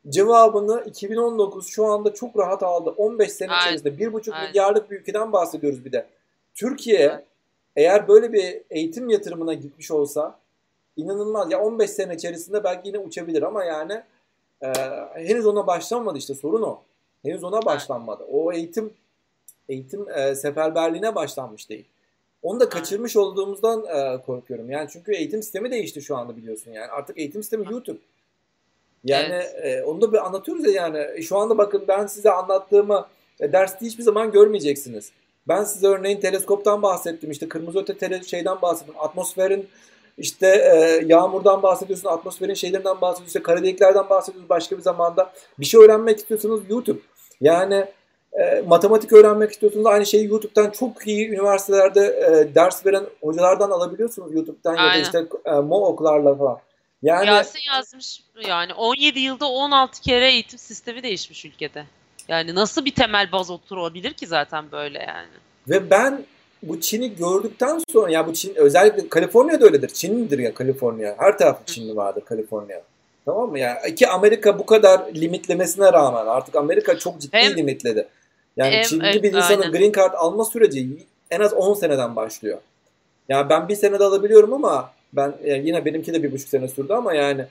cevabını 2019 şu anda çok rahat aldı. 15 sene Aynen. içerisinde 1,5 Aynen. milyarlık bir ülkeden bahsediyoruz bir de. Evet. Türkiye eğer böyle bir eğitim yatırımına gitmiş olsa inanılmaz. Ya 15 sene içerisinde belki yine uçabilir ama yani e, henüz ona başlanmadı işte sorun o. Henüz ona Aynen. başlanmadı. O eğitim seferberliğine başlanmış değil. Onu da Aynen. kaçırmış olduğumuzdan korkuyorum. Yani çünkü eğitim sistemi değişti şu anda biliyorsun yani. Artık eğitim sistemi YouTube. Yani Evet. onu da bir anlatıyoruz ya yani. Şu anda bakın ben size anlattığımı derste hiçbir zaman görmeyeceksiniz. Ben size örneğin teleskoptan bahsettim. İşte kırmızı öte şeyden bahsettim. Atmosferin işte yağmurdan bahsediyorsun. Atmosferin şeylerinden bahsediyorsun. İşte kara deliklerden bahsediyorsun başka bir zamanda. Bir şey öğrenmek istiyorsanız YouTube. Yani matematik öğrenmek istiyorsanız aynı şeyi YouTube'dan çok iyi üniversitelerde ders veren hocalardan alabiliyorsunuz YouTube'dan ya da Aynen. işte oklarla falan. Yani Yasin yazmış yani 17 yılda 16 kere eğitim sistemi değişmiş ülkede. Yani nasıl bir temel baz oturabilir ki zaten böyle yani. ve ben bu Çin'i gördükten sonra ya bu Çin özellikle Kaliforniya'da öyledir. Çinlidir ya Kaliforniya. Her tarafı Hı. Çinli vardır Kaliforniya. Tamam mı? Yani ki Amerika bu kadar limitlemesine rağmen artık Amerika çok ciddi Hem limitledi. Yani Çinli bir insanın aynen. green card alma süreci en az 10 seneden başlıyor. Yani ben bir senede alabiliyorum ama ben yine benimki de 1,5 sene sürdü ama yani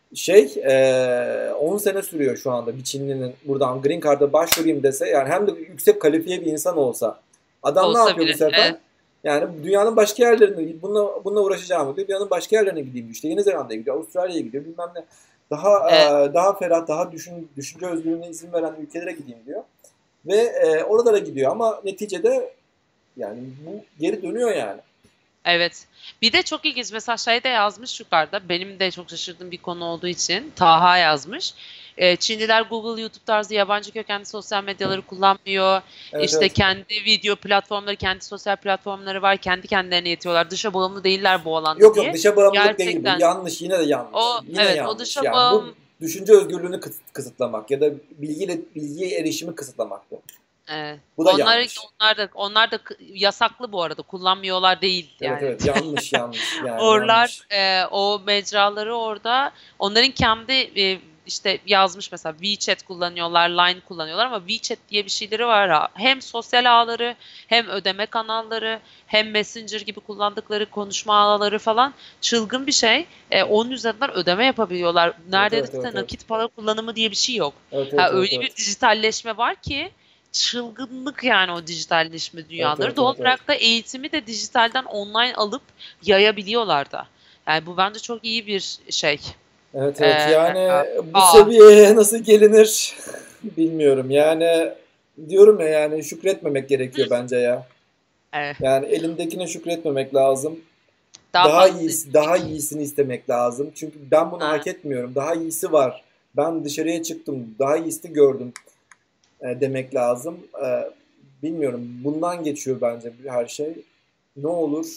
10 sene sürüyor şu anda bir Çinlinin buradan Green Card'a başvurayım dese yani hem de yüksek kalifiye bir insan olsa adam ne Olsa yapıyor bu bile. sefer? Evet. Yani dünyanın başka yerlerine bununla uğraşacağım diyor. Dünyanın başka yerlerine gideyim diyor. İşte Yeni Zelanda'ya gidiyor, Avustralya'ya gidiyor. Bilmem ne. Daha Evet. daha ferah, daha düşünce özgürlüğüne izin veren ülkelere gideyim diyor. Ve oralara gidiyor ama neticede yani bu geri dönüyor yani. Evet. Bir de çok ilginç mesela şey de yazmış yukarıda. Benim de çok şaşırdığım bir konu olduğu için Taha yazmış. Çinliler Google, YouTube tarzı yabancı kökenli sosyal medyaları kullanmıyor. Evet, İşte evet. kendi video platformları, kendi sosyal platformları var. Kendi kendilerine yetiyorlar. Dışa bağımlı değiller bu alanda Yok yok diye. dışa bağımlılık değil bu. Gerçekten Yanlış yine de yanlış. o Yine evet o yanlış. dışa Yani bu bağım düşünce özgürlüğünü kısıtlamak ya da bilgiye erişimi kısıtlamak bu. Bu da yanlış. onlar da yasaklı bu arada. Kullanmıyorlar değil Evet yani. evet yanlış yanlış yani Oralar yanlış. o mecraları orada onların kendi işte yazmış mesela WeChat kullanıyorlar, Line kullanıyorlar ama WeChat diye bir şeyleri var ha. Hem sosyal ağları, hem ödeme kanalları, hem Messenger gibi kullandıkları konuşma ağları falan çılgın bir şey. Onun üzerinden ödeme yapabiliyorlar. Evet evet Neredeyse evet evet. nakit para kullanımı diye bir şey yok. Evet Ha, evet evet öyle bir evet. dijitalleşme var ki çılgınlık yani o dijitalleşme Evet dünyaları. evet Doğal evet evet. olarak da eğitimi de dijitalden online alıp yayabiliyorlar da. Yani bu bence çok iyi bir şey. Evet evet Ee, yani bu aa, seviyeye nasıl gelinir bilmiyorum. Yani diyorum ya yani şükretmemek gerekiyor bence ya. evet, Yani elindekine şükretmemek lazım. daha Daha fazlasını iyisi, daha istemek. iyisini istemek lazım. Çünkü ben bunu Ha, hak etmiyorum. Daha iyisi var. Ben dışarıya çıktım, daha iyisini gördüm demek lazım. Bilmiyorum. Bundan geçiyor bence her şey. Ne olur?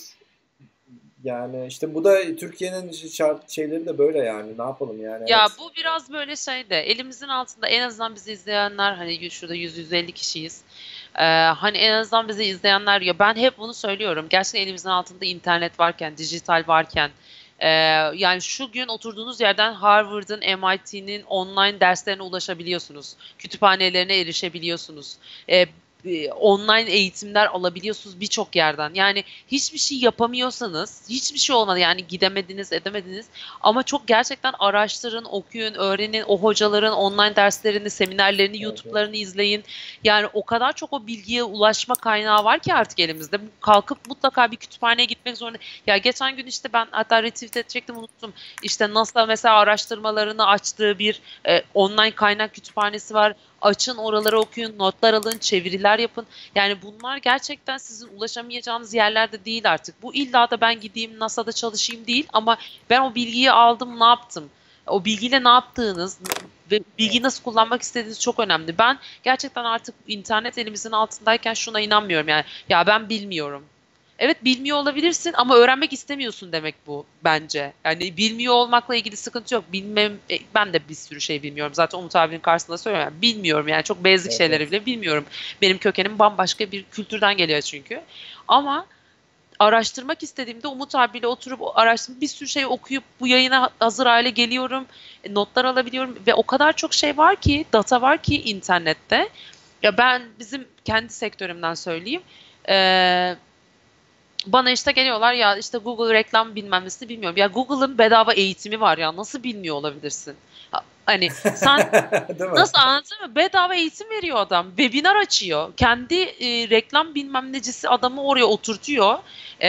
Yani işte bu da Türkiye'nin şeyleri de böyle yani. Ne yapalım yani ya evet. bu biraz böyle şey de elimizin altında en azından bizi izleyenler hani şurada 100-150 kişiyiz. Hani en azından bizi izleyenler ya ben hep bunu söylüyorum. Gerçekten elimizin altında internet varken, dijital varken e, yani şu gün oturduğunuz yerden Harvard'ın, MIT'nin online derslerine ulaşabiliyorsunuz. Kütüphanelerine erişebiliyorsunuz. E, Online eğitimler alabiliyorsunuz birçok yerden. Yani hiçbir şey yapamıyorsanız, hiçbir şey olmadı yani gidemediniz, edemediniz ama çok gerçekten araştırın, okuyun, öğrenin, o hocaların online derslerini, seminerlerini, Evet, evet. YouTube'larını izleyin. Yani o kadar çok o bilgiye ulaşma kaynağı var ki artık elimizde. Kalkıp mutlaka bir kütüphaneye gitmek zorunda. Ya geçen gün işte ben hatta retweet edecektim unuttum. İşte NASA mesela araştırmalarını açtığı bir online kaynak kütüphanesi var. Açın oraları okuyun, notlar alın, çeviriler yapın. Yani bunlar gerçekten sizin ulaşamayacağınız yerlerde değil artık. Bu illa da ben gideyim NASA'da çalışayım değil ama ben o bilgiyi aldım, ne yaptım? O bilgiyle ne yaptığınız ve bilgiyi Evet. nasıl kullanmak istediğiniz çok önemli. Ben gerçekten artık internet elimizin altındayken şuna inanmıyorum yani. Ya ben bilmiyorum. Evet bilmiyor olabilirsin ama öğrenmek istemiyorsun demek bu bence. Yani bilmiyor olmakla ilgili sıkıntı yok. Ben de bir sürü şey bilmiyorum. Zaten Umut abinin karşısında söylüyorum. Yani bilmiyorum yani çok basic Evet, şeyleri evet. bile bilmiyorum. Benim kökenim bambaşka bir kültürden geliyor çünkü. Ama araştırmak istediğimde Umut abiyle oturup araştırıp bir sürü şey okuyup bu yayına hazır hale geliyorum. Notlar alabiliyorum ve o kadar çok şey var ki, data var ki internette. Ya ben bizim kendi sektörümden söyleyeyim. Ee, Bana işte geliyorlar ya işte Google reklam bilmem nesini bilmiyorum. Ya Google'ın bedava eğitimi var ya nasıl bilmiyor olabilirsin? Hani sen Değil mi? nasıl anladın mı? Bedava eğitim veriyor adam. Webinar açıyor. Kendi reklam bilmem necisi adamı oraya oturtuyor.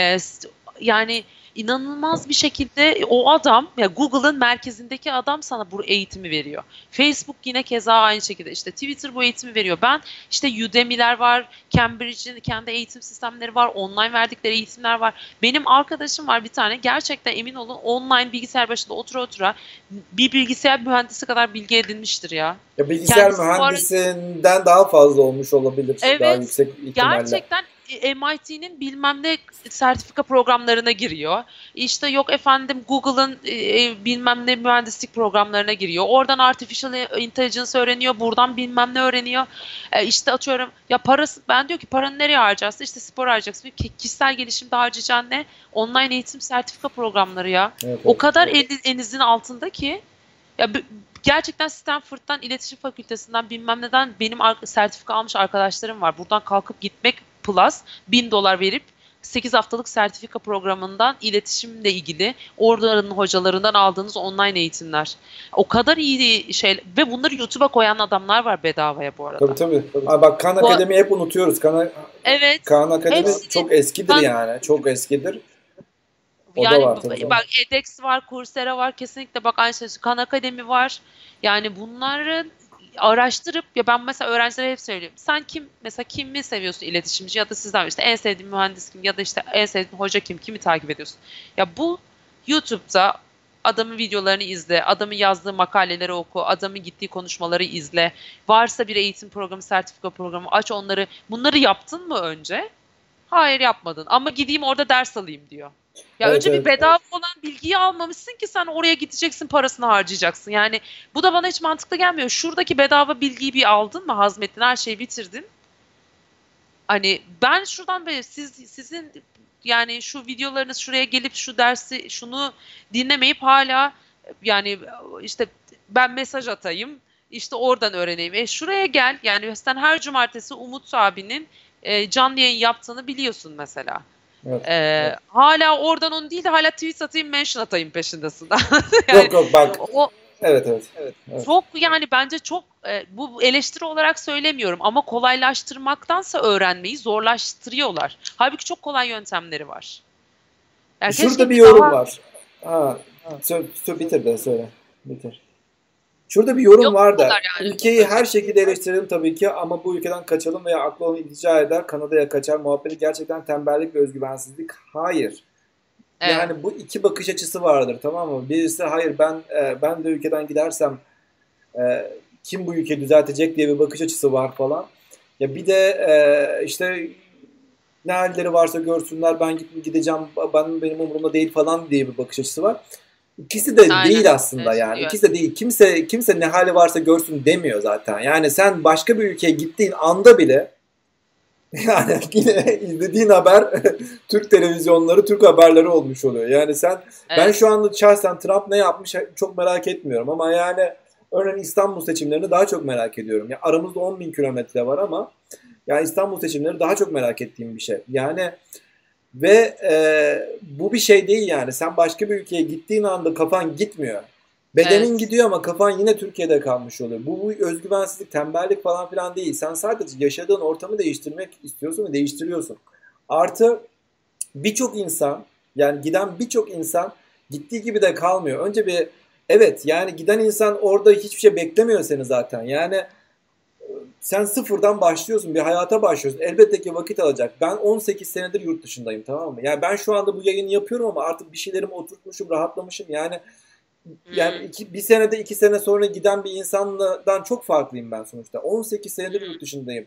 Yani inanılmaz bir şekilde o adam ya Google'ın merkezindeki adam sana bu eğitimi veriyor. Facebook yine keza aynı şekilde işte Twitter bu eğitimi veriyor. Ben işte Udemy'ler var, Cambridge'in kendi eğitim sistemleri var, online verdikleri eğitimler var. Benim arkadaşım var bir tane gerçekten emin olun online bilgisayar başında otura otura bir bilgisayar mühendisi kadar bilgi edinmiştir ya. Ya bilgisayar Kendisi bu arada mühendisinden daha fazla olmuş olabilir. Daha evet yüksek ihtimalle. gerçekten MIT'nin bilmem ne sertifika programlarına giriyor. İşte yok efendim Google'ın bilmem ne mühendislik programlarına giriyor. Oradan artificial intelligence öğreniyor. Buradan bilmem ne öğreniyor. İşte atıyorum ya parası ben diyor ki paranı nereye harcarsın? İşte spor harcayacaksın. Kişisel gelişimde harcayacağın ne? Online eğitim sertifika programları ya. Evet, O evet. kadar elinizin altında ki ya gerçekten Stanford'dan iletişim fakültesinden bilmem neden benim sertifika almış arkadaşlarım var. Buradan kalkıp gitmek plus $1000 verip 8 haftalık sertifika programından iletişimle ilgili oraların hocalarından aldığınız online eğitimler. O kadar iyi şey ve bunları YouTube'a koyan adamlar var bedavaya bu Tabii arada. tabii. Abi bak Khan Bu, Akademi hep unutuyoruz. evet. Khan Akademi Hepsini çok eskidir ben yani. Çok eskidir. O da yani var tabii canım. bak edX var, Coursera var kesinlikle bak aynı şey. Khan Akademi var. Yani bunları araştırıp ya ben mesela öğrencilere hep söylüyorum. Sen kim mesela kimi seviyorsun iletişimci ya da sizden işte en sevdiğin mühendis kim ya da işte en sevdiğin hoca kim kimi takip ediyorsun? Ya bu YouTube'da adamın videolarını izle, adamın yazdığı makaleleri oku, adamın gittiği konuşmaları izle. Varsa bir eğitim programı, sertifika programı aç onları. Bunları yaptın mı önce? Hayır yapmadın ama gideyim orada ders alayım diyor. Ya Evet önce bir evet. bedava olan bilgiyi almamışsın ki sen oraya gideceksin parasını harcayacaksın. Yani bu da bana hiç mantıklı gelmiyor. Şuradaki bedava bilgiyi bir aldın mı hazmettin her şeyi bitirdin. Hani ben şuradan böyle sizin yani şu videolarınız şuraya gelip şu dersi şunu dinlemeyip hala yani işte ben mesaj atayım işte oradan öğreneyim. Şuraya gel yani sen her cumartesi Umut abinin canlı yayın yaptığını biliyorsun mesela. Evet. Hala oradan onu değil de hala tweet atayım mention atayım peşindesin. Yani Yok yok bak. o Evet evet. Evet. çok yani bence çok bu eleştiri olarak söylemiyorum ama kolaylaştırmaktansa öğrenmeyi zorlaştırıyorlar. Halbuki çok kolay yöntemleri var. Yani Şurada keşke bir bir yorum daha var. Ha, bitir de söyle. Bitir. Şurada bir yorum yok var bu da kadar yani ülkeyi her söyleyecek. şekilde eleştirelim tabii ki ama bu ülkeden kaçalım veya aklı onu iltica eder Kanada'ya kaçar muhabbeti gerçekten tembellik ve özgüvensizlik. Hayır. Evet. Yani bu iki bakış açısı vardır tamam mı? Birisi hayır ben de ülkeden gidersem kim bu ülkeyi düzeltecek diye bir bakış açısı var falan. Ya bir de işte ne halleri varsa görsünler ben gideceğim benim umurumda değil falan diye bir bakış açısı var. İkisi de Aynen. değil aslında Evet, yani. diyor. İkisi de değil. Kimse ne hali varsa görsün demiyor zaten. Yani sen başka bir ülkeye gittiğin anda bile yani yine izlediğin haber Türk televizyonları, Türk haberleri olmuş oluyor. Yani ben Evet. şu anda şahsen Trump ne yapmış çok merak etmiyorum ama yani örneğin İstanbul seçimlerini daha çok merak ediyorum. Ya aramızda 10 bin kilometre var ama yani İstanbul seçimleri daha çok merak ettiğim bir şey. Yani ve bu bir şey değil yani. Sen başka bir ülkeye gittiğin anda kafan gitmiyor. Bedenin Evet. gidiyor ama kafan yine Türkiye'de kalmış oluyor. Bu özgüvensizlik, tembellik falan filan değil. Sen sadece yaşadığın ortamı değiştirmek istiyorsun ve değiştiriyorsun. Artı birçok insan yani giden birçok insan gittiği gibi de kalmıyor. Önce evet yani giden insan orada hiçbir şey beklemiyor seni zaten. Yani sen sıfırdan başlıyorsun. Bir hayata başlıyorsun. Elbette ki vakit alacak. Ben 18 senedir yurt dışındayım tamam mı? Yani ben şu anda bu yayını yapıyorum ama artık bir şeylerimi oturtmuşum, rahatlamışım. Yani Hmm. bir senede 2 sene sonra giden bir insandan çok farklıyım ben sonuçta. 18 senedir Hmm. yurt dışındayım.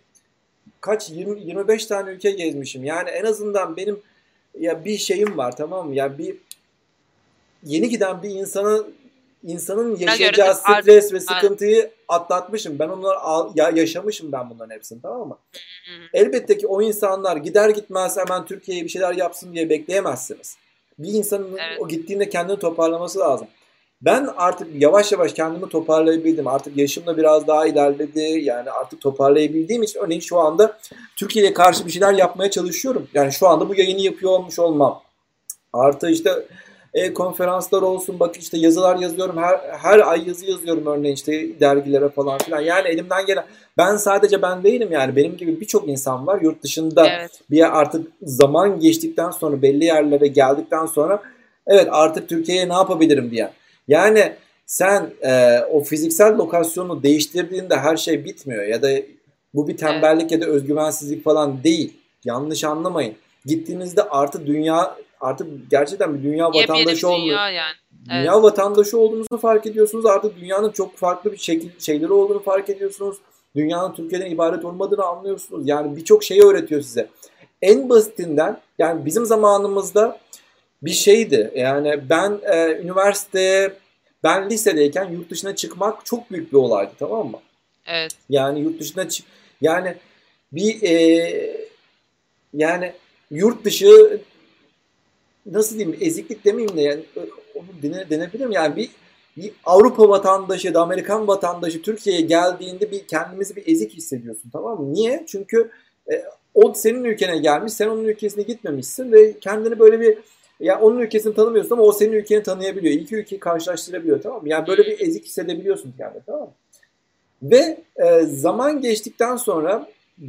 25 tane ülke gezmişim. Yani en azından benim ya bir şeyim var tamam mı? Ya bir yeni giden bir insana insanın Bana göre yaşayacağı de stres ve Aynen. sıkıntıyı atlatmışım. Ben onları yaşamışım ben bunların hepsini, tamam mı? Hı hı. Elbette ki o insanlar gider gitmez hemen Türkiye'ye bir şeyler yapsın diye bekleyemezsiniz. Bir insanın Evet. o gittiğinde kendini toparlaması lazım. Ben artık yavaş yavaş kendimi toparlayabildim. Artık yaşım da biraz daha ilerledi. Yani artık toparlayabildiğim için örneğin şu anda Türkiye'ye karşı bir şeyler yapmaya çalışıyorum. Yani şu anda bu yayını yapıyor olmuş olmam. Artı işte konferanslar olsun, bak işte yazılar yazıyorum, her ay yazı yazıyorum örneğin işte dergilere falan filan. Yani elimden gelen, ben sadece ben değilim yani, benim gibi birçok insan var yurt dışında. Evet. Artık zaman geçtikten sonra, belli yerlere geldikten sonra evet artık Türkiye'ye ne yapabilirim diye. Yani sen o fiziksel lokasyonu değiştirdiğinde her şey bitmiyor ya da bu bir Evet. tembellik ya da özgüvensizlik falan değil. Yanlış anlamayın. Gittiğinizde artık gerçekten bir dünya Yepyeni bir vatandaşı olmuyor. dünya yani. Evet. Dünya vatandaşı olduğunuzu fark ediyorsunuz. Artık dünyanın çok farklı bir şeyleri olduğunu fark ediyorsunuz. Dünyanın Türkiye'den ibaret olmadığını anlıyorsunuz. Yani birçok şeyi öğretiyor size. En basitinden yani bizim zamanımızda bir şeydi. Yani ben lisedeyken yurt dışına çıkmak çok büyük bir olaydı, tamam mı? Evet. Yani yurt dışına yani bir yani yurt dışı, nasıl diyeyim, eziklik demeyeyim de yani onu denebilir mi? Yani bir Avrupa vatandaşı ya da Amerikan vatandaşı Türkiye'ye geldiğinde kendimizi bir ezik hissediyorsun, tamam mı? Niye? Çünkü o senin ülkene gelmiş, sen onun ülkesine gitmemişsin ve kendini böyle ya onun ülkesini tanımıyorsun ama o senin ülkeni tanıyabiliyor. İki ülkeyi karşılaştırabiliyor, tamam mı? Yani böyle bir ezik hissedebiliyorsun kendini, tamam mı? Ve zaman geçtikten sonra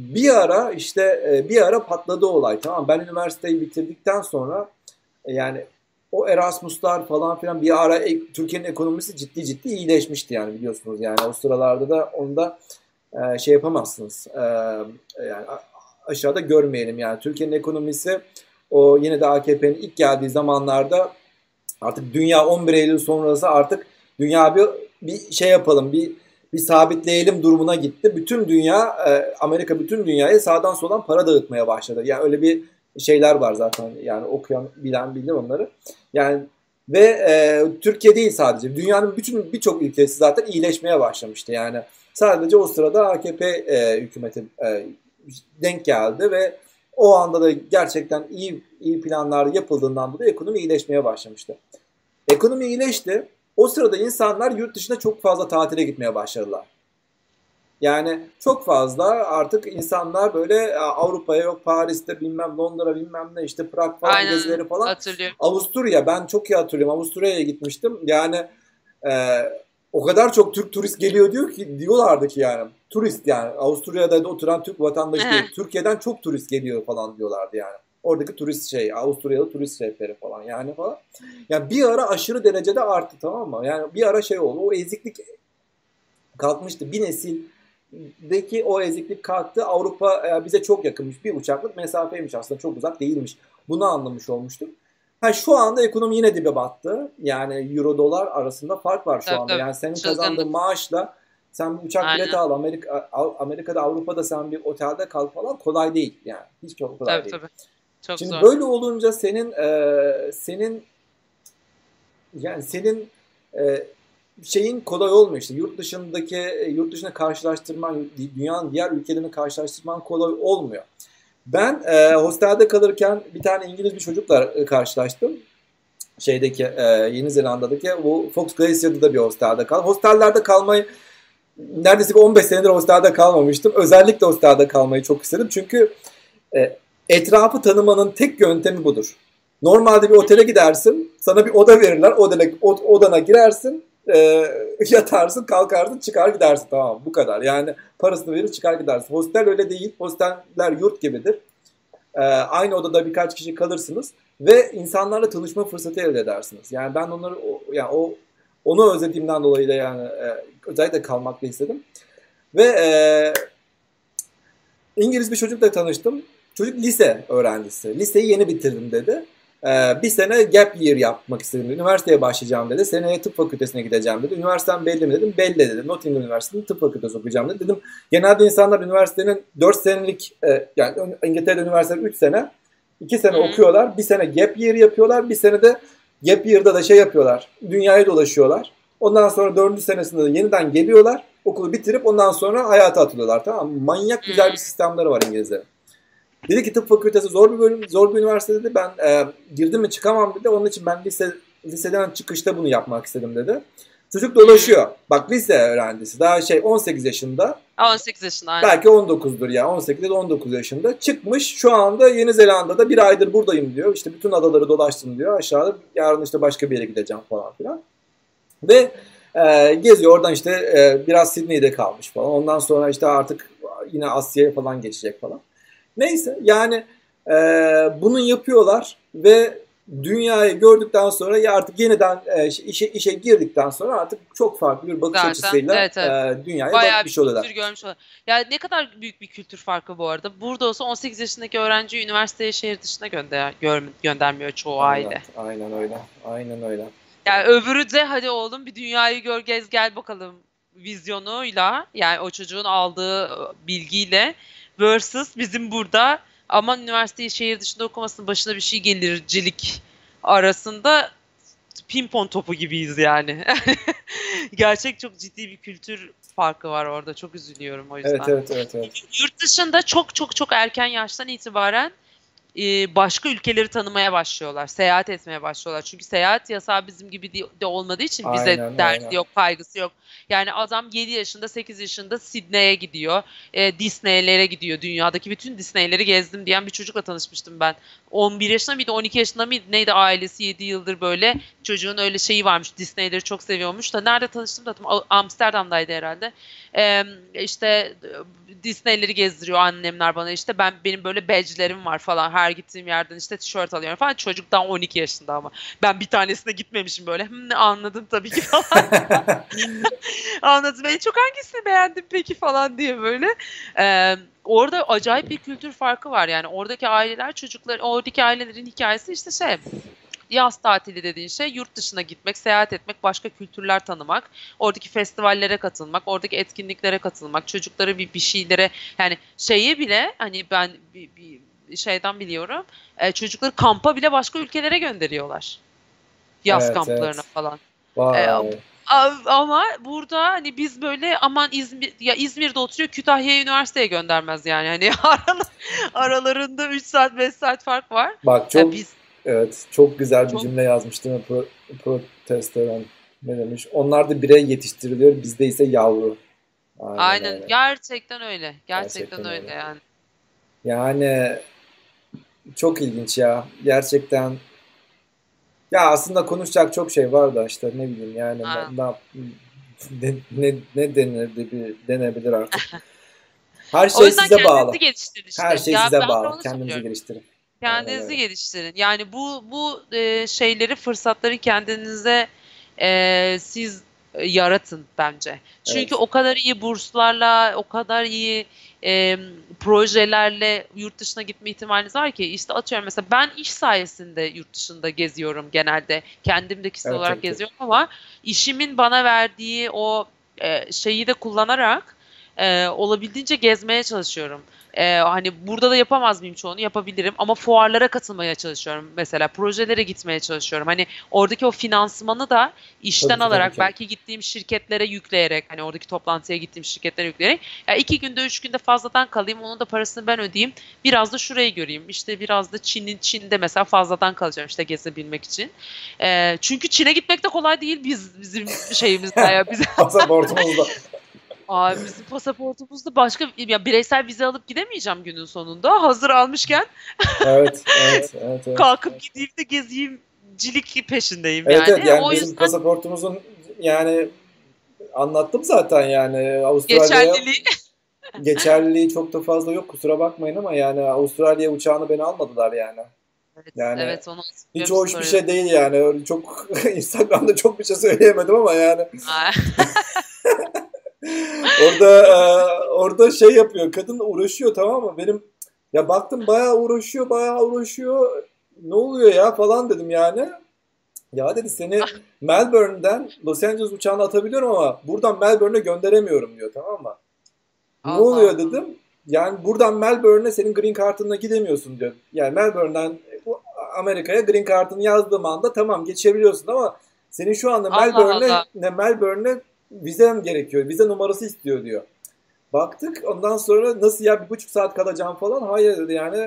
bir ara patladı olay, tamam mı? Ben üniversiteyi bitirdikten sonra yani o Erasmus'lar falan filan bir ara Türkiye'nin ekonomisi ciddi ciddi iyileşmişti yani, biliyorsunuz. Yani o sıralarda da onu da şey yapamazsınız. Yani aşağıda görmeyelim yani. Türkiye'nin ekonomisi o yine de AKP'nin ilk geldiği zamanlarda artık dünya 11 Eylül sonrası artık dünya bir şey yapalım, bir sabitleyelim durumuna gitti. Bütün dünya, Amerika bütün dünyaya sağdan soldan para dağıtmaya başladı. Yani öyle bir şeyler var zaten. Yani okuyan, bilen bilir onları. Yani ve Türkiye değil sadece. Dünyanın birçok ülkesi zaten iyileşmeye başlamıştı. Yani sadece o sırada AKP hükümeti denk geldi ve o anda da gerçekten iyi planlar yapıldığından dolayı ekonomi iyileşmeye başlamıştı. Ekonomi iyileşti. O sırada insanlar yurt dışına çok fazla tatile gitmeye başladılar. Yani çok fazla artık insanlar böyle Avrupa'ya, yok Paris'te bilmem, Londra bilmem ne, işte Prag falan Aynen. gezileri falan. Hatırlıyorum. Avusturya, ben çok iyi hatırlıyorum. Avusturya'ya gitmiştim. Yani e, o kadar çok Türk turist geliyor diyorlardı ki yani. Turist yani. Avusturya'da da oturan Türk vatandaşı değil. Türkiye'den çok turist geliyor falan diyorlardı yani. Oradaki turist Avusturyalı turist rehberi falan yani falan. Yani bir ara aşırı derecede arttı, tamam mı? Yani bir ara şey oldu. O eziklik kalkmıştı. Bir nesildeki o eziklik kalktı. Avrupa bize çok yakınmış. Bir uçaklık mesafeymiş, aslında çok uzak değilmiş. Bunu anlamış olmuştuk. Şu anda ekonomi yine dibe battı. Yani euro dolar arasında fark var şu Tabii anda. tabii. Yani senin kazandığın Çılgınlık. maaşla sen bir uçak bileti Aynen. al, Amerika'da, Avrupa'da sen bir otelde kal falan, kolay değil yani. Hiç çok kolay Tabii değil. tabii. Çok Şimdi zor. böyle olunca senin e, şeyin kolay olmuyor işte. Yurt dışına karşılaştırman, dünyanın diğer ülkelerini karşılaştırman kolay olmuyor. Ben hostelde kalırken bir tane İngiliz bir çocukla karşılaştım. Yeni Zelanda'daki bu Fox Glacier'da da bir hostelde kaldım. Hostellerde kalmayı neredeyse 15 senedir hostelde kalmamıştım. Özellikle hostelde kalmayı çok istedim. Çünkü etrafı tanımanın tek yöntemi budur. Normalde bir otele gidersin, sana bir oda verirler, odana girersin, yatarsın, kalkarsın, çıkar gidersin, tamam, bu kadar. Yani parasını verir, çıkar gidersin. Hostel öyle değil. Hosteller yurt gibidir. Aynı odada birkaç kişi kalırsınız ve insanlarla tanışma fırsatı elde edersiniz. Yani ben onu özlediğimden dolayı da yani özellikle kalmak da istedim. Ve İngiliz bir çocukla tanıştım. Çocuk lise öğrencisi. Liseyi yeni bitirdim dedi. Bir sene gap year yapmak istedim. Üniversiteye başlayacağım dedi. Seneye tıp fakültesine gideceğim dedi. Üniversitem belli mi dedim. Belli dedi. Nottingham Üniversitesi'nin tıp fakültesi okuyacağım dedi. Dedim genelde insanlar üniversitenin 4 senelik yani İngiltere'de üniversite 3 sene 2 sene Hı-hı. okuyorlar. Bir sene gap year yapıyorlar. Bir sene de gap year'da da şey yapıyorlar. Dünyayı dolaşıyorlar. Ondan sonra 4. senesinde de yeniden geliyorlar. Okulu bitirip ondan sonra hayata atılıyorlar. Tamam mı? Manyak güzel bir sistemleri var İngilizlerin. Dedi ki tıp fakültesi zor bir bölüm, zor bir üniversite dedi. Ben girdim mi çıkamam dedi. Onun için ben liseden çıkışta bunu yapmak istedim dedi. Çocuk dolaşıyor. Bak lise öğrencisi. Daha 18 yaşında. 18 yaşında aynen. Belki 19'dur ya. 18 ya da 19 yaşında. Çıkmış şu anda Yeni Zelanda'da bir aydır buradayım diyor. İşte bütün adaları dolaştım diyor. Aşağıda yarın işte başka bir yere gideceğim falan filan. Ve geziyor. Oradan işte biraz Sydney'de kalmış falan. Ondan sonra işte artık yine Asya'ya falan geçecek falan. Neyse yani bunu yapıyorlar ve dünyayı gördükten sonra ya artık yeniden işe girdikten sonra artık çok farklı bir bakış Zaten açısıyla evet evet. dünyaya Bayağı bakmış bir oluyorlar. kültür görmüş oluyor. Ya ne kadar büyük bir kültür farkı bu arada. Burada olsa 18 yaşındaki öğrenciyi üniversiteye şehir dışına göndermiyor çoğu aile. Aynen öyle. Aynen öyle. Yani öbürü de hadi oğlum bir dünyayı gör gez gel bakalım vizyonuyla yani o çocuğun aldığı bilgiyle versus bizim burada aman üniversiteyi şehir dışında okumasının başına bir şey gelircilik arasında pimpon topu gibiyiz yani. Gerçek çok ciddi bir kültür farkı var orada. Çok üzülüyorum o yüzden. Evet. Yurt dışında çok çok çok erken yaştan itibaren başka ülkeleri tanımaya başlıyorlar. Seyahat etmeye başlıyorlar. Çünkü seyahat yasağı bizim gibi de olmadığı için bize derdi yok, kaygısı yok. Yani adam 7 yaşında, 8 yaşında Sydney'e gidiyor. Disney'lere gidiyor. Dünyadaki bütün Disney'leri gezdim diyen bir çocukla tanışmıştım ben. 11 yaşında mıydı, 12 yaşında mıydı? Neydi ailesi 7 yıldır böyle. Çocuğun öyle şeyi varmış. Disney'leri çok seviyormuş da. Nerede tanıştım da Amsterdam'daydı herhalde. İşte Disney'leri gezdiriyor annemler bana işte benim böyle badge'lerim var falan her gittiğim yerden işte tişört alıyorum falan çocuk daha 12 yaşında ama ben bir tanesine gitmemişim böyle anladım tabii ki falan anladım en çok hangisini beğendin peki falan diye böyle orada acayip bir kültür farkı var yani oradaki aileler çocuklar oradaki ailelerin hikayesi işte yaz tatili dediğin şey yurt dışına gitmek, seyahat etmek, başka kültürler tanımak, oradaki festivallere katılmak, oradaki etkinliklere katılmak, çocukları bir şeylere yani şeyi bile hani ben bir şeyden biliyorum çocukları kampa bile başka ülkelere gönderiyorlar. Yaz kamplarına falan. Vay. Ama burada hani biz böyle aman İzmir'de oturuyor Kütahya'ya üniversiteye göndermez yani hani aralarında 3 saat 5 saat fark var. Bak çok Biz evet çok güzel bir çok cümle yazmış değil mi? Protestan ne demiş? Onlar da birey yetiştiriliyor, bizde ise yavru. Aynen aynen öyle. gerçekten öyle. Gerçekten Gerçekten öyle öyle. yani. Yani çok ilginç ya. Gerçekten ya aslında konuşacak çok şey var da işte ne bileyim yani Ha. ne denebilir artık. Her O şey yüzden size bağlı. kendinizi geliştirin Her işte. şey Ya size ben de bağlı. onu Kendinizi söylüyorum. geliştirin. Aynen Kendinizi öyle. geliştirin. Yani bu şeyleri, fırsatları kendinize siz yaratın bence. Çünkü Evet. o kadar iyi burslarla, o kadar iyi projelerle yurt dışına gitme ihtimaliniz var ki işte atıyorum mesela ben iş sayesinde yurt dışında geziyorum genelde. Kendim de kişisel Evet olarak tabii. geziyorum ama işimin bana verdiği o şeyi de kullanarak olabildiğince gezmeye çalışıyorum. Hani burada da yapamaz mıyım çoğunu? Yapabilirim ama fuarlara katılmaya çalışıyorum mesela. Projelere gitmeye çalışıyorum. Hani oradaki o finansmanı da işten Tabii alarak ki. belki gittiğim şirketlere yükleyerek hani oradaki toplantıya gittiğim şirketlere yükleyerek ya 2 günde 3 günde fazladan kalayım onun da parasını ben ödeyeyim. Biraz da şurayı göreyim. İşte biraz da Çin'de mesela fazladan kalacağım işte gezebilmek için. Çünkü Çin'e gitmek de kolay değil bizim şeyimizde ya. Pasaportumuzda. Abi bizim pasaportumuzda başka ya bireysel vize alıp gidemeyeceğim günün sonunda. Hazır almışken Evet. kalkıp gideyim de gezeyim cilik peşindeyim Evet yani. yani O bizim yüzden pasaportumuzun yani anlattım zaten yani Avustralya'ya geçerliliği geçerliliği çok da fazla yok kusura bakmayın ama yani Avustralya uçağını beni almadılar yani. evet Yani evet onu hiç hatırlıyorum hoş bir story'de. şey değil yani. Öyle çok Instagram'da çok bir şey söyleyemedim ama yani orada O bizim orada şey yapıyor. Kadın uğraşıyor tamam mı? Benim ya baktım bayağı uğraşıyor. Ne oluyor ya falan dedim yani. Ya dedi seni Melbourne'den Los Angeles uçağına atabiliyorum ama buradan Melbourne'e gönderemiyorum diyor tamam mı? Ne Allah oluyor Allah. dedim. Yani buradan Melbourne'e senin green card'ınla gidemiyorsun diyor. Yani Melbourne'den Amerika'ya green card'ını yazdığım anda tamam geçebiliyorsun ama Senin şu anda Allah Allah. Melbourne'e vizen gerekiyor. Vize numarası istiyor diyor. Baktık ondan sonra nasıl ya 1,5 saat kalacağım falan. Hayır dedi yani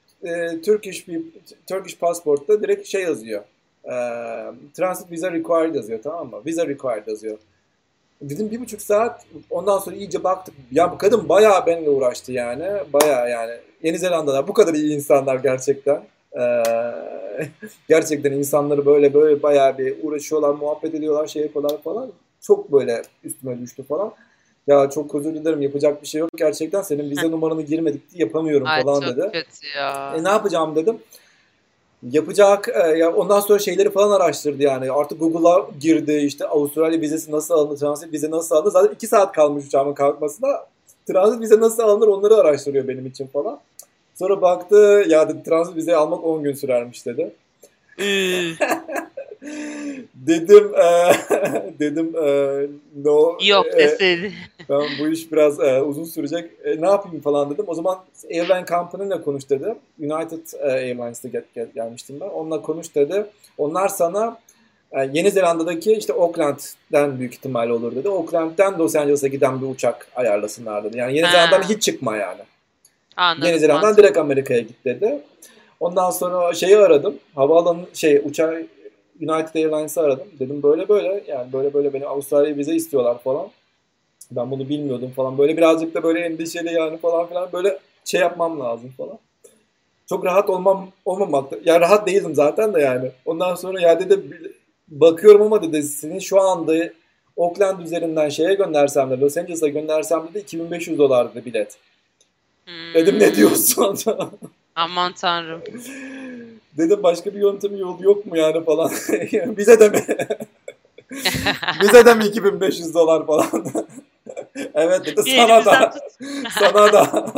Turkish Passport'ta direkt şey yazıyor. E, Transit Visa Required yazıyor, tamam mı? Visa Required yazıyor. Dedim 1,5 saat. Ondan sonra iyice baktık. Ya bu kadın bayağı benimle uğraştı yani. Bayağı yani. Yeni Zelanda'da bu kadar iyi insanlar gerçekten. Ee, gerçekten insanları böyle bayağı bir uğraşıyorlar, muhabbet ediyorlar, şey yapıyorlar falan. Çok böyle üstüme düştü falan. Ya çok özür dilerim, yapacak bir şey yok gerçekten. Senin vize numaranı girmedik diye yapamıyorum Ay falan çok dedi. kötü ya. Ne yapacağım dedim. Yapacak ya ondan sonra şeyleri falan araştırdı yani. Artık Google'a girdi, işte Avustralya vizesi nasıl alınır, transit vize nasıl alınır. Zaten 2 saat kalmış uçağımın kalkmasına. Transit vize nasıl alınır onları araştırıyor benim için falan. Sonra baktı ya dedi, transit vize almak 10 gün sürermiş dedi. Üf, Dedim dedim no, yok deseydin. tamam, bu iş biraz uzun sürecek. Ne yapayım falan dedim. O zaman Airline Company'le konuş dedi. United Airlines'ta gelmiştim ben. Onunla konuş dedi. Onlar sana Yeni Zelanda'daki işte Auckland'den büyük ihtimalle olur dedi. Auckland'den Los Angeles'a giden bir uçak ayarlasınlar dedi. Yani Yeni Zelanda'dan Ha, hiç çıkma yani. Yeni anladım Zelanda'dan mantık. direkt Amerika'ya git dedi. Ondan sonra şeyi aradım. Havaalanı uçağı United Airlines'ı aradım. Dedim böyle böyle yani böyle benim Avustralya vize istiyorlar falan. Ben bunu bilmiyordum falan. Böyle birazcık da böyle endişeli yani falan filan. Böyle şey yapmam lazım falan. Çok rahat olmamakta. Ya rahat değildim zaten de yani. Ondan sonra ya dedi bakıyorum ama dedi senin şu anda Auckland üzerinden şeye göndersem de Los Angeles'a göndersem de $2,500 dedi bilet. Dedim ne Hmm, diyorsun? aman tanrım. Dedim başka bir yöntemi yolu yok mu yani falan. Bize de mi? Bize de mi $2,500 falan? Evet dedi Bir sana elimizden da. tut. Sana da.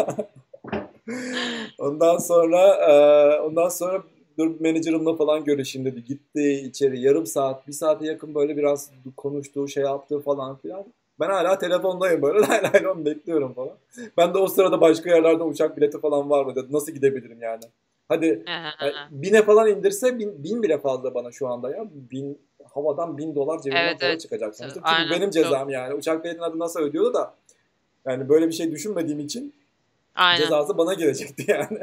Ondan sonra dur menajerimle falan görüşeyim dedi. Gitti içeri yarım saat, bir saate yakın böyle biraz konuştu, şey yaptı falan filan. Ben hala telefondayım böyle lay lay lom bekliyorum falan. Ben de o sırada başka yerlerden uçak bileti falan var mı dedi. Nasıl gidebilirim yani? Hadi bine falan indirse bin bile fazla bana şu anda ya. Havadan $1,000 cebimden Evet para evet. çıkacak sonuçta. Ki bu Aynen benim çok. cezam yani. Uçak biletinin adı nasıl ödüyordu da. Yani böyle bir şey düşünmediğim için Aynen. cezası bana gelecekti yani.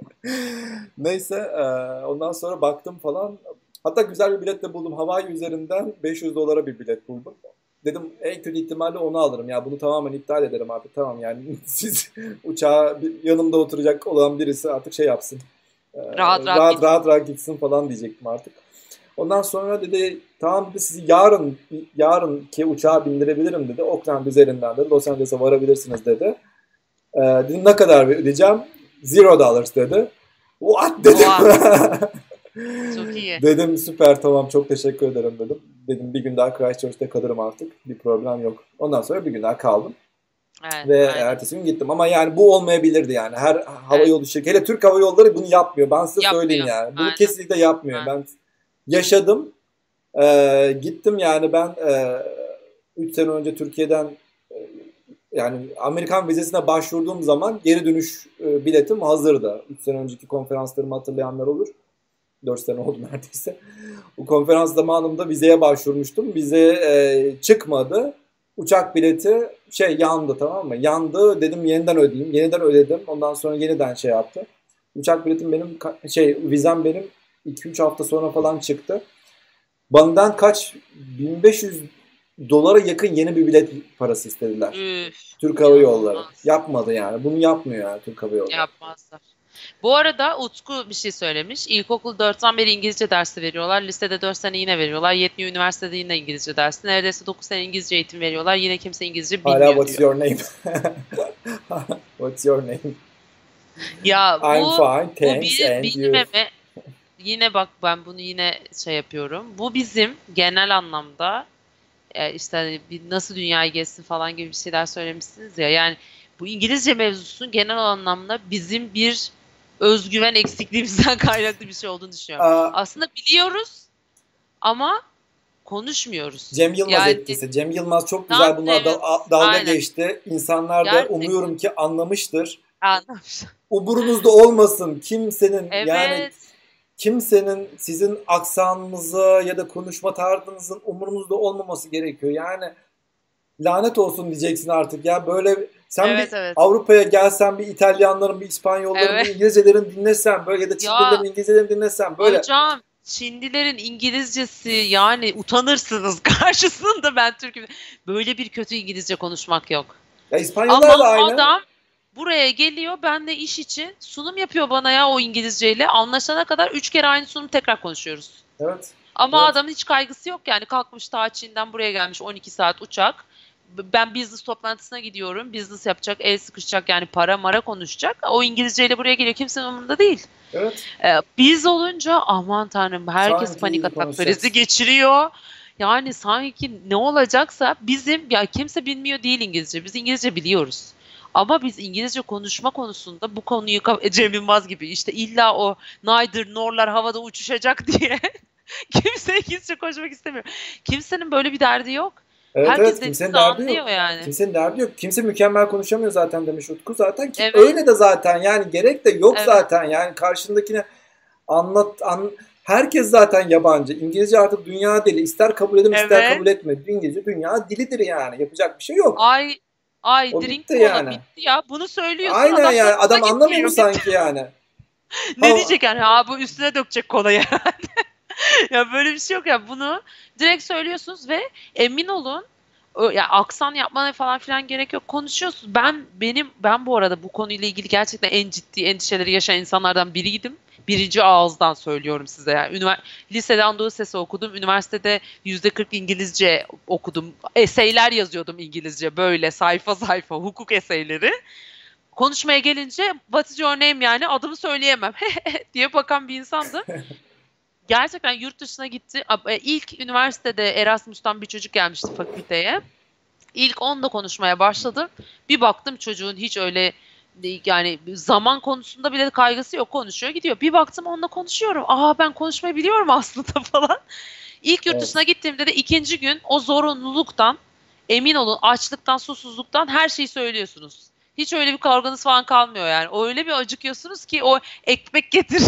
Neyse ondan sonra baktım falan. Hatta güzel bir bilet de buldum. Hawaii üzerinden $500 bir bilet buldum. Dedim en kötü ihtimalle onu alırım. Ya bunu tamamen iptal ederim artık. Tamam yani siz uçağa yanımda oturacak olan birisi artık şey yapsın. E, Rahat rahat rahat gitsin. rahat rahat gitsin falan diyecektim artık. Ondan sonra dedi tamam dedi sizi yarınki uçağa bindirebilirim dedi. Auckland üzerinden dedi. Los Angeles'a varabilirsiniz dedi. Dedim ne kadar ödeyeceğim? $0 dedi. What dedim. Oha, çok iyi. Dedim süper tamam çok teşekkür ederim dedim. Dedim bir gün daha Christchurch'te kalırım artık. Bir problem yok. Ondan sonra bir gün daha kaldım. Evet, Ve aynen. ertesi gün gittim. Ama yani bu olmayabilirdi yani. Her hava Evet. yolu şirketi, hele Türk Hava Yolları bunu yapmıyor. Ben size söyleyeyim Yapmıyor. yani. Bunu Aynen. kesinlikle yapmıyor. Aynen. Ben yaşadım. Gittim yani ben 3 sene önce Türkiye'den e, yani Amerikan vizesine başvurduğum zaman geri dönüş biletim hazırdı. 3 sene önceki konferanslarımı hatırlayanlar olur. 4 sene oldu neredeyse. Bu konferans zamanında vizeye başvurmuştum. Vize çıkmadı. Uçak bileti yandı, tamam mı? Yandı dedim yeniden ödeyeyim. Yeniden ödedim. Ondan sonra yeniden şey yaptı. Uçak biletim benim vizem benim 2-3 hafta sonra falan çıktı. Benden kaç 1.500 dolara yakın yeni bir bilet parası istediler. Üf, Türk Hava Yolları. inanılmaz. Yapmadı yani. Bunu yapmıyor yani Türk Hava Yolları. Yapmazlar. Bu arada Utku bir şey söylemiş. İlkokul 4'ten beri İngilizce dersi veriyorlar. Lisede 4 sene yine veriyorlar. Yetmiyor üniversitede yine İngilizce dersi. Neredeyse 9 sene İngilizce eğitim veriyorlar. Yine kimse İngilizce Hala bilmiyor what's diyor. your name? What's your name? Ya I'm fine, bu thanks, and you? bilmeme yine bak ben bunu yine şey yapıyorum. Bu bizim genel anlamda işte hani bir nasıl dünyayı gezsin falan gibi bir şeyler söylemişsiniz ya. Yani bu İngilizce mevzusu genel anlamda bizim bir özgüven eksikliğimizden kaynaklı bir şey olduğunu düşünüyorum. Aa, Aslında biliyoruz ama konuşmuyoruz. Cem Yılmaz Yani etkisi. Cem Yılmaz çok tam güzel bununla evet, dalga aynen, geçti. İnsanlar da gerçekten umuyorum ki anlamıştır. anlamış. Umurunuzda olmasın kimsenin yani Evet, kimsenin sizin aksanınızı ya da konuşma tarzınızın umurunuzda olmaması gerekiyor. Yani lanet olsun diyeceksin artık ya. Böyle sen bir Evet, evet. Avrupa'ya gelsen, bir İtalyanların, bir İspanyolların, bir Evet. İngilizcelerin dinlesen böyle ya da Çinlilerin, Ya İngilizcelerin dinlesen böyle. hocam, Çinlilerin İngilizcesi, yani utanırsınız karşısında, ben Türk'üm. Böyle bir kötü İngilizce konuşmak yok. Ya İspanyollar da Ama aynı. adam buraya geliyor, benle iş için sunum yapıyor bana ya, o İngilizceyle. Anlaşana kadar 3 kere aynı sunum tekrar konuşuyoruz. Evet. Ama Evet. adamın hiç kaygısı yok yani, kalkmış ta Çin'den buraya gelmiş, 12 saat uçak. Ben business toplantısına gidiyorum. Business yapacak, el sıkışacak, yani para mara konuşacak. O İngilizceyle buraya geliyor, kimsenin umurunda değil. Evet. Biz olunca aman tanrım, herkes Sanki panik iyi atak krizi konuşacaksın. geçiriyor. Yani sanki ne olacaksa, bizim ya kimse bilmiyor değil İngilizce. Biz İngilizce biliyoruz. Ama biz İngilizce konuşma konusunda bu konuyu Cem Yılmaz gibi işte illa o neither nor'lar havada uçuşacak diye kimse İngilizce konuşmak istemiyor. Kimsenin böyle bir derdi yok. Evet, Herkes evet, kimsenin dediğinizi derdi yok. anlıyor yani. Kimsenin derdi yok. Kimse mükemmel konuşamıyor zaten demiş Utku zaten ki Evet, öyle de zaten yani gerek de yok evet, zaten yani karşındakine herkes zaten yabancı. İngilizce artık dünya dili. İster kabul edin ister evet. kabul etme. İngilizce dünya dilidir yani. Yapacak bir şey yok. Ay, ay O drink bitti cola yani. bitti ya. Bunu söylüyorsun, Aynen adam yani sonuna adam anlamıyor mu getiriyor. Bitti. sanki yani? Ne Ha, diyecek yani? Ha, bu üstüne dökecek kolayı. Ya böyle bir şey yok ya. Bunu direkt söylüyorsunuz ve emin olun, ya aksan yapmana falan filan gerek yok. Konuşuyorsunuz. Ben bu arada bu konuyla ilgili gerçekten en ciddi endişeleri yaşayan insanlardan biriydim. Birinci ağızdan söylüyorum size yani. Lisede Anadolu Lisesi okudum. Üniversitede %40 İngilizce okudum. Eseyler yazıyordum İngilizce, böyle sayfa sayfa hukuk eseyleri. Konuşmaya gelince what is your name, yani adımı söyleyemem diye bakan bir insandım. Gerçekten yurt dışına gitti. İlk üniversitede Erasmus'tan bir çocuk gelmişti fakülteye. İlk onunla konuşmaya başladım. Bir baktım çocuğun hiç öyle yani zaman konusunda bile kaygısı yok. Konuşuyor gidiyor. Bir baktım onunla konuşuyorum. Aa, ben konuşmayı biliyorum aslında falan. İlk yurt dışına evet. gittiğimde de ikinci gün o zorunluluktan, emin olun, açlıktan, susuzluktan her şeyi söylüyorsunuz. Hiç öyle bir kavganız falan kalmıyor yani. Öyle bir acıkıyorsunuz ki o ekmek getir,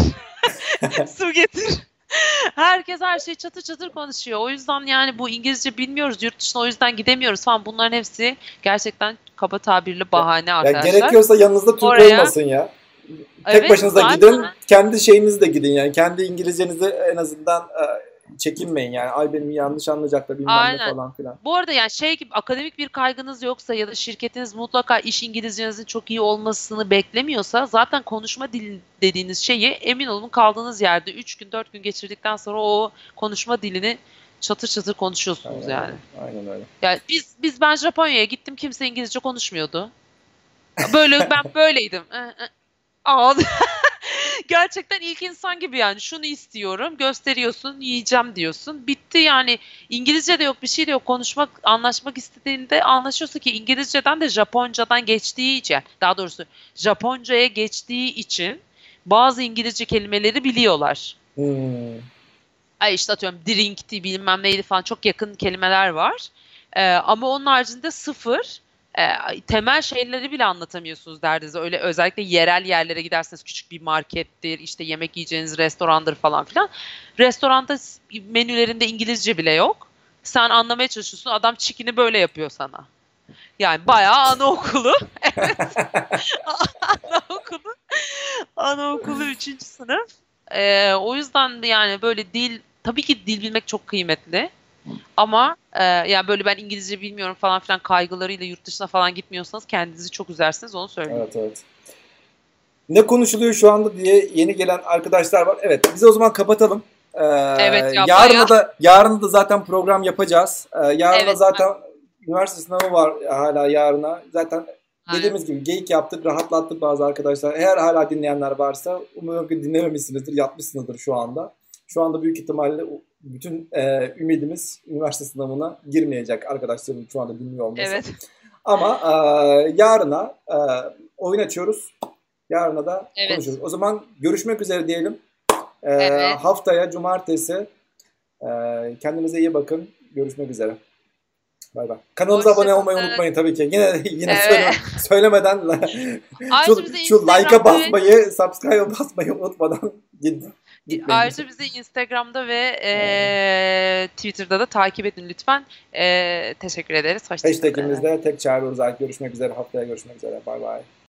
su getir. Herkes her şeyi çatır çatır konuşuyor. O yüzden yani bu İngilizce bilmiyoruz, yurt dışına o yüzden gidemiyoruz falan. Bunların hepsi gerçekten kaba tabirli Ya, bahane ya arkadaşlar. gerekiyorsa yanınızda Türk Oraya, olmasın ya. Tek evet başınıza gidin. zaten, Kendi şeyinizle gidin yani. Kendi İngilizcenizi en azından çekinmeyin yani. Ay benim yanlış anlayacaklar bilmem ne aynen. falan filan. Bu arada yani şey gibi, akademik bir kaygınız yoksa ya da şirketiniz mutlaka iş İngilizcenizin çok iyi olmasını beklemiyorsa, zaten konuşma dili dediğiniz şeyi emin olun kaldığınız yerde 3 gün 4 gün geçirdikten sonra o konuşma dilini çatır çatır konuşuyorsunuz Aynen öyle. yani. Aynen öyle. Yani ben Japonya'ya gittim, kimse İngilizce konuşmuyordu. Ben böyleydim. Ağız. Gerçekten ilk insan gibi yani, şunu istiyorum, gösteriyorsun, yiyeceğim diyorsun. Bitti yani. İngilizce de yok, bir şey de yok. Konuşmak, anlaşmak istediğinde anlaşıyorsun ki İngilizceden de Japoncadan geçtiği için, daha doğrusu Japonca'ya geçtiği için bazı İngilizce kelimeleri biliyorlar. Hmm. Ay işte atıyorum drink'ti bilmem neydi falan, çok yakın kelimeler var. Ama onun haricinde sıfır. Temel şeyleri bile anlatamıyorsunuz derdinize. Öyle özellikle yerel yerlere giderseniz, küçük bir markettir, işte yemek yiyeceğiniz restorandır falan filan. Restoranda menülerinde İngilizce bile yok. Sen anlamaya çalışıyorsun, adam çikini böyle yapıyor sana. Yani bayağı anaokulu. Anaokulu. Anaokulu 3. sınıf. O yüzden de yani böyle tabii ki dil bilmek çok kıymetli. Ama yani böyle ben İngilizce bilmiyorum falan filan kaygılarıyla yurt dışına falan gitmiyorsanız kendinizi çok üzersiniz, onu söyleyeyim. Evet, evet. Ne konuşuluyor şu anda diye yeni gelen arkadaşlar var. Evet, biz o zaman kapatalım. Ee, Evet ya, bayağı. yarın da zaten program yapacağız. Yarın da Evet. zaten üniversite sınavı var hala yarına. Zaten Aynen. dediğimiz gibi geyik yaptık, rahatlattık bazı arkadaşlar. Eğer hala dinleyenler varsa umuyorum ki dinlememişsinizdir, yatmışsınızdır şu anda. Şu anda büyük ihtimalle bütün ümidimiz üniversite sınavına girmeyecek arkadaşlarım şu anda dinliyor olması. Evet. Ama yarına oyun açıyoruz. Yarına da Evet. konuşuruz. O zaman görüşmek üzere diyelim. Evet. Haftaya cumartesi. Kendinize iyi bakın. Görüşmek üzere. Bay bay. Kanalımıza Hoşça abone olmayı kalın. unutmayın tabii ki. Yine Evet. söylemeden Ayrıca bize şu like'a Instagram'da basmayı, subscribe'a basmayı unutmadan gidin. Gitmeyin. Ayrıca bizi Instagram'da ve Twitter'da da takip edin lütfen. Teşekkür ederiz. Hoşçakalın. Hashtag'imizde tek çağrı uzak. Görüşmek üzere. Haftaya görüşmek üzere. Bay bay.